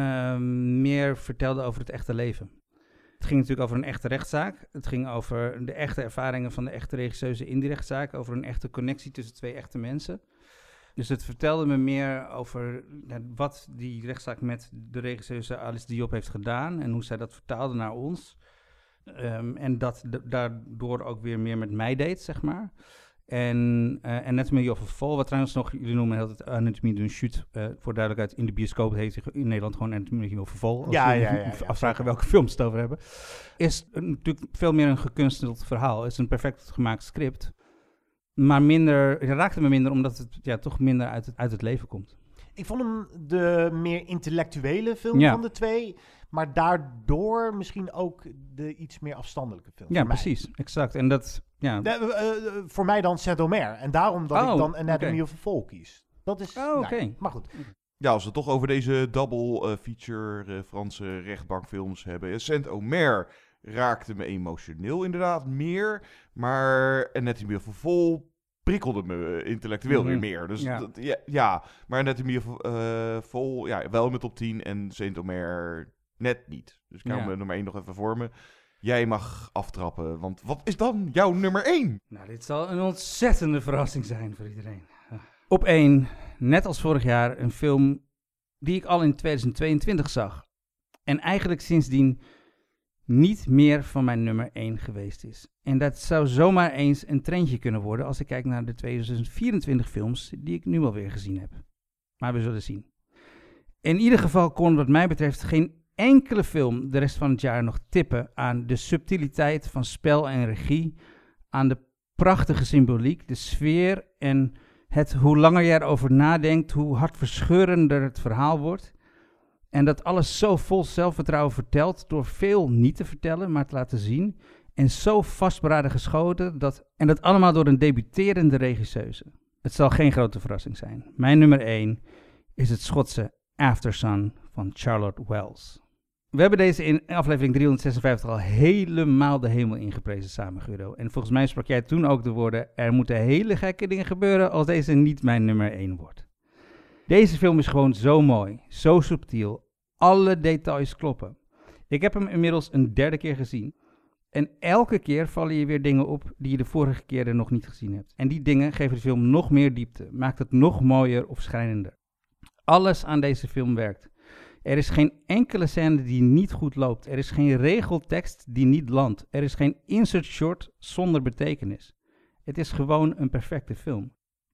meer vertelde over het echte leven. Het ging natuurlijk over een echte rechtszaak. Het ging over de echte ervaringen van de echte regisseuze in die rechtszaak. Over een echte connectie tussen twee echte mensen. Dus het vertelde me meer over wat die rechtszaak met de regisseuze Alice Diop heeft gedaan. En hoe zij dat vertaalde naar ons. En dat daardoor ook weer meer met mij deed, zeg maar. En Anatomy of a Fall, wat trouwens nog, jullie noemen het Anatomy d'une Chute. Voor duidelijkheid, in de bioscoop heet het in Nederland gewoon Anatomy of a Fall. Als je afvragen welke films het over hebben. Is natuurlijk veel meer een gekunsteld verhaal. Het is een perfect gemaakt script. Maar het raakte me minder omdat het toch minder uit het leven komt. Ik vond hem de meer intellectuele film van de twee. Maar daardoor misschien ook de iets meer afstandelijke film. Ja, precies. Exact. En dat... Ja. Voor mij dan Saint-Omer. En daarom dat ik dan Anatomy of a Fall kies. Dat is... maar goed. Ja, als we het toch over deze double feature Franse rechtbankfilms hebben. Saint-Omer raakte me emotioneel inderdaad meer. Maar Anatomy of a Fall prikkelde me intellectueel weer meer. Dus maar Anatomy of a Fall, wel met top 10 en Saint-Omer net niet. Dus ik hou me nummer 1 nog even voor me. Jij mag aftrappen, want wat is dan jouw nummer 1? Nou, dit zal een ontzettende verrassing zijn voor iedereen. Op 1, net als vorig jaar, een film die ik al in 2022 zag. En eigenlijk sindsdien niet meer van mijn nummer 1 geweest is. En dat zou zomaar eens een trendje kunnen worden als ik kijk naar de 2024 films die ik nu alweer gezien heb. Maar we zullen zien. In ieder geval kon wat mij betreft geen enkele film de rest van het jaar nog tippen aan de subtiliteit van spel en regie, aan de prachtige symboliek, de sfeer en hoe langer je erover nadenkt, hoe hartverscheurender het verhaal wordt. En dat alles zo vol zelfvertrouwen verteld door veel niet te vertellen, maar te laten zien. En zo vastberaden geschoten, en dat allemaal door een debuterende regisseuse. Het zal geen grote verrassing zijn. Mijn nummer 1 is het Schotse Aftersun van Charlotte Wells. We hebben deze in aflevering 356 al helemaal de hemel ingeprezen samen, Guido. En volgens mij sprak jij toen ook de woorden: er moeten hele gekke dingen gebeuren als deze niet mijn nummer 1 wordt. Deze film is gewoon zo mooi, zo subtiel. Alle details kloppen. Ik heb hem inmiddels een 3e keer gezien. En elke keer vallen je weer dingen op die je de vorige keren nog niet gezien hebt. En die dingen geven de film nog meer diepte, maakt het nog mooier of schrijnender. Alles aan deze film werkt. Er is geen enkele scène die niet goed loopt. Er is geen regeltekst die niet landt. Er is geen insert shot zonder betekenis. Het is gewoon een perfecte film.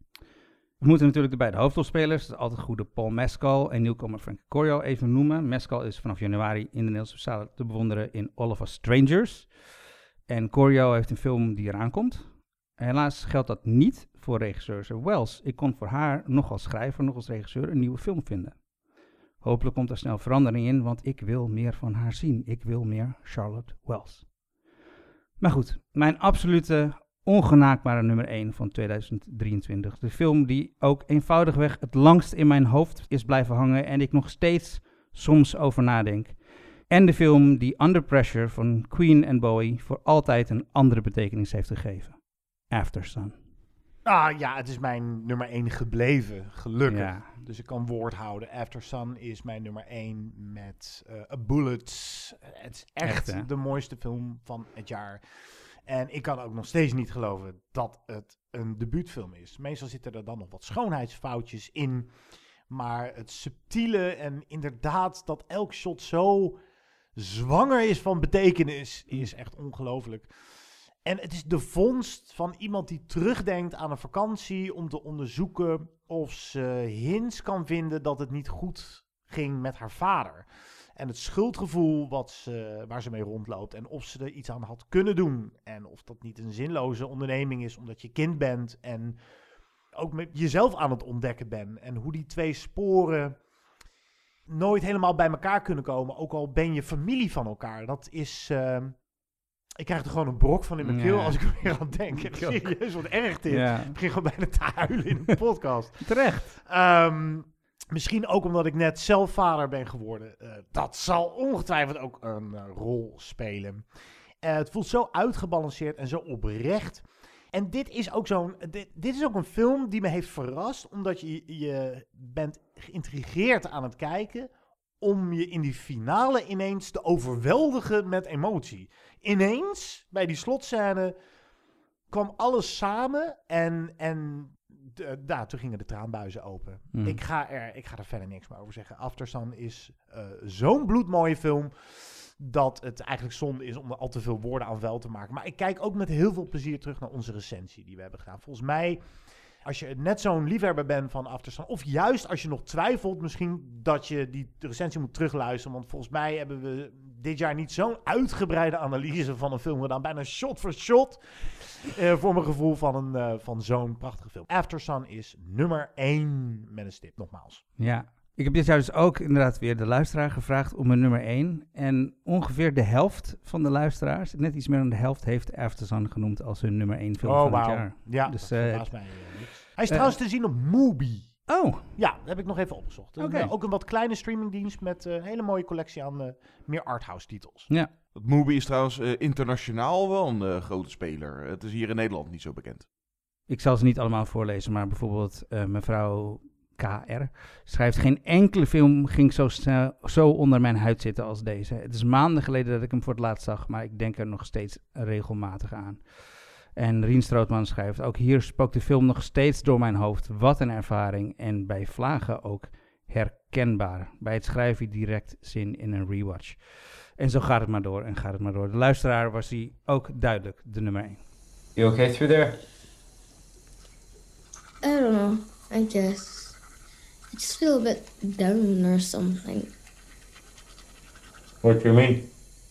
We moeten natuurlijk de beide hoofdrolspelers, de altijd goede Paul Mescal en nieuwkomer Frankie Corio, even noemen. Mescal is vanaf januari in de Nederlandse zalen te bewonderen in All of Us Strangers. En Corio heeft een film die eraan komt. Helaas geldt dat niet voor regisseur Wells. Ik kon voor haar, nog als schrijver, nog als regisseur, een nieuwe film vinden. Hopelijk komt er snel verandering in, want ik wil meer van haar zien. Ik wil meer Charlotte Wells. Maar goed, mijn absolute ongenaakbare nummer 1 van 2023. De film die ook eenvoudigweg het langst in mijn hoofd is blijven hangen en ik nog steeds soms over nadenk. En de film die Under Pressure van Queen en Bowie voor altijd een andere betekenis heeft gegeven. Aftersun. Ja, het is mijn nummer 1 gebleven, gelukkig. Ja. Dus ik kan woord houden. Aftersun is mijn nummer 1 met A Bullet. Het is echt de mooiste film van het jaar. En ik kan ook nog steeds niet geloven dat het een debuutfilm is. Meestal zitten er dan nog wat schoonheidsfoutjes in. Maar het subtiele en inderdaad dat elk shot zo zwanger is van betekenis is echt ongelooflijk. En het is de vondst van iemand die terugdenkt aan een vakantie om te onderzoeken of ze hints kan vinden dat het niet goed ging met haar vader. En het schuldgevoel waar ze mee rondloopt en of ze er iets aan had kunnen doen. En of dat niet een zinloze onderneming is omdat je kind bent en ook met jezelf aan het ontdekken bent. En hoe die twee sporen nooit helemaal bij elkaar kunnen komen, ook al ben je familie van elkaar. Dat is... ik krijg er gewoon een brok van in mijn keel als ik er weer aan denk. Echt serieus, wat erg dit. Ik begin gewoon bijna te huilen in de podcast. Terecht. Misschien ook omdat ik net zelf vader ben geworden. Dat zal ongetwijfeld ook een rol spelen. Het voelt zo uitgebalanceerd en zo oprecht. En dit is ook dit is ook een film die me heeft verrast. Omdat je bent geïntrigeerd aan het kijken. Om je in die finale ineens te overweldigen met emotie. Ineens, bij die slotscène, kwam alles samen en toen gingen de traanbuizen open. Ik ga er verder niks meer over zeggen. Aftersun is zo'n bloedmooie film dat het eigenlijk zonde is om er al te veel woorden aan vuil te maken. Maar ik kijk ook met heel veel plezier terug naar onze recensie die we hebben gedaan. Volgens mij, als je net zo'n liefhebber bent van Aftersun, of juist als je nog twijfelt misschien dat je die recensie moet terugluisteren, want volgens mij hebben we dit jaar niet zo'n uitgebreide analyse van een film gedaan, bijna shot voor shot, voor mijn gevoel van zo'n prachtige film. Aftersun is nummer 1 met een stip, nogmaals. Ja, ik heb dit jaar dus ook inderdaad weer de luisteraar gevraagd om een nummer 1. En ongeveer de helft van de luisteraars, net iets meer dan de helft, heeft Aftersun genoemd als hun nummer 1 film van het jaar. Ja, dus, dat verbaast mij niks. Hij is trouwens te zien op Mubi. Oh. Ja, dat heb ik nog even opgezocht. Ook een wat kleine streamingdienst met een hele mooie collectie aan meer arthouse titels. Ja. Het Mubi is trouwens internationaal wel een grote speler. Het is hier in Nederland niet zo bekend. Ik zal ze niet allemaal voorlezen, maar bijvoorbeeld mevrouw KR schrijft: geen enkele film ging zo onder mijn huid zitten als deze. Het is maanden geleden dat ik hem voor het laatst zag, maar ik denk er nog steeds regelmatig aan. En Rien Strootman schrijft: ook hier spookt de film nog steeds door mijn hoofd. Wat een ervaring en bij vlagen ook herkenbaar. Bij het schrijven direct zin in een rewatch. En zo gaat het maar door en gaat het maar door. De luisteraar was hij ook duidelijk de nummer 1. You okay through there? I don't know, I guess. I just feel a bit down or something. What do you mean?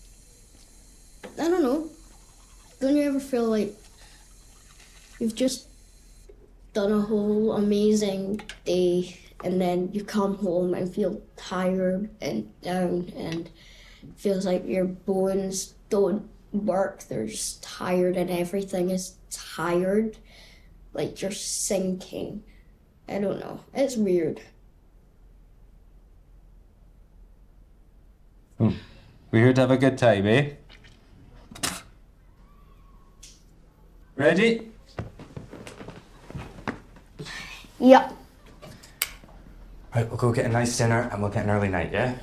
I don't know. Don't you ever feel like you've just done a whole amazing day and then you come home and feel tired and down, and it feels like your bones don't work. They're just tired, and everything is tired. Like you're sinking. I don't know. It's weird. We're here to have a good time, eh? Ready? Yeah. Right, we'll go get a nice dinner and we'll get an early night, yeah?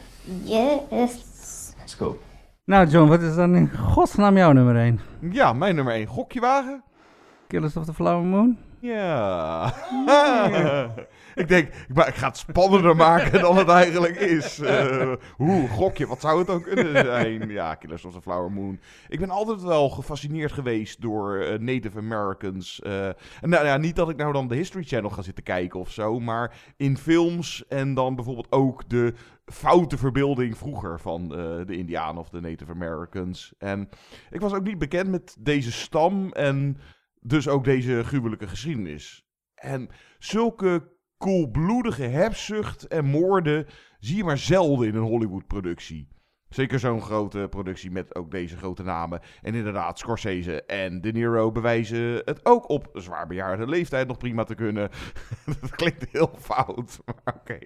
Yes. Let's go. Nou John, wat is dan in godsnaam jouw nummer 1? Ja, mijn nummer 1. Gokje wagen? Killers of the Flower Moon? Ja. Ik denk, ik ga het spannender maken dan het eigenlijk is. Gokje, wat zou het dan kunnen zijn? Ja, Killers of the Flower Moon. Ik ben altijd wel gefascineerd geweest door Native Americans. En niet dat ik nou dan de History Channel ga zitten kijken of zo, maar in films en dan bijvoorbeeld ook de foute verbeelding vroeger van de Indianen of de Native Americans. En ik was ook niet bekend met deze stam en dus ook deze gruwelijke geschiedenis. En zulke koelbloedige hebzucht en moorden zie je maar zelden in een Hollywood-productie. Zeker zo'n grote productie met ook deze grote namen. En inderdaad, Scorsese en De Niro bewijzen het ook op zwaar bejaarde leeftijd nog prima te kunnen. Dat klinkt heel fout, maar oké.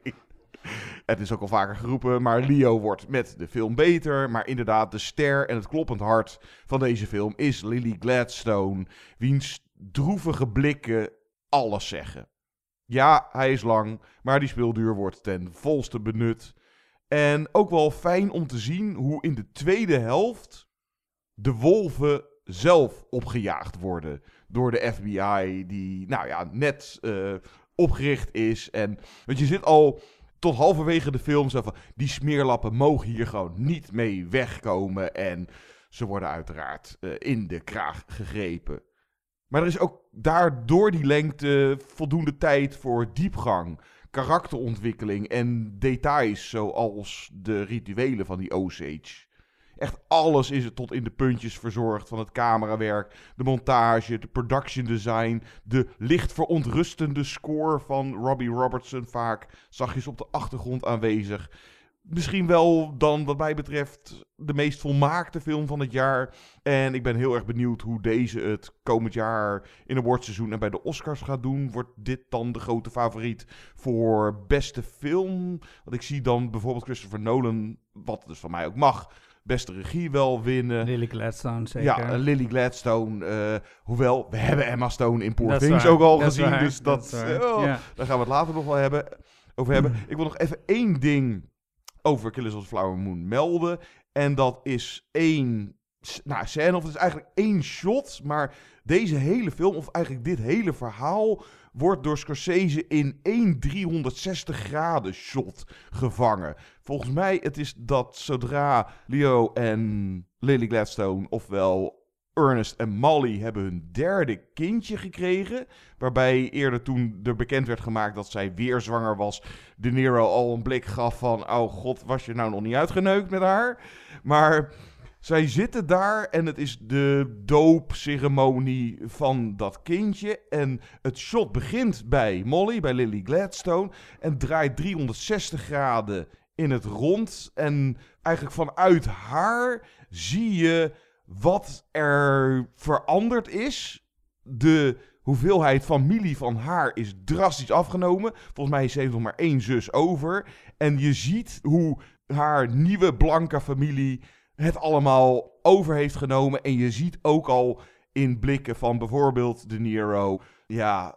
Het is ook al vaker geroepen, maar Leo wordt met de film beter. Maar inderdaad, de ster en het kloppend hart van deze film is Lily Gladstone, wiens droevige blikken alles zeggen. Ja, hij is lang, maar die speelduur wordt ten volste benut. En ook wel fijn om te zien hoe in de tweede helft de wolven zelf opgejaagd worden door de FBI, die net opgericht is. En want je zit al tot halverwege de film zo van, die smeerlappen mogen hier gewoon niet mee wegkomen. En ze worden uiteraard in de kraag gegrepen. Maar er is ook daardoor die lengte voldoende tijd voor diepgang, karakterontwikkeling en details zoals de rituelen van die Osage. Echt alles is er tot in de puntjes verzorgd, van het camerawerk, de montage, de production design, de licht verontrustende score van Robbie Robertson, vaak zachtjes op de achtergrond aanwezig. Misschien wel dan, wat mij betreft, de meest volmaakte film van het jaar. En ik ben heel erg benieuwd hoe deze het komend jaar in het awardseizoen en bij de Oscars gaat doen. Wordt dit dan de grote favoriet voor beste film? Want ik zie dan bijvoorbeeld Christopher Nolan, wat dus van mij ook mag, beste regie wel winnen. Lily Gladstone, zeker. Ja, Lily Gladstone. Hoewel, we hebben Emma Stone in Poor Things ook al gezien. Waar, dus daar gaan we het later nog wel over hebben. Ik wil nog even één ding over Killers of the Flower Moon melden. En dat is één scène, of het is eigenlijk één shot. Maar deze hele film, of eigenlijk dit hele verhaal, wordt door Scorsese in één 360 graden shot gevangen. Volgens mij het is dat zodra Leo en Lily Gladstone, ofwel Ernest en Molly, hebben hun derde kindje gekregen. Waarbij eerder toen er bekend werd gemaakt dat zij weer zwanger was, De Niro al een blik gaf van, oh god, was je nou nog niet uitgeneukt met haar? Maar zij zitten daar en het is de doopceremonie van dat kindje. En het shot begint bij Molly, bij Lily Gladstone, en draait 360 graden in het rond. En eigenlijk vanuit haar zie je wat er veranderd is. De hoeveelheid familie van haar is drastisch afgenomen. Volgens mij heeft nog maar 1 zus over. En je ziet hoe haar nieuwe blanke familie het allemaal over heeft genomen. En je ziet ook al in blikken van bijvoorbeeld De Niro, ja,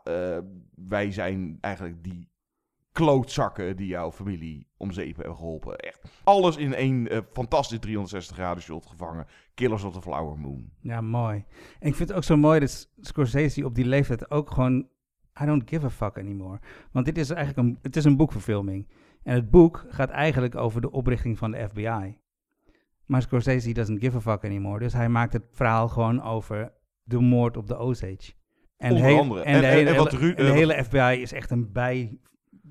wij zijn eigenlijk die klootzakken die jouw familie om zeep hebben geholpen. Echt alles in één fantastisch 360 graden shot gevangen. Killers of the Flower Moon. Ja, mooi. En ik vind het ook zo mooi dat Scorsese op die leeftijd ook gewoon, I don't give a fuck anymore. Want dit is eigenlijk het is een boekverfilming. En het boek gaat eigenlijk over de oprichting van de FBI. Maar Scorsese doesn't give a fuck anymore. Dus hij maakt het verhaal gewoon over de moord op de Osage. En Onder andere. En de hele FBI is echt een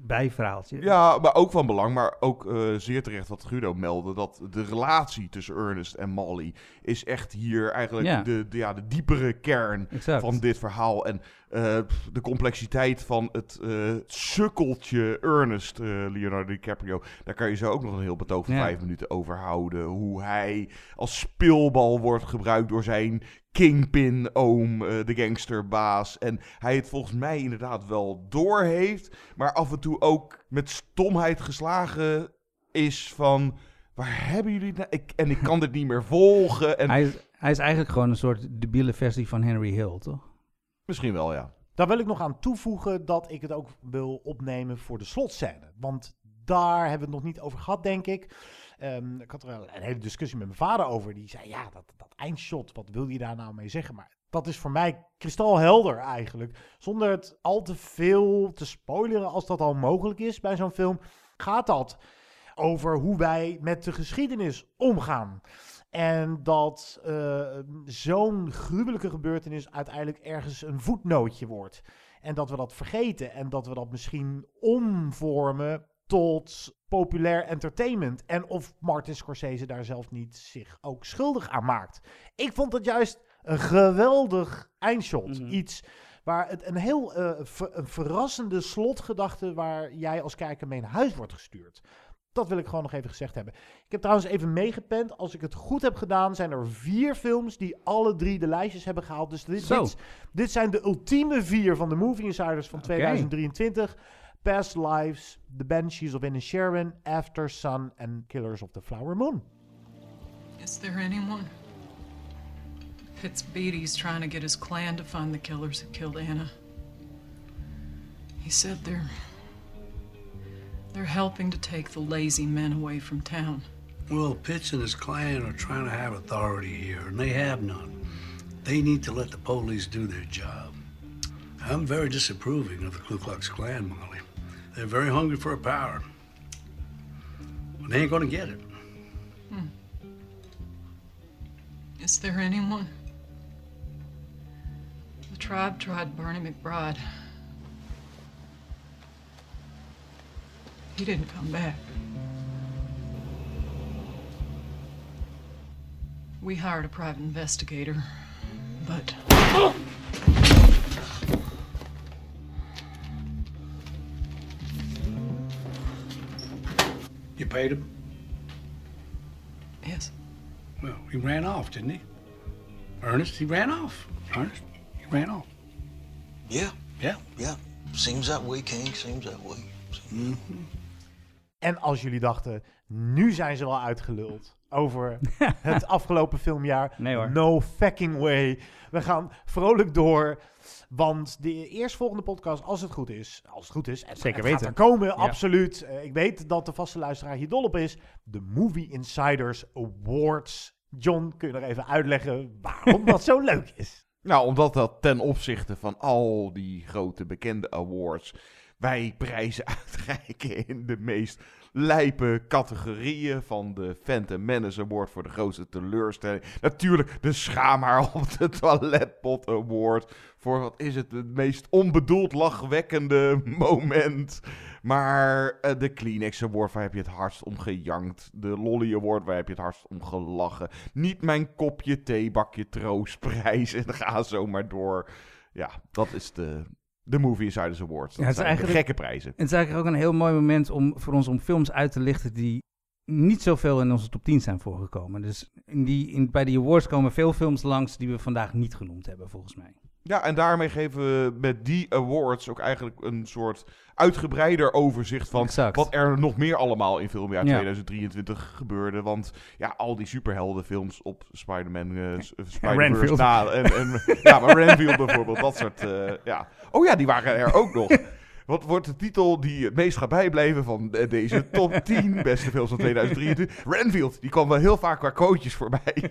bijverhaaltje. Ja, maar ook van belang, maar ook zeer terecht wat Guido meldde, dat de relatie tussen Ernest en Molly is echt hier eigenlijk de diepere kern van dit verhaal. En de complexiteit van het sukkeltje Ernest, Leonardo DiCaprio, daar kan je zo ook nog een heel betoog van 5 minuten over houden. Hoe hij als speelbal wordt gebruikt door zijn Kingpin-oom, de gangsterbaas. En hij het volgens mij inderdaad wel doorheeft, maar af en toe ook met stomheid geslagen is van, waar hebben jullie het nou? Ik kan dit niet meer volgen. En Hij is eigenlijk gewoon een soort debiele versie van Henry Hill, toch? Misschien wel, ja. Daar wil ik nog aan toevoegen dat ik het ook wil opnemen voor de slotscène. Want daar hebben we het nog niet over gehad, denk ik. Ik had er een hele discussie met mijn vader over. Die zei, ja, dat eindshot, wat wil je daar nou mee zeggen? Maar dat is voor mij kristalhelder eigenlijk. Zonder het al te veel te spoileren, als dat al mogelijk is bij zo'n film, gaat dat over hoe wij met de geschiedenis omgaan. En dat zo'n gruwelijke gebeurtenis uiteindelijk ergens een voetnootje wordt. En dat we dat vergeten en dat we dat misschien omvormen tot populair entertainment. En of Martin Scorsese daar zelf niet zich ook schuldig aan maakt. Ik vond het juist een geweldig eindshot. Mm-hmm. Iets waar het een heel een verrassende slotgedachte waar jij als kijker mee naar huis wordt gestuurd. Dat wil ik gewoon nog even gezegd hebben. Ik heb trouwens even meegepend. Als ik het goed heb gedaan, zijn er 4 films die alle 3 de lijstjes hebben gehaald. Dus dit zijn de ultieme 4 van de Movie Insiders van 2023. Past Lives, The Banshees of Inisherin, After Sun en Killers of the Flower Moon. Is there anyone? Fitz Beatty's trying to get his clan to find the killers who killed Anna. He said they're helping to take the lazy men away from town. Well, Pitts and his clan are trying to have authority here, and they have none. They need to let the police do their job. I'm very disapproving of the Ku Klux Klan, Molly. They're very hungry for power. But they ain't gonna get it. Is there anyone? The tribe tried Barney McBride. He didn't come back. We hired a private investigator, but... You paid him? Yes. Well, he ran off, didn't he? Ernest, he ran off. Ernest, he ran off. Yeah. Seems that way, King. Seems that way. Mm-hmm. En als jullie dachten, nu zijn ze wel uitgeluld over het afgelopen filmjaar. Nee hoor. No fucking way. We gaan vrolijk door. Want de eerstvolgende podcast, als het goed is, en zeker het weten. gaat er komen, Ja. absoluut. Ik weet dat de vaste luisteraar hier dol op is. De Movie Insiders Awards. John, kun je nog even uitleggen waarom dat zo leuk is? Nou, omdat dat ten opzichte van al die grote bekende awards wij prijzen uitreiken in de meest lijpe categorieën, van de Phantom Menace Award voor de grootste teleurstelling. Natuurlijk de schaamhaar op de toiletpot award voor, wat is het meest onbedoeld lachwekkende moment. Maar de Kleenex Award, waar heb je het hardst om gejankt. De Lolly Award, waar heb je het hardst om gelachen. Niet mijn kopje thee, bakje troostprijs en ga zo maar door. Ja, dat is de Movie Insiders Awards. Dat zijn de gekke prijzen. Het is eigenlijk ook een heel mooi moment voor ons om films uit te lichten die niet zoveel in onze top 10 zijn voorgekomen. Dus bij die awards komen veel films langs die we vandaag niet genoemd hebben, volgens mij. Ja, en daarmee geven we met die awards ook eigenlijk een soort uitgebreider overzicht van wat er nog meer allemaal in filmjaar 2023 gebeurde. Want ja, al die superheldenfilms op Spider-Man, Spider-Verse na, ja, maar Renfield bijvoorbeeld, dat soort, ja. Oh ja, die waren er ook nog. Wat wordt de titel die het meest gaat bijblijven van deze top 10 beste films van 2023? Renfield, die kwam wel heel vaak qua quotejes voorbij.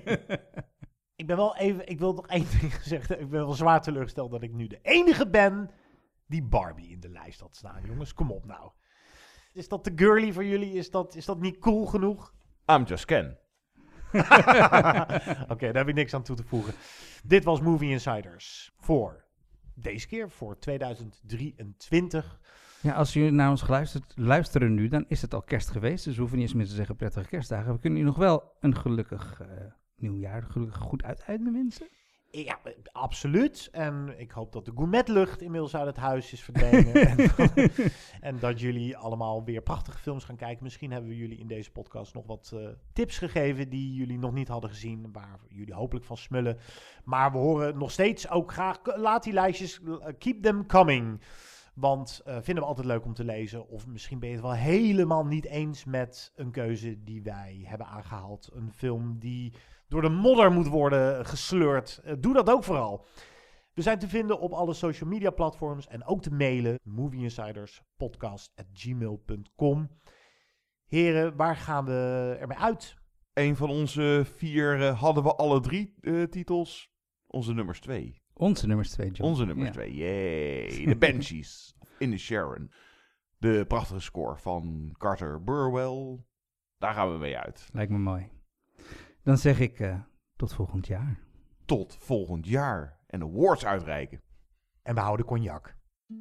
Ik wil nog één ding gezegd hebben. Ik ben wel zwaar teleurgesteld dat ik nu de enige ben die Barbie in de lijst had staan. Jongens, kom op nou. Is dat te girly voor jullie? Is dat niet cool genoeg? I'm just Ken. Oké, daar heb ik niks aan toe te voegen. Dit was Movie Insiders voor deze keer, voor 2023. Ja, als jullie naar ons luisteren nu, dan is het al kerst geweest. Dus we hoeven niet eens meer te zeggen prettige kerstdagen. We kunnen u nog wel een gelukkig nieuwjaar, gelukkig goed uiteinde wensen. Ja, absoluut. En ik hoop dat de gourmetlucht inmiddels uit het huis is verdwenen. en dat jullie allemaal weer prachtige films gaan kijken. Misschien hebben we jullie in deze podcast nog wat tips gegeven die jullie nog niet hadden gezien. Waar jullie hopelijk van smullen. Maar we horen nog steeds ook graag, laat die lijstjes, keep them coming. Want vinden we altijd leuk om te lezen. Of misschien ben je het wel helemaal niet eens met een keuze die wij hebben aangehaald. Een film die door de modder moet worden gesleurd. Doe dat ook vooral. We zijn te vinden op alle social media platforms. En ook te mailen. movieinsiderspodcast@gmail.com. Heren, waar gaan we ermee uit? Een van onze 4 hadden we alle 3 titels. Onze nummers 2. Onze nummers 2, John. Onze nummers 2, yay. The Banshees in the Sharon. De prachtige score van Carter Burwell. Daar gaan we mee uit. Lijkt me mooi. Dan zeg ik tot volgend jaar. Tot volgend jaar. En awards uitreiken. En we houden cognac.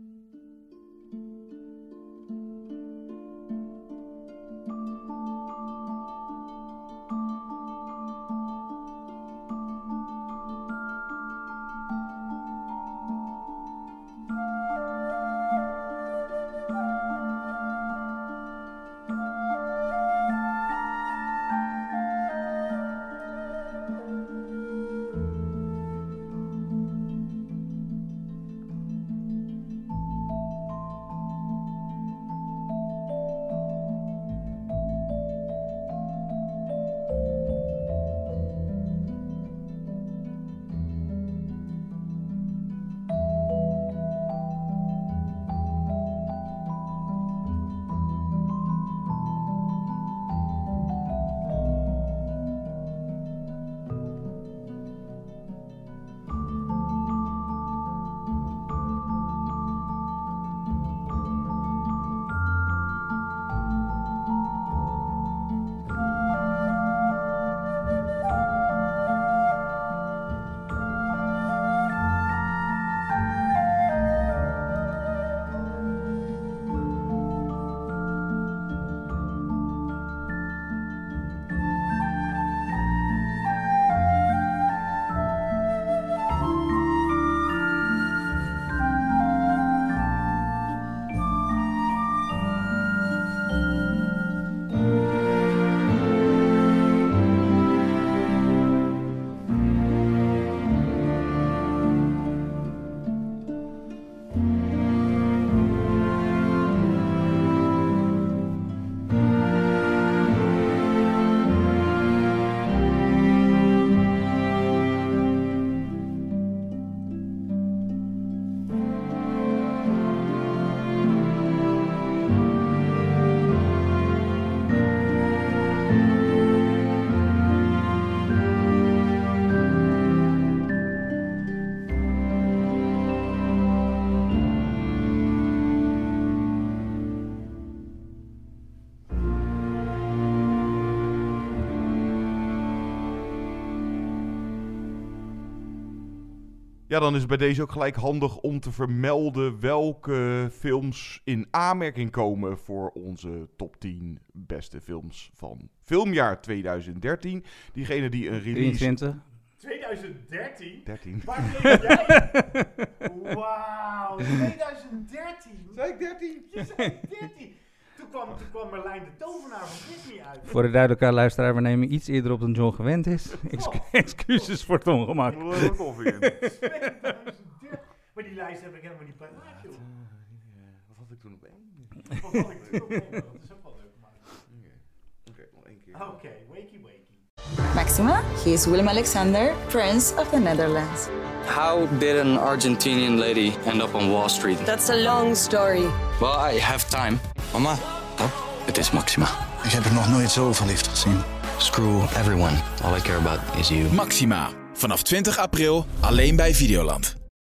Ja, dan is het bij deze ook gelijk handig om te vermelden welke films in aanmerking komen voor onze top 10 beste films van filmjaar 2013. Diegene die een release... 23. 2013? 13. Waar ben jij? Wauw, 2013? Zei ik 13? Je zei 13. Toen kwam Merlijn de Tovenaar van Disney uit. Voor de duidelijke luisteraar, we nemen iets eerder op dan John gewend is. Excuses voor het ongemak. Maar die lijst heb ik helemaal niet paraat, joh. Wat had ik toen op 1? Wat had ik toen op 1? Dat is ook wel leuk. Oké, nog 1 keer. Oké, wakey. Maxima, he is Willem Alexander, Prince of the Netherlands. How did an Argentinian lady end up on Wall Street? That's a long story. Well, I have time. Mama, het is Maxima. Ik heb er nog nooit zo verliefd gezien. Screw everyone. All I care about is you. Maxima. Vanaf 20 april alleen bij Videoland.